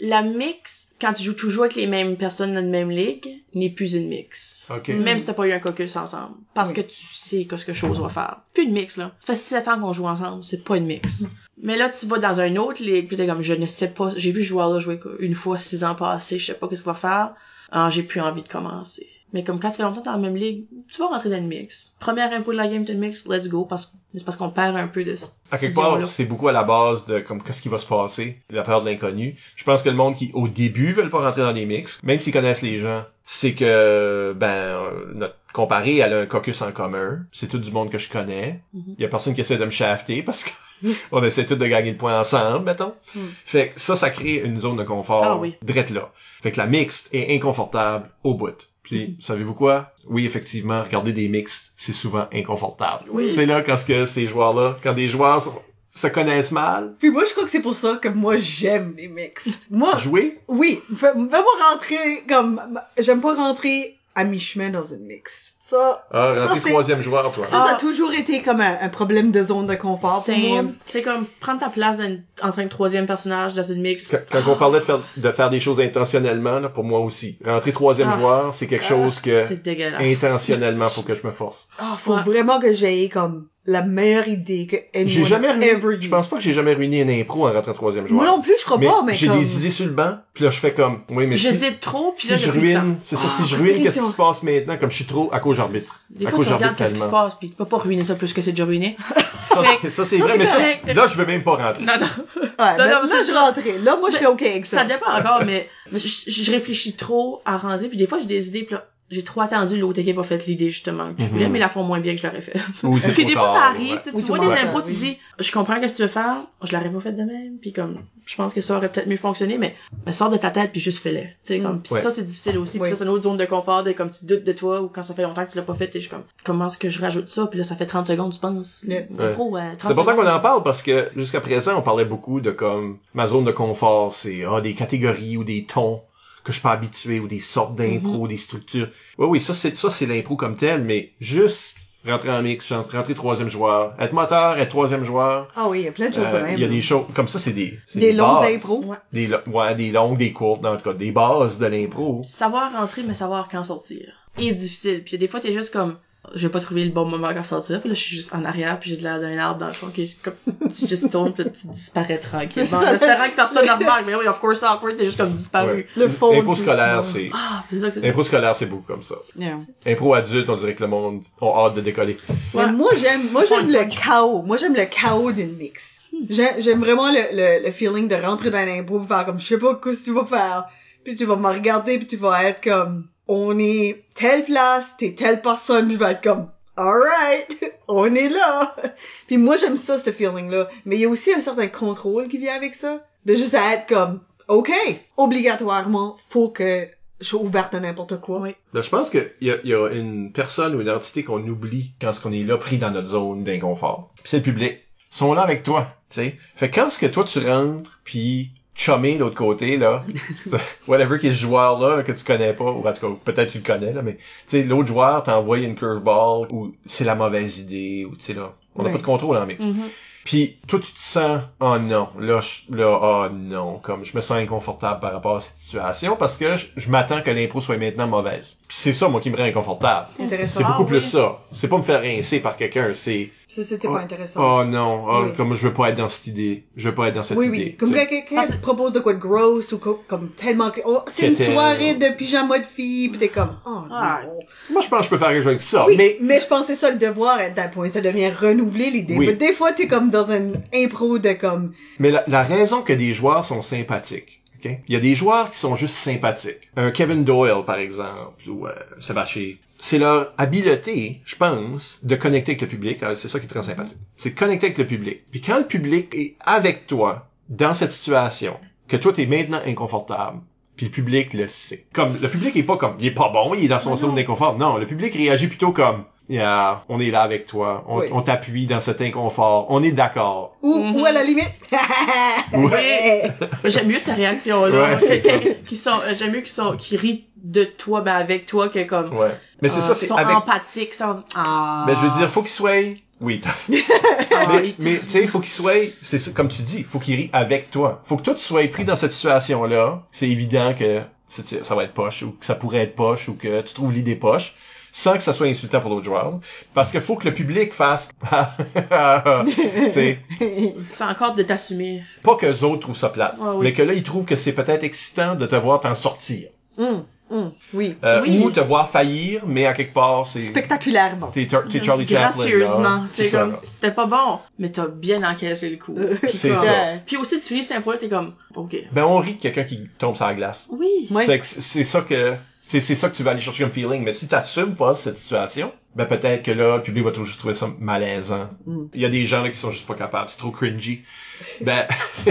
la mix, quand tu joues toujours avec les mêmes personnes dans la même ligue, n'est plus une mix. OK. Même si t'as pas eu un caucus ensemble. Parce Oui. que tu sais que ce que chose va faire. Plus une mix, là. Ça fait sept ans qu'on joue ensemble, c'est pas une mix. Mais là, tu vas dans un autre ligue, pis t'es comme, je ne sais pas, j'ai vu ce joueur-là jouer une fois six ans passés, je sais pas qu'est-ce qu'il va faire. Alors, j'ai plus envie de commencer. Mais comme quand ça fait longtemps que t'es dans la même ligue, tu vas rentrer dans une mix. Première impôt de la game, t'es une mix, let's go, parce, c'est parce qu'on perd un peu de cette À quelque vision-là. part, c'est beaucoup à la base de comme qu'est-ce qui va se passer, la peur de l'inconnu. Je pense que le monde qui, au début, veulent pas rentrer dans les mix, même s'ils connaissent les gens, c'est que, ben, euh, notre comparé, elle a un caucus en commun. C'est tout du monde que je connais. Il Mm-hmm. y a personne qui essaie de me shafter parce que on essaie tous de gagner le point ensemble, mettons. Mm. Fait que ça, ça crée une zone de confort. Ah oui. Drette là. Fait que la mixte est inconfortable au bout. Puis, savez-vous quoi? Oui, effectivement, regarder des mixtes, c'est souvent inconfortable. Oui. Tu sais, là, quand ce que ces joueurs-là, quand des joueurs sont- se connaissent mal, Puis moi, je crois que c'est pour ça que moi, j'aime les mix. Moi, jouer, oui, fais- fais-moi rentrer comme... J'aime pas rentrer à mi-chemin dans une mix. Ça, ah, ça, rentrer c'est- troisième joueur, toi. ça, ça a Ah. toujours été comme un, un problème de zone de confort pour moi. C'est, c'est comme, prendre ta place dans une- en tant que troisième personnage dans une mix. Quand, quand on parlait de faire, de faire des choses intentionnellement, là, pour moi aussi, rentrer troisième Ah. joueur, c'est quelque chose que, C'est dégueulasse. intentionnellement, faut que je me force. Ah, faut Ouais. vraiment que j'aie comme la meilleure idée que anyone J'ai jamais ruiné, ever je eu. pense pas que j'ai jamais ruiné une impro en rentrant troisième joueur. Moi non plus, je crois mais pas, mais j'ai comme... des idées sur le banc, puis là, je fais comme, oui, mais si, J'hésite trop, puis si là, je j'ai plus le temps. ruine, c'est ça, Ah, si je ruine, qu'est-ce qui frustration. se passe maintenant, comme je suis trop, à cause j'arbitre. Des À fois, cause tu regardes j'arbitre qu'est-ce qui se tellement. passe, puis tu peux pas ruiner ça plus que c'est déjà ruiné. Ça, Fait ça c'est vrai, mais ça, c'est- là, je veux même pas rentrer. non, non. Ouais, Non, ben, non, là, c'est je ça. rentrais. Là, moi, je suis OK avec ça. Ça dépend encore, mais je, je réfléchis trop à rentrer, puis des fois, j'ai des idées, puis là, j'ai trop attendu, l'autre équipe a fait l'idée, justement, que je voulais, Mhm. mais ils la font moins bien que je l'aurais fait. Ou c'est Puis trop des fois, tard, ça arrive, ouais. tu sais, Oui, tu tout vois le des monde impros, fait, tu oui. dis, je comprends qu'est-ce que tu veux faire, je l'aurais pas fait de même, puis comme, je pense que ça aurait peut-être mieux fonctionné, mais, mais sors de ta tête, puis juste fais-le. Tu sais, comme, puis Ouais. ça, c'est difficile aussi, puis Oui. ça, c'est une autre zone de confort, de comme tu doutes de toi, ou quand ça fait longtemps que tu l'as pas fait, t'es juste comme, comment est-ce que je rajoute ça, puis là, ça fait trente secondes, tu penses. Ouais. Impro, euh, trente C'est important qu'on secondes. en parle parce que jusqu'à présent, on parlait beaucoup de comme ma zone de confort, c'est ah des catégories ou des tons que je suis pas habitué ou des sortes d'impro, des structures. Oui, oui, ça c'est ça c'est l'impro comme tel, mais juste rentrer en mix, rentrer troisième joueur, être moteur, être troisième joueur. Ah oui, il y a plein de choses Euh, de même. Il y a des là. choses comme ça, c'est des c'est Des longues bases. impros. Ouais. Des lo- ouais, des longues, des courtes, en tout cas, des bases de l'impro. Savoir rentrer, mais savoir quand sortir. Et difficile. Puis des fois, t'es juste comme, j'ai pas trouvé le bon moment quand sortir. Puis là, je suis juste en arrière, puis j'ai de l'air d'un arbre dans le fond, qui comme, tu juste tournes, puis là, tu disparais tranquillement. C'est ça. En espérant que personne ne remarque. Mais oui, of course, awkward, t'es juste comme disparu. Ouais. Le fond L'impro de scolaire, tout ça. c'est Ah, c'est ça que c'est ça. l'impro scolaire, c'est beaucoup comme ça. Yeah. Impro adulte, on dirait que le monde a hâte de décoller. Mais Ouais. moi, j'aime, moi, j'aime Point, le point. chaos. Moi, j'aime le chaos d'une mix. J'aime, j'aime vraiment le, le, le feeling de rentrer dans l'impro et faire comme, je sais pas qu'est-ce que tu vas faire. Puis tu vas me regarder puis tu vas être comme, on est telle place, t'es telle personne, je vais être comme, alright, on est là. Puis moi, j'aime ça, ce feeling-là. Mais il y a aussi un certain contrôle qui vient avec ça. De juste être comme, ok, obligatoirement, faut que je sois ouverte à n'importe quoi. Oui. Là, je pense qu'il y a, il y a une personne ou une entité qu'on oublie quand on est là pris dans notre zone d'inconfort. Puis c'est le public. Ils sont là avec toi, tu sais. Fait que quand ce que toi tu rentres puis chummer l'autre côté là, whatever qui est ce joueur là, que tu connais pas, ou en tout cas peut-être tu le connais là, mais tu sais l'autre joueur t'a envoyé une curveball ou c'est la mauvaise idée ou tu sais là, on n'a Ouais. pas de contrôle en mix. Mhm. Puis toi tu te sens oh non, là je, là oh non, comme je me sens inconfortable par rapport à cette situation parce que je, je m'attends que l'impro soit maintenant mauvaise. Puis c'est ça moi qui me rend inconfortable. Intéressant. C'est beaucoup Ah, plus oui. ça. C'est pas me faire rincer par quelqu'un, c'est Ça, c'était oh, pas intéressant. oh non, oh, Oui. comme je veux pas être dans cette idée, je veux pas être dans cette Oui, idée. oui. Comme C'est- quand quelqu'un te propose de quoi de gross ou co- comme tellement... Oh, c'est une Qu'était- soirée de pyjama de filles, pis t'es comme... Oh, Ah. non. Moi je pense que je peux faire quelque chose avec ça, Oui, mais mais... je pense que c'est ça le devoir à d'un point. Ça devient renouveler l'idée. Oui. Mais des fois, t'es comme dans une impro de comme... mais la, la raison que des joueurs sont sympathiques, ok? Il y a des joueurs qui sont juste sympathiques. Un Kevin Doyle par exemple ou euh, Sébastien, c'est leur habileté, je pense, de connecter avec le public. Alors, c'est ça qui est très sympathique. C'est de connecter avec le public. Puis quand le public est avec toi dans cette situation, que toi t'es maintenant inconfortable, puis le public le sait. Comme le public est pas comme il est pas bon, il est dans son Non, zone non. d'inconfort. Non, le public réagit plutôt comme yeah, on est là avec toi, on, Oui. on t'appuie dans cet inconfort, on est d'accord. Ou, Mhm. ou à la limite... Oui. J'aime mieux cette réaction-là. Ouais, c'est C'est- ça. qui sont, euh, j'aime mieux qu'ils sont, qui rient de toi, ben avec toi, que comme... Ouais. Mais c'est euh, ça, qui c'est sont avec... empathiques, ça... Ah. Ben, je veux dire, faut qu'il soit... Oui. Ah, mais, oui. mais tu sais, faut qu'il soit... C'est ça, comme tu dis, faut qu'il rie avec toi. Faut que toi, tu sois pris dans cette situation-là. C'est évident que c'est, ça va être poche, ou que ça pourrait être poche, ou que tu trouves l'idée poche, sans que ça soit insultant pour l'autre joueur. Parce qu'il faut que le public fasse... tu sais... C'est encore de t'assumer. Pas qu'eux autres trouvent ça plate, Ah, oui. mais que là, ils trouvent que c'est peut-être excitant de te voir t'en sortir. Hum, hum, oui. Euh, Oui. Ou te voir faillir, mais à quelque part, c'est... Spectaculairement. T'es, t'es Charlie Chaplin, Gracieusement. là. C'est ça, comme, là. c'était pas bon, mais t'as bien encaissé le coup. Puis C'est comme- ça. Puis aussi, tu lis cette impro-là, t'es comme, ok. Ben, on rit de quelqu'un qui tombe sur la glace. Oui. Ouais. C'est, que c'est ça que... C'est, c'est ça que tu vas aller chercher comme feeling. Mais si t'assumes pas cette situation, ben peut-être que là, le public va toujours juste trouver ça malaisant. Mm. Il y a des gens là qui sont juste pas capables. C'est trop cringy. Ben,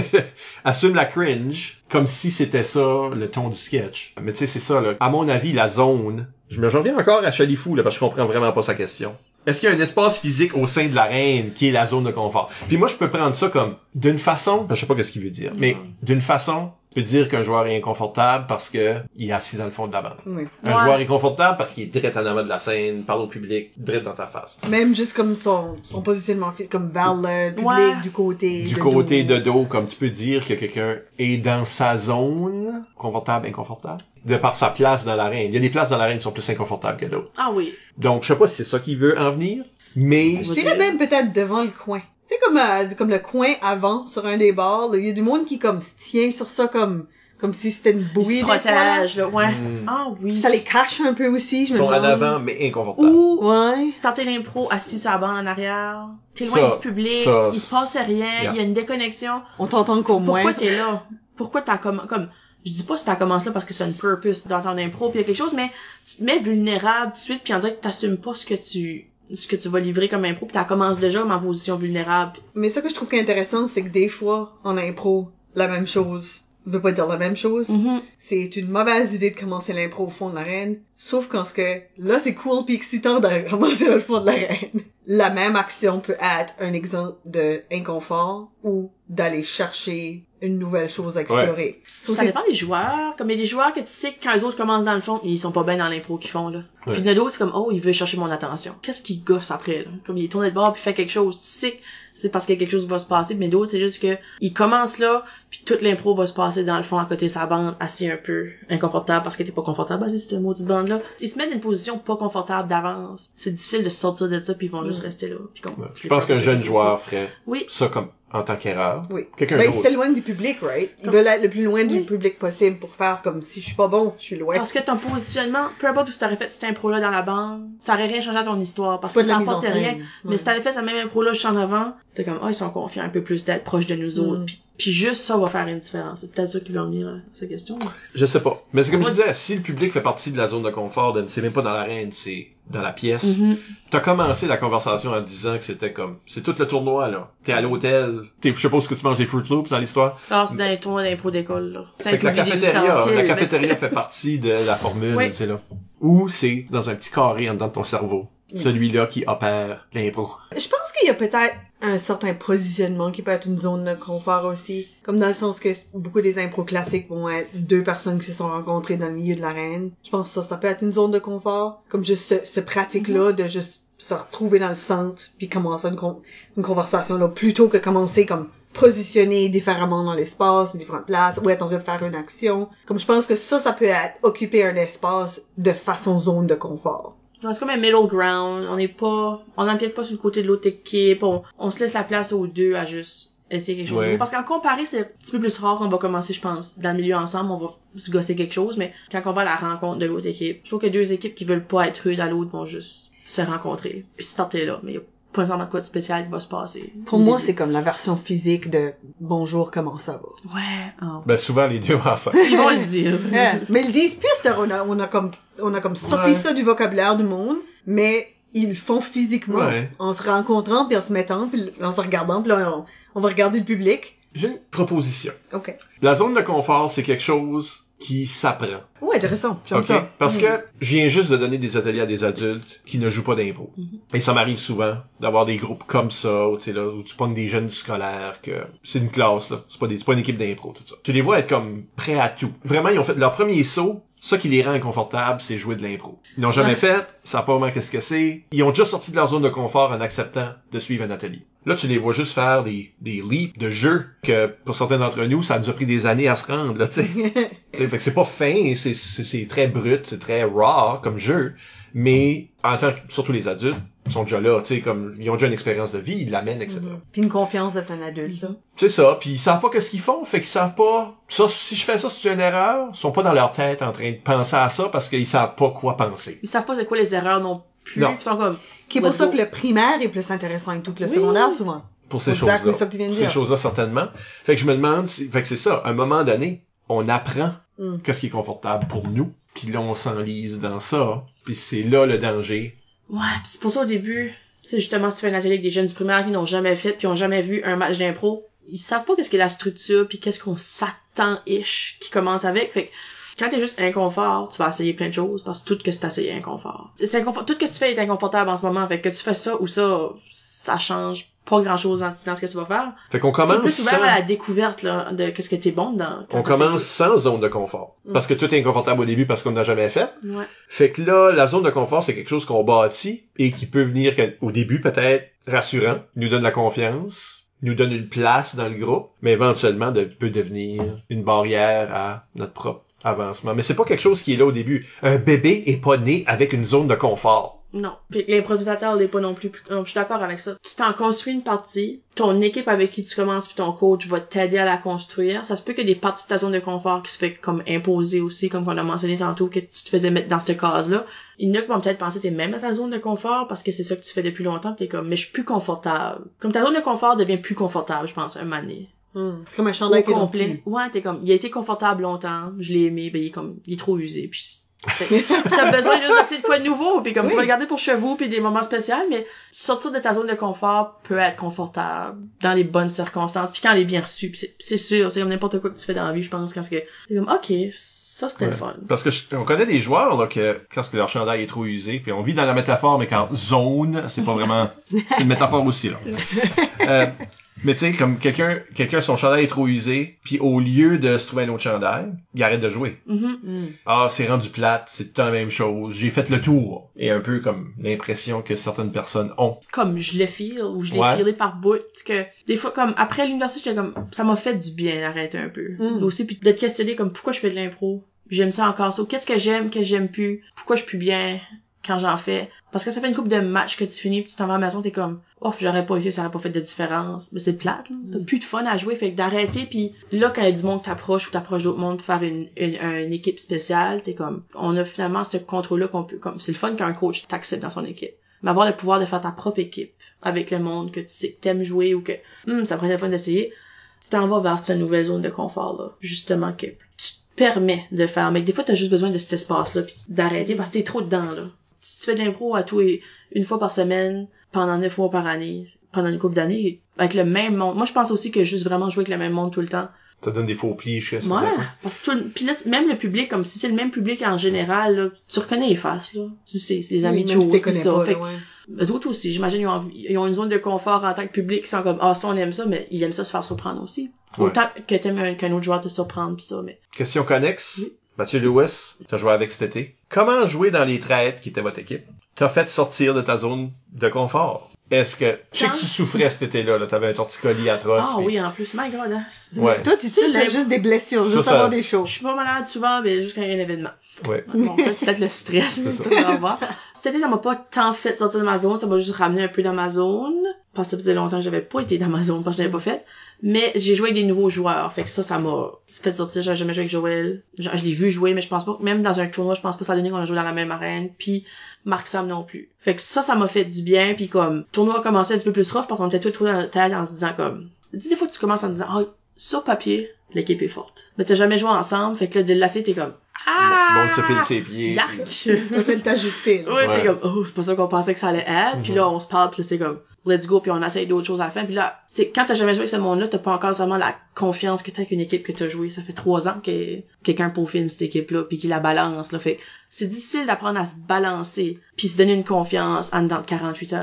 assume la cringe comme si c'était ça le ton du sketch. Mais tu sais, c'est ça, là. À mon avis, la zone... Je me j'en reviens encore à Chalifou, là, parce que je comprends vraiment pas sa question. Est-ce qu'il y a un espace physique au sein de l'arène qui est la zone de confort? Puis moi, je peux prendre ça comme d'une façon... Je sais pas ce qu'il veut dire, mais d'une façon... Tu peux dire qu'un joueur est inconfortable parce que il est assis dans le fond de la bande. Oui. Un Ouais. joueur est confortable parce qu'il est direct en avant de la scène, parle au public, direct dans ta face. Même juste comme son, son positionnement physique, comme vers le public, Ouais. du côté Du de côté dos. de dos, comme tu peux dire que quelqu'un est dans sa zone, confortable, inconfortable, de par sa place dans l'arène. Il y a des places dans l'arène qui sont plus inconfortables que d'autres. Ah oui. Donc, je sais pas si c'est ça qu'il veut en venir, mais... Je dirais même peut-être devant le coin. Tu sais, comme, euh, comme le coin avant, sur un des bars, là, il y a du monde qui comme se tient sur ça comme... Comme si c'était une Ils bouée. se des fois, là. protègent, là, ouais. Mm. Ah oui. Ça les cache un peu aussi, je Ils me sont en demande. avant, mais inconfortables. Ou, Ouais. si t'entends l'impro assis sur la bande en arrière, t'es loin Ça, du public, ça, il se passe rien, il yeah. y a une déconnexion. On t'entend qu'au moins. Pourquoi t'es là? Pourquoi t'as comme, comme, je dis pas si t'as commencé là parce que c'est une purpose dans ton impro pis y a quelque chose, mais tu te mets vulnérable tout de suite pis on dirait que t'assumes pas ce que tu, ce que tu vas livrer comme impro pis t'as commencé déjà comme en position vulnérable. Mais ça que je trouve qui est intéressant, c'est que des fois, en impro, la même chose veut pas dire la même chose. Mm-hmm. C'est une mauvaise idée de commencer l'impro au fond de l'arène. Sauf quand ce que, là, c'est cool pis excitant de commencer au fond de l'arène. La même action peut être un exemple de inconfort ou d'aller chercher une nouvelle chose à explorer. So, Ça c'est- dépend des joueurs. Comme il y a des joueurs que tu sais que quand les autres commencent dans le fond, ils sont pas bien dans l'impro qu'ils font, là. Ouais. Puis il y en a d'autres, c'est comme, oh, il veut chercher mon attention. Qu'est-ce qu'il gosse après, là? Comme il est tourné de bord puis fait quelque chose. Tu sais que c'est parce que quelque chose va se passer, mais d'autres, c'est juste que il commence là, puis toute l'impro va se passer dans le fond à côté de sa bande, assis un peu inconfortable parce que t'es pas confortable assis sur cette maudite bande-là. Ils se mettent dans une position pas confortable d'avance. C'est difficile de sortir de ça puis ils vont juste rester là. Puis comme, Ouais. je Je l'ai pense pas qu'un fait jeune aussi. joueur ferait Oui. ça comme en tant qu'erreur. Oui. Quelqu'un Ben, ils d'autre. s'éloignent du public, right? Ils Comme- veulent être le plus loin du Oui. public possible pour faire comme si je suis pas bon, je suis loin. Parce que ton positionnement, peu importe où tu t'aurais fait cette impro-là dans la bande, ça aurait rien changé à ton histoire. Parce C'est pas que de la ça mise en apportait scène. rien. Ouais. Mais si t'avais fait cette même impro-là juste en avant, t'es comme, ah, ils sont confiants un peu plus d'être proches de nous autres. Mm. Puis, puis juste ça va faire une différence. C'est peut-être ça qui va en venir à cette question. mais- Je sais pas. Mais c'est comme Moi, je disais, si le public fait partie de la zone de confort, de, c'est même pas dans l'arène, c'est dans la pièce. Mhm. T'as commencé la conversation en disant que c'était comme, c'est tout le tournoi, là. T'es à l'hôtel. T'es, je sais pas ce que tu manges des Fruit Loops dans l'histoire. Ah, c'est dans les tournois d'impro d'école, là. C'est Fait que la inclus des cafétéria, ustensiles, la mais cafétéria tu- fait partie de la formule, Oui. tu sais, là. Ou c'est dans un petit carré en dedans de ton cerveau. Celui-là qui opère l'impro. Je pense qu'il y a peut-être un certain positionnement qui peut être une zone de confort aussi. Comme dans le sens que beaucoup des impros classiques vont être deux personnes qui se sont rencontrées dans le milieu de l'arène. Je pense que ça, ça peut être une zone de confort. Comme juste ce, ce pratique-là de juste se retrouver dans le centre puis commencer une, con- une conversation là plutôt que commencer comme positionner différemment dans l'espace, différentes places, ou être en train de faire une action. Comme je pense que ça, ça peut être occuper un espace de façon zone de confort. C'est comme un middle ground. On n'est pas, on n'empiète pas sur le côté de l'autre équipe. On, on se laisse la place aux deux à juste essayer quelque chose de Ouais. nouveau. Parce qu'en comparé, c'est un petit peu plus rare qu'on va commencer, je pense, dans le milieu ensemble. On va se gosser quelque chose, mais quand on va à la rencontre de l'autre équipe, je trouve que deux équipes qui veulent pas être rudes à l'autre vont juste se rencontrer. Puis se tenter là. Mais il y a pas nécessairement de quoi de spécial qui va se passer. Pour moi, c'est comme la version physique de « Bonjour, comment ça va? » Ouais. Oh. Ben, souvent, les deux ensemble. Ils vont le dire. Yeah. Mais ils le disent plus, c'est- on a, on a comme, on a comme sorti Ouais. ça du vocabulaire du monde, mais ils le font physiquement, Ouais. en se rencontrant, puis en se mettant, puis en se regardant, puis là, on, on va regarder le public. J'ai une proposition. OK. La zone de confort, c'est quelque chose qui s'apprend. Oh, intéressant. J'aime OK? ça. Parce Mm. que je viens juste de donner des ateliers à des adultes qui ne jouent pas d'impro. Et ça m'arrive souvent d'avoir des groupes comme ça, où, tu sais, là, où tu pognes des jeunes du scolaire, que c'est une classe, là. C'est pas des, c'est pas une équipe d'impro, tout ça. Tu les vois être comme prêts à tout. Vraiment, ils ont fait leur premier saut, Ça qui les rend inconfortables, c'est jouer de l'impro. Ils n'ont jamais fait, ils savent pas vraiment qu'est-ce que c'est. Ils ont déjà sorti de leur zone de confort en acceptant de suivre un atelier. Là, tu les vois juste faire des, des leaps de jeu que, pour certains d'entre nous, ça nous a pris des années à se rendre, là, tu sais. Fait que c'est pas fin, c'est, c'est, c'est très brut, c'est très raw comme jeu. Mais, en tant que, surtout les adultes, ils sont déjà là, tu sais, comme, ils ont déjà une expérience de vie, ils l'amènent, et cetera. Mm-hmm. Puis une confiance d'être un adulte, là. C'est ça, puis ils savent pas qu'est-ce qu'ils font, fait qu'ils savent pas, ça, si je fais ça, c'est une erreur, ils sont pas dans leur tête en train de penser à ça parce qu'ils savent pas quoi penser. Ils savent pas c'est quoi les erreurs non plus, non. Ils sont comme... Qui est pour ça que le primaire est plus intéressant que tout que le oui. secondaire, souvent. Pour ces choses-là. Exactement ça que tu viens de dire. Ces choses-là, certainement. Fait que je me demande, si, fait que c'est ça, à un moment donné, on apprend mm. qu'est-ce qui est confortable pour nous, puis là, on s'enlise dans ça, puis c'est là le danger. Ouais, pis c'est pour ça au début, c'est justement si tu fais un atelier avec des jeunes du primaire qui n'ont jamais fait puis ont jamais vu un match d'impro, ils savent pas qu'est-ce qu'est la structure puis qu'est-ce qu'on s'attend-ish qui commence avec. Fait que quand t'es juste inconfort, tu vas essayer plein de choses parce que tout ce que c'est essayé inconfort. C'est inconfort, tout ce que tu fais est inconfortable en ce moment, fait que tu fais ça ou ça, ça change pas grand-chose dans, dans ce que tu vas faire. Fait qu'on commence t'es plus ouvert sans... à la découverte là de qu'est-ce que t'es bon dedans. On commence sans zone de confort. Mm. Parce que tout est inconfortable au début parce qu'on n'a jamais fait. Ouais. Fait que là, la zone de confort, c'est quelque chose qu'on bâtit et qui peut venir au début peut-être rassurant, nous donne la confiance, nous donne une place dans le groupe, mais éventuellement de, peut devenir une barrière à notre propre avancement. Mais c'est pas quelque chose qui est là au début. Un bébé est pas né avec une zone de confort. Non. Puis l'improvisateur l'est pas non plus. Je suis d'accord avec ça. Tu t'en construis une partie, ton équipe avec qui tu commences puis ton coach va t'aider à la construire. Ça se peut qu'il y ait des parties de ta zone de confort qui se fait comme imposer aussi, comme on a mentionné tantôt, que tu te faisais mettre dans cette case-là. Il y en a qui vont peut-être penser que t'es même dans ta zone de confort parce que c'est ça que tu fais depuis longtemps pis t'es comme, mais je suis plus confortable. Comme ta zone de confort devient plus confortable, je pense, un moment donné. Hum, c'est comme un chandail complet. Ouais, t'es comme, il a été confortable longtemps, je l'ai aimé, ben il est comme, il est trop usé puis t'as besoin juste d'essayer de quoi de nouveau puis comme oui. Tu vas le garder pour chevaux puis des moments spéciaux, mais sortir de ta zone de confort peut être confortable dans les bonnes circonstances puis quand elle est bien reçue pis c'est, c'est sûr c'est comme n'importe quoi que tu fais dans la vie je pense quand c'est comme ok ça c'était ouais. le fun parce que je, on connaît des joueurs là que quand leur chandail est trop usé puis on vit dans la métaphore mais quand zone c'est pas vraiment c'est une métaphore aussi là euh, mais tu sais, comme quelqu'un, quelqu'un, son chandail est trop usé, puis au lieu de se trouver un autre chandail, il arrête de jouer. Mm-hmm. Mm. Ah, c'est rendu plate, c'est tout le temps la même chose, j'ai fait le tour. Et un peu comme l'impression que certaines personnes ont. Comme je le feel, ou je l'ai ouais. feelé par bout, que des fois, comme, après l'université, j'étais comme, ça m'a fait du bien d'arrêter un peu. Mm. Aussi, puis de te questionner comme, pourquoi je fais de l'impro? J'aime ça encore ça? Qu'est-ce que j'aime, que j'aime plus? Pourquoi je suis plus bien quand j'en fais? Parce que ça fait une couple de matchs que tu finis pis tu t'en vas à la maison, t'es comme, oh, j'aurais pas été, ça aurait pas fait de différence. Mais c'est plate, là. T'as plus de fun à jouer, fait que d'arrêter pis là, quand il y a du monde qui t'approche ou t'approches d'autres mondes pour faire une, une, une équipe spéciale, t'es comme, on a finalement ce contrôle-là qu'on peut, comme, c'est le fun qu'un coach t'accepte dans son équipe. Mais avoir le pouvoir de faire ta propre équipe avec le monde que tu sais que t'aimes jouer ou que, hum, ça pourrait être le fun d'essayer, tu t'en vas vers cette nouvelle zone de confort, là. Justement, que tu te permets de faire. Mais des fois, t'as juste besoin de cet espace-là pis d'arrêter parce que t'es trop dedans, là. Si tu fais de l'impro à tout et une fois par semaine, pendant neuf mois par année, pendant une couple d'années, avec le même monde. Moi, je pense aussi que juste vraiment jouer avec le même monde tout le temps. Ça donne des faux plis, je sais. Ouais. Parce que tout, pis là, même le public, comme si c'est le même public en général, là, tu reconnais les faces, là. Tu sais, c'est les amis oui, de choses, pis ça. Pas, fait là, ouais. eux autres aussi, j'imagine, ils ont, ils ont une zone de confort en tant que public, qui sont comme, ah, ça, on aime ça, mais ils aiment ça se faire surprendre aussi. Ouais. Autant que t'aimes un, qu'un autre joueur te surprendre pis ça, mais. Question connexe. Oui. Mathieu Lewis, t'as joué avec cet été. Comment jouer dans les traites qui étaient votre équipe t'as fait sortir de ta zone de confort? Est-ce que... Je sais que tu souffrais cet été-là, là. T'avais un torticolis atroce. Ah pis... oui, en plus. My God, hein. Ouais. Toi, tu sais, juste des blessures, juste ça, avoir des choses. Je suis pas malade souvent, mais juste quand il y a un événement. Ouais. Bon, là, c'est peut-être le stress. C'est ça. Cet été, ça m'a pas tant fait sortir de ma zone, ça m'a juste ramené un peu dans ma zone. Parce que ça faisait longtemps que j'avais pas été dans ma zone, parce que je l'avais pas fait. Mais j'ai joué avec des nouveaux joueurs, fait que ça, ça m'a fait sortir. J'avais jamais joué avec Joël. Je, je l'ai vu jouer, mais je pense pas, même dans un tournoi, je pense pas que ça a donné qu'on a joué dans la même arène. Puis Marc Sam non plus. Fait que ça, ça m'a fait du bien. Puis comme, le tournoi a commencé un petit peu plus rough, parce qu'on était tous trop dans la tête en se disant comme, tu sais, des fois, tu commences en disant, oh, sur papier, l'équipe est forte. Mais t'as jamais joué ensemble, fait que là, de le lasser, t'es comme, ah! Bon, on se file ses pieds. Yark! T'as fait de t'ajuster, là. Ouais, ouais. Pis comme, oh, c'est pas ça qu'on pensait que ça allait être. Mm-hmm. Puis là, on se parle, pis là, c'est comme, let's go, puis on essaye d'autres choses à la fin. Puis là, c'est quand t'as jamais joué avec ce monde-là, t'as pas encore seulement la confiance que t'as avec une équipe que t'as joué. Ça fait trois ans que quelqu'un peaufine cette équipe-là, puis qu'il la balance, là. Fait c'est difficile d'apprendre à se balancer, puis se donner une confiance en dedans de quarante-huit heures.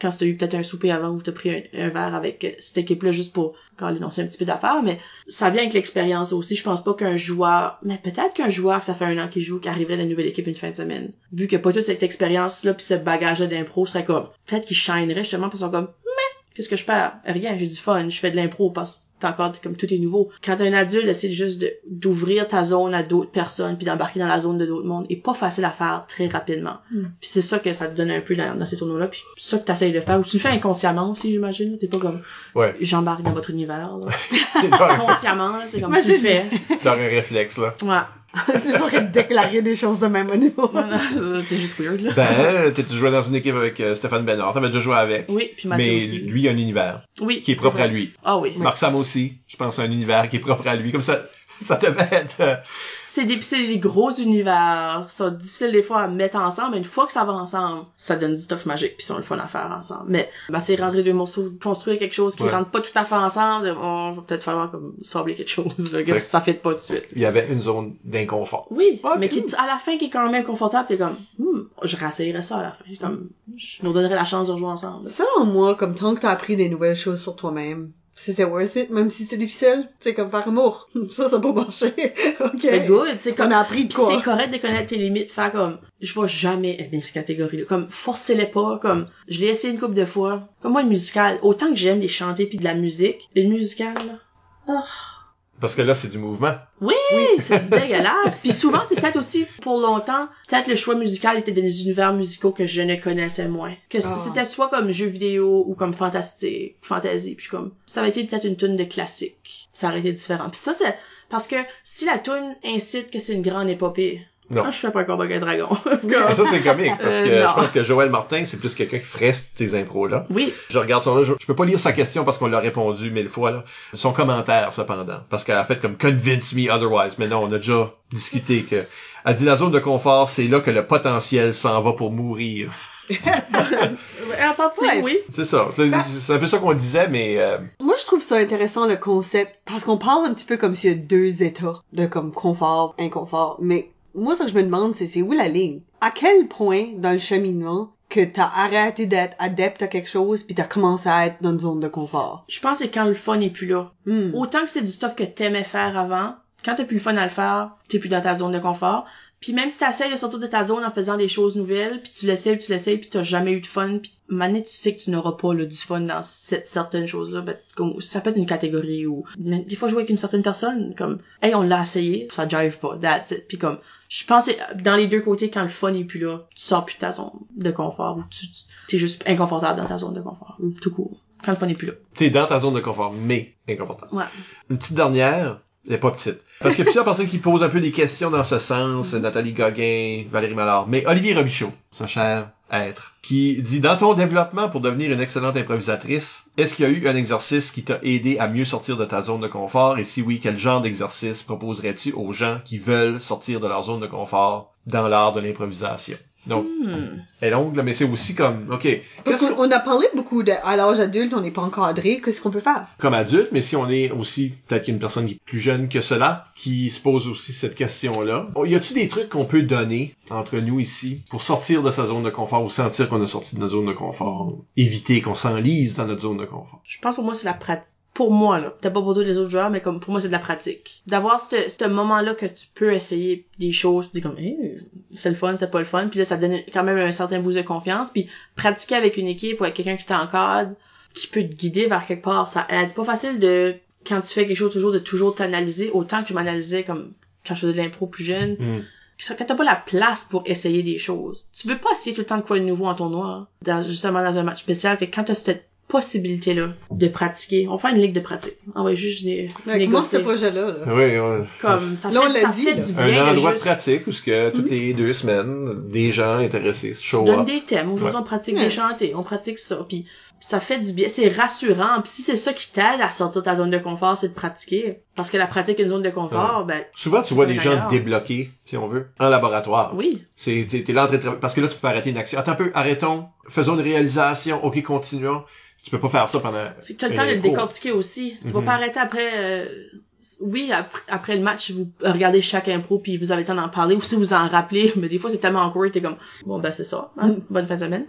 quand t'as eu peut-être un souper avant ou t'as pris un, un verre avec euh, cette équipe-là juste pour quand l'énoncer un petit peu d'affaires, mais ça vient avec l'expérience aussi. Je pense pas qu'un joueur, mais peut-être qu'un joueur que ça fait un an qu'il joue, qui arriverait dans une nouvelle équipe une fin de semaine, vu qu'il n'y a pas toute cette expérience-là pis ce bagage-là d'impro, serait comme, peut-être qu'il shinerait justement parce qu'ils sont comme, mais, qu'est-ce que je perds? Rien, j'ai du fun, je fais de l'impro parce que t'es encore, comme tout est nouveau. Quand t'es un adulte, c'est juste de, d'ouvrir ta zone à d'autres personnes puis d'embarquer dans la zone de d'autres mondes est pas facile à faire très rapidement. Mm. Puis c'est ça que ça te donne un peu dans, dans ces tournois-là, puis c'est ça que t'essayes de faire. Ou tu le fais inconsciemment aussi, j'imagine. T'es pas comme, ouais. J'embarque dans votre univers, là. Consciemment, là, c'est comme tu le fais. T'as un réflexe, là. Ouais. Tu saurais déclarer des choses de même au niveau. C'est juste weird, là. Ben, t'as joué dans une équipe avec euh, Stéphane Bénard. T'avais déjà joué avec. Oui, puis Mathieu mais aussi. Mais lui, il a un univers. Oui. Qui est propre à lui. Ah oui. Marc Sam aussi. Je pense à un univers qui est propre à lui. Comme ça, ça devait être... Euh... C'est des, c'est des gros univers. C'est difficile des fois à mettre ensemble, mais une fois que ça va ensemble, ça donne du stuff magique puis c'est le fun à faire ensemble. Mais, bah, c'est rentrer deux morceaux, construire quelque chose qui ouais. rentre pas tout à fait ensemble, on va peut-être falloir comme sabler quelque chose, là, que ça fait pas tout de suite. Il y avait une zone d'inconfort. Oui. Okay. Mais qui, à la fin, qui est quand même confortable, t'es comme, hmm, je rassaillerais ça à la fin. Comme, je nous donnerais la chance de rejouer ensemble. Selon moi, comme tant que t'as appris des nouvelles choses sur toi-même, c'était worth it, même si c'était difficile. Tu sais, comme faire amour. Ça, ça n'a pas marché. OK. C'est good. Tu sais, comme, on a appris de quoi. C'est correct de connaître tes limites, faire comme, je vais jamais aimer cette catégorie-là. Comme, forcez-les pas, comme, je l'ai essayé une couple de fois. Comme moi, le musical, autant que j'aime les chanter pis de la musique, le musical, là, oh. Parce que là, c'est du mouvement. Oui, c'est dégueulasse. Puis souvent, c'est peut-être aussi, pour longtemps, peut-être le choix musical était dans des univers musicaux que je ne connaissais moins. Que oh. C'était soit comme jeux vidéo ou comme fantastique, fantasy. Puis comme, ça aurait été peut-être une tune de classique. Ça aurait été différent. Puis ça, c'est parce que si la tune incite que c'est une grande épopée, non. Ah, je fais pas un combat avec un dragon. Ça, c'est comique, parce que euh, je pense que Joël Martin, c'est plus quelqu'un qui ferait ces impros-là. Oui. Je regarde son là, je, je peux pas lire sa question parce qu'on l'a répondu mille fois, là. Son commentaire, cependant. Parce qu'elle a fait comme convince me otherwise. Mais non, on a déjà discuté que, elle dit la zone de confort, c'est là que le potentiel s'en va pour mourir. En partie, ouais. Oui. C'est ça. C'est un peu ça qu'on disait, mais... Euh... Moi, je trouve ça intéressant, le concept, parce qu'on parle un petit peu comme s'il y a deux états de comme confort, inconfort, mais moi, ce que je me demande, c'est c'est où la ligne? À quel point, dans le cheminement, que t'as arrêté d'être adepte à quelque chose pis t'as commencé à être dans une zone de confort? Je pense que c'est quand le fun est plus là. Mm. Autant que c'est du stuff que t'aimais faire avant, quand t'as plus le fun à le faire, t'es plus dans ta zone de confort. Puis même si t'essayes de sortir de ta zone en faisant des choses nouvelles, puis tu l'essayes, puis tu l'essayes, puis t'as jamais eu de fun, puis maintenant tu sais que tu n'auras pas là, du fun dans cette certaines choses-là, ben, comme, ça peut être une catégorie ou des fois jouer avec une certaine personne, comme hey on l'a essayé, ça jive pas, that's it. Puis comme je pense que dans les deux côtés, quand le fun est plus là, tu sors plus de ta zone de confort ou tu, tu t'es juste inconfortable dans ta zone de confort, mm. tout court. Quand le fun est plus là. T'es dans ta zone de confort, mais inconfortable. Ouais. Une petite dernière. Elle est pas petite. Parce qu'il y a plusieurs personnes qui posent un peu des questions dans ce sens. Mm-hmm. Nathalie Gauguin, Valérie Mallard. Mais Olivier Robichaud, son cher être, qui dit, dans ton développement pour devenir une excellente improvisatrice, est-ce qu'il y a eu un exercice qui t'a aidé à mieux sortir de ta zone de confort? Et si oui, quel genre d'exercice proposerais-tu aux gens qui veulent sortir de leur zone de confort dans l'art de l'improvisation? Donc, hmm. elle est longue, là, mais c'est aussi comme, OK. Parce qu'on, on a parlé beaucoup de, à l'âge adulte, on n'est pas encadré, qu'est-ce qu'on peut faire? Comme adulte, mais si on est aussi, peut-être qu'il y a une personne qui est plus jeune que cela, qui se pose aussi cette question-là. Y a-tu des trucs qu'on peut donner entre nous ici pour sortir de sa zone de confort ou sentir qu'on a sorti de notre zone de confort? Éviter qu'on s'enlise dans notre zone de confort? Je pense pour moi, c'est la pratique. Pour moi, là. Peut-être pas pour tous les autres joueurs, mais comme, pour moi, c'est de la pratique. D'avoir ce, ce moment-là que tu peux essayer des choses, tu dis comme, hey, c'est le fun, c'est pas le fun, puis là, ça te donne quand même un certain boost de confiance, puis pratiquer avec une équipe ou avec quelqu'un qui t'encadre, qui peut te guider vers quelque part, ça, c'est pas facile de, quand tu fais quelque chose toujours, de toujours t'analyser, autant que je m'analysais comme, quand je faisais de l'impro plus jeune. Mm. Quand t'as pas la place pour essayer des choses. Tu veux pas essayer tout le temps de quoi de nouveau en tournoi, dans, justement dans un match spécial, fait que quand t'as cette possibilité-là de pratiquer. On fait une ligue de pratique. On va juste né- négocier. Comment ce projet-là, là? Oui, oui. Comme, ça là, fait, ça dit, fait là. du bien. Un endroit juste... de pratique où ce que toutes mm-hmm. les deux semaines, des gens intéressés se show up. Tu donnes up. des thèmes. Aujourd'hui, ouais. on pratique ouais. des chantés. On pratique ça. Puis ça fait du bien. C'est rassurant. Puis si c'est ça qui t'aide à sortir de ta zone de confort, c'est de pratiquer. Parce que la pratique est une zone de confort, ouais. ben... Souvent, tu vois des gens ailleurs. débloqués, si on veut, en laboratoire. Oui. C'est, t'es, t'es là en train de travailler. Parce que là, tu peux arrêter une action. Attends un peu, arrêtons. Faisons une réalisation. OK, continuons. Tu peux pas faire ça pendant... C'est que tu as le temps de le décortiquer aussi. Tu mm-hmm. vas pas arrêter après euh, oui, après, après le match, vous regardez chaque impro puis vous avez le temps d'en parler, ou si vous en rappelez, mais des fois c'est tellement awkward, t'es comme, bon ben c'est ça, hein? Bonne fin de semaine.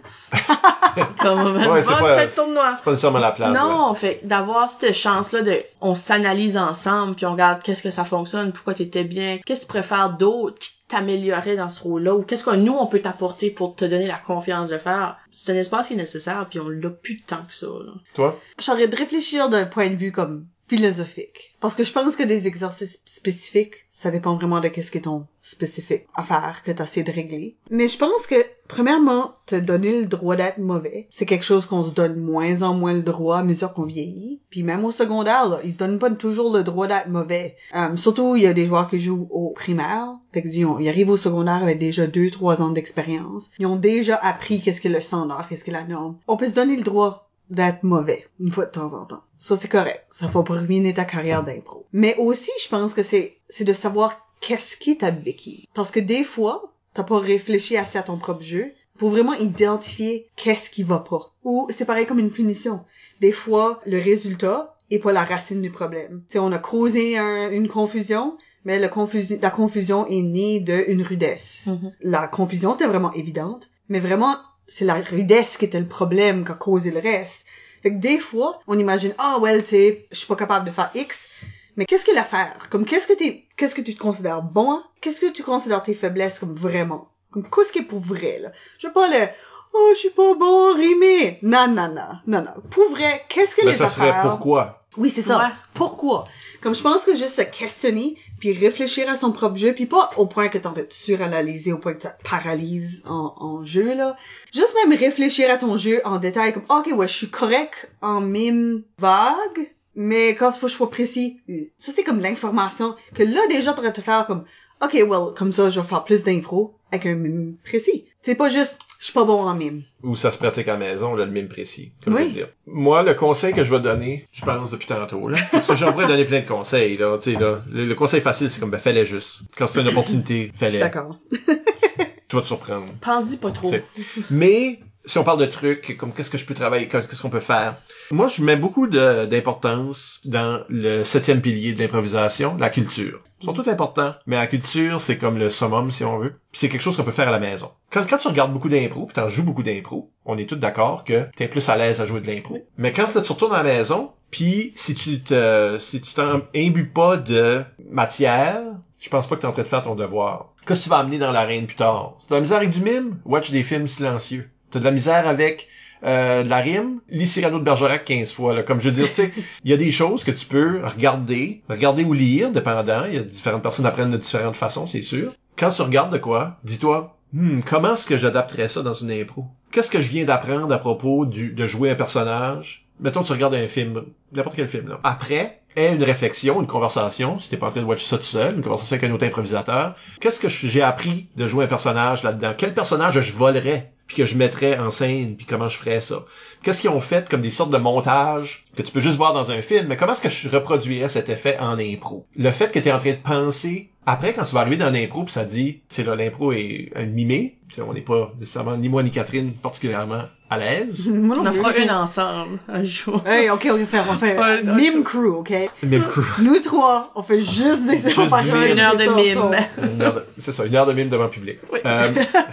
Comme, ouais, bonne c'est pas, fin de tournoi. C'est pas nécessairement la place. Non, ouais. fait d'avoir cette chance-là de, on s'analyse ensemble puis on regarde qu'est-ce que ça fonctionne, pourquoi t'étais bien, qu'est-ce que tu préfères d'autre qui t'améliorerait dans ce rôle-là, ou qu'est-ce que nous on peut t'apporter pour te donner la confiance de faire. C'est un espace qui est nécessaire puis on l'a plus tant que ça, là. Toi? J'aurais de réfléchir d'un point de vue comme philosophique. Parce que je pense que des exercices spécifiques, ça dépend vraiment de qu'est-ce qui est ton spécifique à faire, que t'essaies de régler. Mais je pense que, premièrement, te donner le droit d'être mauvais, c'est quelque chose qu'on se donne moins en moins le droit à mesure qu'on vieillit. Puis même au secondaire, là, ils se donnent pas toujours le droit d'être mauvais. Euh, surtout, il y a des joueurs qui jouent au primaire. Fait que, ils, ont, ils arrivent au secondaire avec déjà deux, trois ans d'expérience. Ils ont déjà appris qu'est-ce que le standard, qu'est-ce que la norme. On peut se donner le droit d'être mauvais, une fois de temps en temps. Ça, c'est correct. Ça va pas ruiner ta carrière d'impro. Mais aussi, je pense que c'est, c'est de savoir qu'est-ce qui est ta béquille. Parce que des fois, t'as pas réfléchi assez à ton propre jeu pour vraiment identifier qu'est-ce qui va pas. Ou, c'est pareil comme une punition. Des fois, le résultat est pas la racine du problème. Tu sais, on a causé un, une confusion, mais le confusi- la confusion est née d'une rudesse. Mm-hmm. La confusion était vraiment évidente, mais vraiment, c'est la rudesse qui était le problème qui a causé le reste. Fait que des fois, on imagine, ah, oh, well, tu sais, je suis pas capable de faire X, mais qu'est-ce qu'il y a à faire? Comme, qu'est-ce que t'es, qu'est-ce que tu te considères bon? Qu'est-ce que tu considères tes faiblesses comme vraiment? Comme, qu'est-ce qui est pour vrai, là? Je veux pas le, oh, je suis pas bon, rimer. Non, non, non, non, non. Pour vrai, qu'est-ce que mais les ça affaires... serait pourquoi? Oui, c'est ça. Ouais. Pourquoi? Comme je pense que juste se questionner, puis réfléchir à son propre jeu, puis pas au point que t'en es suranalyser, au point que ça te paralyse en, en jeu, là. Juste même réfléchir à ton jeu en détail, comme, ok, ouais, je suis correct en mime vague, mais quand il faut que je sois précis, ça c'est comme l'information que là, déjà, t'aurais te faire comme, ok, well, comme ça, je vais faire plus d'impro avec un mime précis. C'est pas juste, je suis pas bon en mime. Ou ça se pratique à la maison, là, le mime précis, comme oui. je veux dire. Moi, le conseil que je vais donner, je pense depuis tantôt, là, parce que j'aimerais donner plein de conseils, là, tu sais, là. Le, le conseil facile, c'est comme, ben, fais-les juste. Quand c'est une opportunité, fais-les. D'accord. Tu vas te surprendre. Pense-y pas trop. T'sais. Mais, si on parle de trucs, comme qu'est-ce que je peux travailler, qu'est-ce qu'on peut faire. Moi, je mets beaucoup de, d'importance dans le septième pilier de l'improvisation, la culture. Ils sont tous importants, mais la culture, c'est comme le summum, si on veut. Puis c'est quelque chose qu'on peut faire à la maison. Quand, quand tu regardes beaucoup d'impro, puis t'en joues beaucoup d'impro, on est tous d'accord que t'es plus à l'aise à jouer de l'impro. Mais quand là, tu retournes à la maison, puis si tu te, si tu t'en imbus pas de matière, je pense pas que t'es en train de faire ton devoir. Qu'est-ce que tu vas amener dans l'arène plus tard? Si t'as de la misère avec du mime, watch des films silencieux. T'as de la misère avec euh, de la rime, lis Cyrano de Bergerac quinze fois. Là. Comme je veux dire, tu sais, il y a des choses que tu peux regarder, regarder ou lire, dépendant. Il y a différentes personnes apprennent de différentes façons, c'est sûr. Quand tu regardes de quoi, dis-toi, hmm, comment est-ce que j'adapterais ça dans une impro? Qu'est-ce que je viens d'apprendre à propos du, de jouer un personnage? Mettons, tu regardes un film, n'importe quel film. Là. Après, aie une réflexion, une conversation, si t'es pas en train de watcher ça tout seul, une conversation avec un autre improvisateur. Qu'est-ce que j'ai appris de jouer un personnage là-dedans? Quel personnage je volerais? Puis que je mettrais en scène, puis comment je ferais ça. Qu'est-ce qu'ils ont fait comme des sortes de montages que tu peux juste voir dans un film, mais comment est-ce que je reproduirais cet effet en impro? Le fait que tu es en train de penser, après quand tu vas arriver dans l'impro, puis ça dit, tu sais là, l'impro est un mimé, t'sais, on n'est pas nécessairement, ni moi ni Catherine, particulièrement à l'aise. Moi on non en fera plus. une ensemble, un jour. Hey, ok, on va faire, on va faire Ouais, mime ok. crew, ok? Mime crew. Nous trois, on fait juste des Juste affaires du comme mime. Une heure de ça, mime. ça. Une heure de- c'est ça, une heure de mime devant le public. Oui. Euh,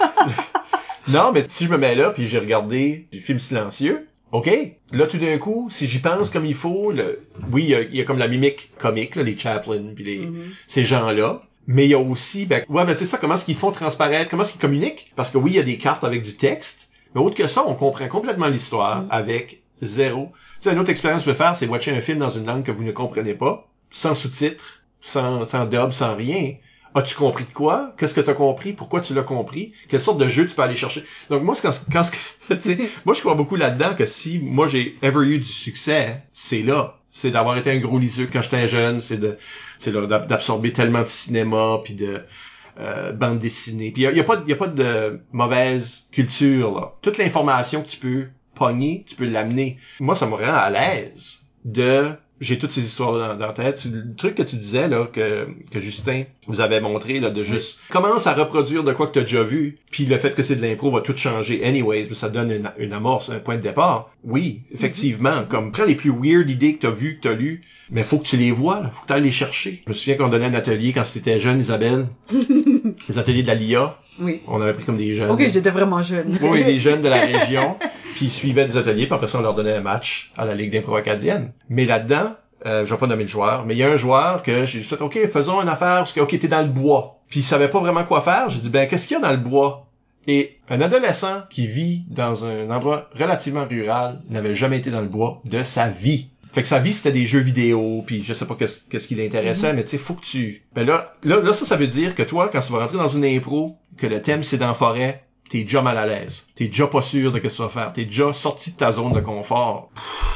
non, mais si je me mets là, puis j'ai regardé du film silencieux, OK, là, tout d'un coup, si j'y pense comme il faut, le... oui, il y a, il y a comme la mimique comique, là, les Chaplin, puis les... Mm-hmm. ces gens-là, mais il y a aussi, ben, ouais, ben c'est ça, comment est-ce qu'ils font transparaître, comment est-ce qu'ils communiquent, parce que oui, il y a des cartes avec du texte, mais autre que ça, on comprend complètement l'histoire mm-hmm. avec zéro. Tu sais, une autre expérience que je peux faire, c'est watcher un film dans une langue que vous ne comprenez pas, sans sous-titres, sans, sans dub, sans rien. As-tu compris de quoi? Qu'est-ce que t'as compris? Pourquoi tu l'as compris? Quelle sorte de jeu tu peux aller chercher? Donc moi, c'est quand, quand tu sais, moi je crois beaucoup là-dedans que si moi j'ai ever eu du succès, c'est là. C'est d'avoir été un gros liseux quand j'étais jeune, c'est de, c'est là, d'absorber tellement de cinéma puis de euh, bande dessinée. Puis il y a, y a pas, y a pas de mauvaise culture là. Toute l'information que tu peux pogner, tu peux l'amener. Moi, ça me rend à l'aise de j'ai toutes ces histoires-là dans, dans la tête. C'est le truc que tu disais, là, que, que Justin vous avait montré, là, de juste, oui. commence à reproduire de quoi que t'as déjà vu, puis le fait que c'est de l'impro va tout changer anyways, mais ça donne une, une amorce, un point de départ. Oui, effectivement, mm-hmm. comme, prends les plus weird idées que t'as vues, que t'as lues, mais faut que tu les vois, là, faut que t'ailles les chercher. Je me souviens qu'on donnait un atelier quand c'était jeune, Isabelle, les ateliers de la L I A. Oui. On avait pris comme des jeunes. Ok, j'étais vraiment jeune. Oui, des jeunes de la région, puis ils suivaient des ateliers, puis après ça, on leur donnait un match à la Ligue d'impro acadienne. Mais là-dedans, euh, je vais pas nommer le joueur, mais il y a un joueur que j'ai dit, ok, faisons une affaire, parce que, ok, t'es dans le bois. Puis il savait pas vraiment quoi faire, j'ai dit, ben, qu'est-ce qu'il y a dans le bois? Et un adolescent qui vit dans un endroit relativement rural n'avait jamais été dans le bois de sa vie. Fait que sa vie, c'était des jeux vidéo, puis je sais pas qu'est-ce, qu'est-ce qui l'intéressait, mm-hmm. mais tu sais, faut que tu... Ben là, là, là, ça, ça veut dire que toi, quand tu vas rentrer dans une impro, que le thème, c'est dans la forêt, t'es déjà mal à l'aise. T'es déjà pas sûr de ce que tu vas faire. T'es déjà sorti de ta zone de confort.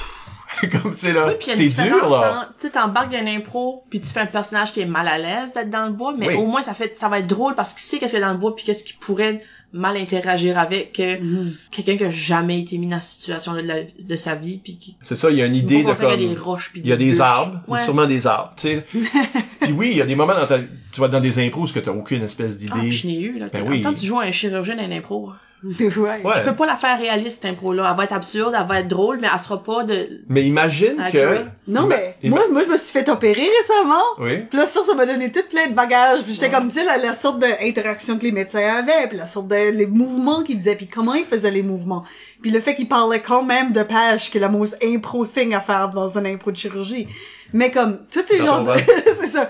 Comme, tu sais, là, oui, puis c'est dur, là. Tu sais, t'embarques d'un impro, puis tu fais un personnage qui est mal à l'aise d'être dans le bois, mais oui. au moins, ça fait, ça va être drôle parce qu'il sait qu'est-ce qu'il y a dans le bois, puis qu'est-ce qu'il pourrait mal interagir avec que mm. quelqu'un qui a jamais été mis dans cette situation de, la, de sa vie, puis qui... C'est ça, il y a une idée de comme... Il y a des roches, puis il y a des, des arbres, ouais. sûrement des arbres, tu sais. Puis oui, il y a des moments dans ta... Tu vas dans des impros où tu t'as aucune espèce d'idée. Ah, puis je n'ai eu, là. Ben en oui. même temps, tu joues à un chirurgien dans une impro. ouais. ouais. Tu peux pas la faire réaliste, cette impro-là. Elle va être absurde, elle va être drôle, mais elle sera pas de... Mais imagine que... Non, Ima- mais ima- moi, moi, je me suis fait opérer récemment. Oui. Puis là, ça, ça m'a donné tout plein de bagages. Puis j'étais ouais. comme, tu sais, la, la sorte d'interaction que les médecins avaient, puis la sorte de... les mouvements qu'ils faisaient, puis comment ils faisaient les mouvements. Puis le fait qu'ils parlaient quand même de page, qui est la most impro thing à faire dans un impro de chirurgie. Mais comme, toutes ces genres de... c'est ça.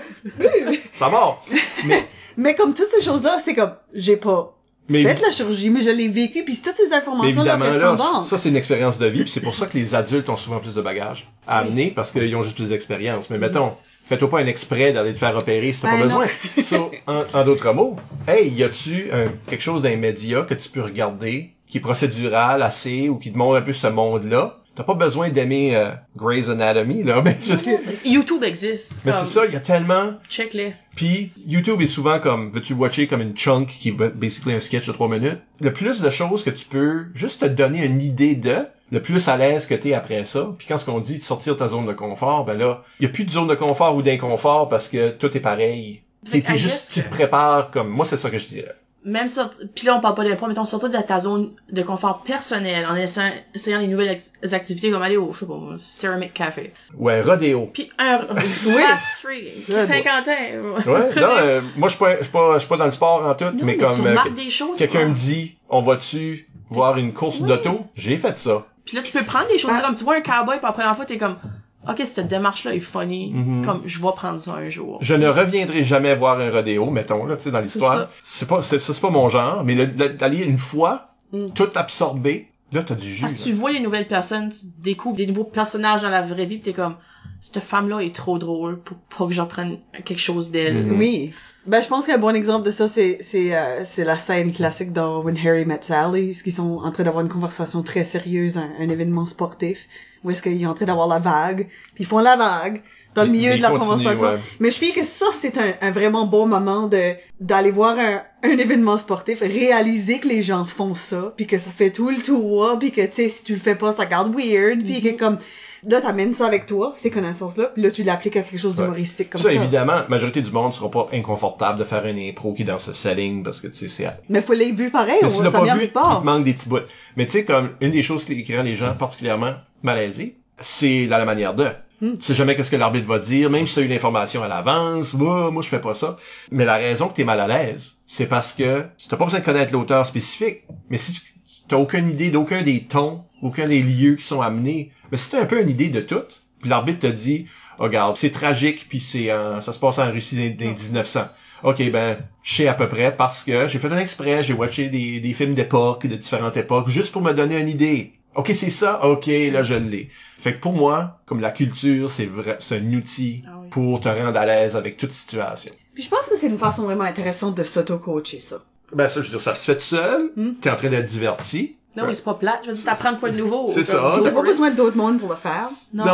Ça va. Mais... mais comme toutes ces choses-là, c'est comme, j'ai pas... Mais Faites la chirurgie, mais je l'ai vécu, puis toutes ces informations-là restent en banque. Ça, c'est une expérience de vie, puis c'est pour ça que les adultes ont souvent plus de bagages à oui. amener, parce qu'ils ont juste plus d'expérience. Mais mettons, fais-toi pas un exprès d'aller te faire opérer si t'as ben pas non. besoin. So, en, en d'autres mots, hey, y a-tu un, quelque chose d'un média que tu peux regarder, qui est procédural assez, ou qui te montre un peu ce monde-là? T'as pas besoin d'aimer euh, Grey's Anatomy, là, mais je... YouTube existe. Mais c'est ça, il y a tellement... Check-les. Puis YouTube est souvent comme, veux-tu watcher comme une chunk qui est basically un sketch de trois minutes. Le plus de choses que tu peux juste te donner une idée de, le plus à l'aise que t'es après ça. Puis quand ce qu'on dit sortir de ta zone de confort, ben là, il y a plus de zone de confort ou d'inconfort parce que tout est pareil. T'es, t'es juste, tu te prépares comme, moi c'est ça que je dirais. Même ça, puis là on parle pas d'impro, mettons sortir de ta zone de confort personnel en essayant, essayant des nouvelles ex- activités comme aller au, je sais pas, Ceramic Café. Ouais, rodéo. Puis un, fast free, qui est cinquante ans. Ouais, non, euh, moi je suis pas, je suis pas, je suis pas dans le sport en tout, non, mais, mais comme, tu euh, remarques des choses, quelqu'un quoi. me dit, on va-tu voir une course oui. d'auto? J'ai fait ça. Puis là tu peux prendre des choses ah. comme, tu vois un cowboy, puis la première fois t'es comme, ok, cette démarche-là est funny, mm-hmm. comme, je vais prendre ça un jour. Je ne reviendrai jamais voir un rodéo, mettons, là, tu sais, dans l'histoire. C'est, c'est pas, c'est, ça, c'est pas mon genre, mais le, le, d'aller une fois, mm. tout absorbé, là, t'as du jus. Parce que tu vois les nouvelles personnes, tu découvres des nouveaux personnages dans la vraie vie, pis t'es comme, cette femme-là est trop drôle pour pas que j'en prenne quelque chose d'elle. Mm-hmm. Oui. Ben, je pense qu'un bon exemple de ça, c'est, c'est, euh, c'est la scène classique dans When Harry Met Sally, parce qu'ils sont en train d'avoir une conversation très sérieuse, un, un événement sportif, où est-ce qu'ils sont en train d'avoir la vague, puis ils font la vague dans le milieu mais de la continue, conversation. Ouais. Mais je trouve que ça, c'est un, un vraiment bon moment de, d'aller voir un, un événement sportif, réaliser que les gens font ça, puis que ça fait tout le tour, puis que, tu sais, si tu le fais pas, ça garde weird, puis mm-hmm. que comme, là, t'amènes ça avec toi, ces connaissances-là, puis là, tu l'appliques à quelque chose d'humoristique comme ça. Ça, évidemment, la majorité du monde sera pas inconfortable de faire une impro qui est dans ce setting, parce que, tu sais, c'est... Mais faut les vu pareil, mais on, si tu l'as ça pas vient vu, de part. il te manque des petits bouts. Mais tu sais, comme, une des choses qui rend les gens particulièrement malaisés, c'est dans la manière de. Hmm. Tu sais jamais qu'est-ce que l'arbitre va dire, même si tu as eu l'information à l'avance, moi, moi, je fais pas ça. Mais la raison que t'es mal à l'aise, c'est parce que t'as pas besoin de connaître l'auteur spécifique, mais si tu t'as aucune idée d'aucun des tons, aucun des lieux qui sont amenés, mais si t'as un peu une idée de tout, puis l'arbitre te dit, oh, regarde, c'est tragique, puis c'est en, ça se passe en Russie dans, dans dix-neuf cents. Ok, ben, je sais à peu près parce que j'ai fait un exprès, j'ai watché des, des films d'époque, de différentes époques, juste pour me donner une idée. Ok, c'est ça? Ok, là, je l'ai. Fait que pour moi, comme la culture, c'est vrai, c'est un outil ah oui. pour te rendre à l'aise avec toute situation. Puis je pense que c'est une façon vraiment intéressante de s'auto-coacher, ça. Ben, ça, je veux dire, ça se fait tout seul. Hmm? T'es en train d'être diverti. Non, mais c'est pas plate. Je veux dire, t'apprends quoi de nouveau. C'est ça. T'as pas besoin d'autres mondes pour le faire. Non. non.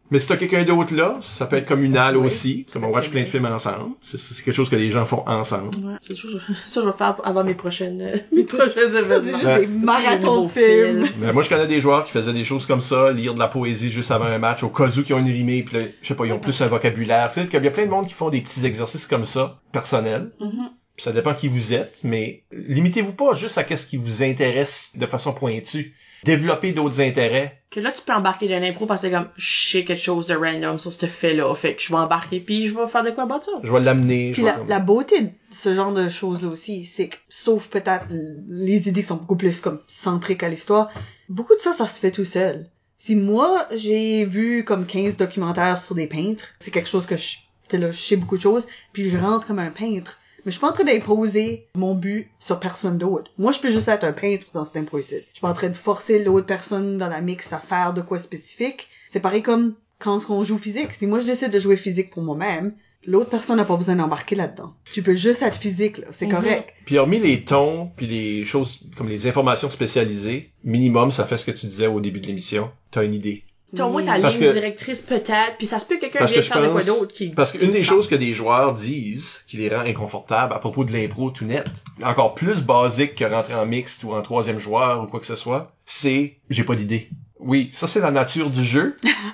Mais si t'as quelqu'un d'autre là, ça peut être communal Oui. aussi. Comme on watch plein de films ensemble. C'est, c'est quelque chose que les gens font ensemble. Ouais, c'est sûr, je- ça je vais faire avant mes prochaines, euh, mes prochains événements. C'est juste Ouais. des marathons nouveaux de films. films. Mais moi, je connais des joueurs qui faisaient des choses comme ça, lire de la poésie juste avant un match, au cas où qui ont une rimée, puis là, je sais pas, ils ont plus un vocabulaire. Tu sais, il y a plein de monde qui font des petits exercices comme ça, personnels. Mhm. Puis ça dépend qui vous êtes, mais limitez-vous pas juste à qu'est-ce qui vous intéresse de façon pointue. Développez d'autres intérêts. Que là, tu peux embarquer dans l'impro parce que c'est comme, je sais quelque chose de random sur ce fait-là. Fait que je vais embarquer puis je vais faire de quoi battre ça. Je vais l'amener. Puis je vais la, comme- la beauté de ce genre de choses-là aussi, c'est que, sauf peut-être les idées qui sont beaucoup plus comme centriques à l'histoire, beaucoup de ça, ça se fait tout seul. Si moi, j'ai vu comme quinze documentaires sur des peintres, c'est quelque chose que je, t'es là, je sais beaucoup de choses, puis je rentre comme un peintre. Mais je suis pas en train d'imposer mon but sur personne d'autre. Moi, je peux juste être un peintre dans cette impro-ci. Je suis pas en train de forcer l'autre personne dans la mix à faire de quoi spécifique. C'est pareil comme quand on joue physique. Si moi, je décide de jouer physique pour moi-même, l'autre personne n'a pas besoin d'embarquer là-dedans. Tu peux juste être physique, là. C'est Mhm. correct. Puis hormis les tons, puis les choses comme les informations spécialisées, minimum, ça fait ce que tu disais au début de l'émission. T'as une idée. T'as au moins ta Parce ligne que- directrice peut-être, puis ça se peut que quelqu'un Parce vienne que je faire de quoi pense, d'autre qui... parce qui qu'une se des parle. choses que des joueurs disent, qui les rend inconfortables à propos de l'impro tout net, encore plus basique que rentrer en mixte ou en troisième joueur ou quoi que ce soit, c'est « j'ai pas d'idée ». Oui, ça c'est la nature du jeu.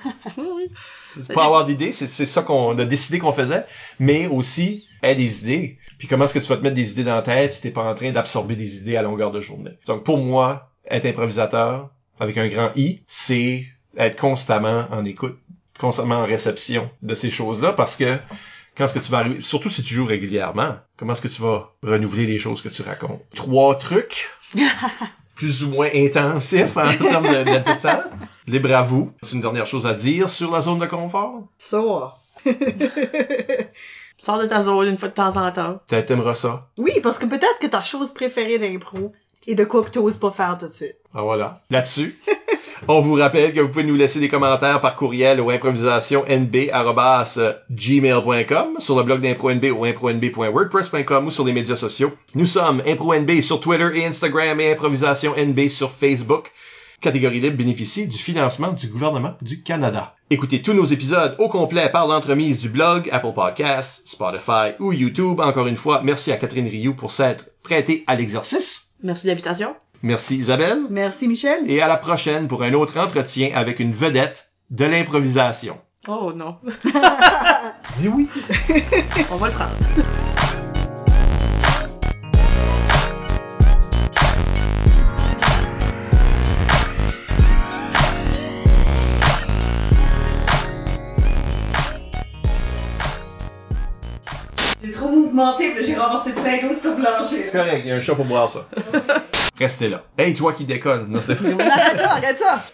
C'est pas avoir d'idée, c'est, c'est ça qu'on a décidé qu'on faisait, mais aussi, aie des idées. Puis comment est-ce que tu vas te mettre des idées dans la tête si t'es pas en train d'absorber des idées à longueur de journée? Donc pour moi, être improvisateur, avec un grand I, c'est être constamment en écoute, constamment en réception de ces choses-là, parce que quand est-ce que tu vas arriver, surtout si tu joues régulièrement, comment est-ce que tu vas renouveler les choses que tu racontes? Trois trucs, plus ou moins intensifs en termes de, de temps. Libre à vous. C'est une dernière chose à dire sur la zone de confort? Ça. Sors de ta zone une fois de temps en temps. Peut-être t'aimeras ça. Oui, parce que peut-être que ta chose préférée d'impro est de quoi que t'oses pas faire tout de suite. Ah voilà. Là-dessus, on vous rappelle que vous pouvez nous laisser des commentaires par courriel au improvisationnb arobase gmail point com, sur le blog d'ImproNB ou impronb point wordpress point com ou sur les médias sociaux. Nous sommes ImproNB sur Twitter et Instagram et ImprovisationNB sur Facebook. Catégorie Libre bénéficie du financement du gouvernement du Canada. Écoutez tous nos épisodes au complet par l'entremise du blog, Apple Podcasts, Spotify ou YouTube. Encore une fois, merci à Catherine Rioux pour s'être prêtée à l'exercice. Merci de l'invitation. Merci Isabelle. Merci, Michel. Et à la prochaine pour un autre entretien avec une vedette de l'improvisation. Oh non. Dis oui. On va le prendre. J'ai trop mouvementé, puis j'ai ramassé plein d'eau sur le plancher. C'est correct, il y a un chat pour boire ça. Restez là. Hey, toi qui déconne. Non, c'est Arrête ça, arrête ça.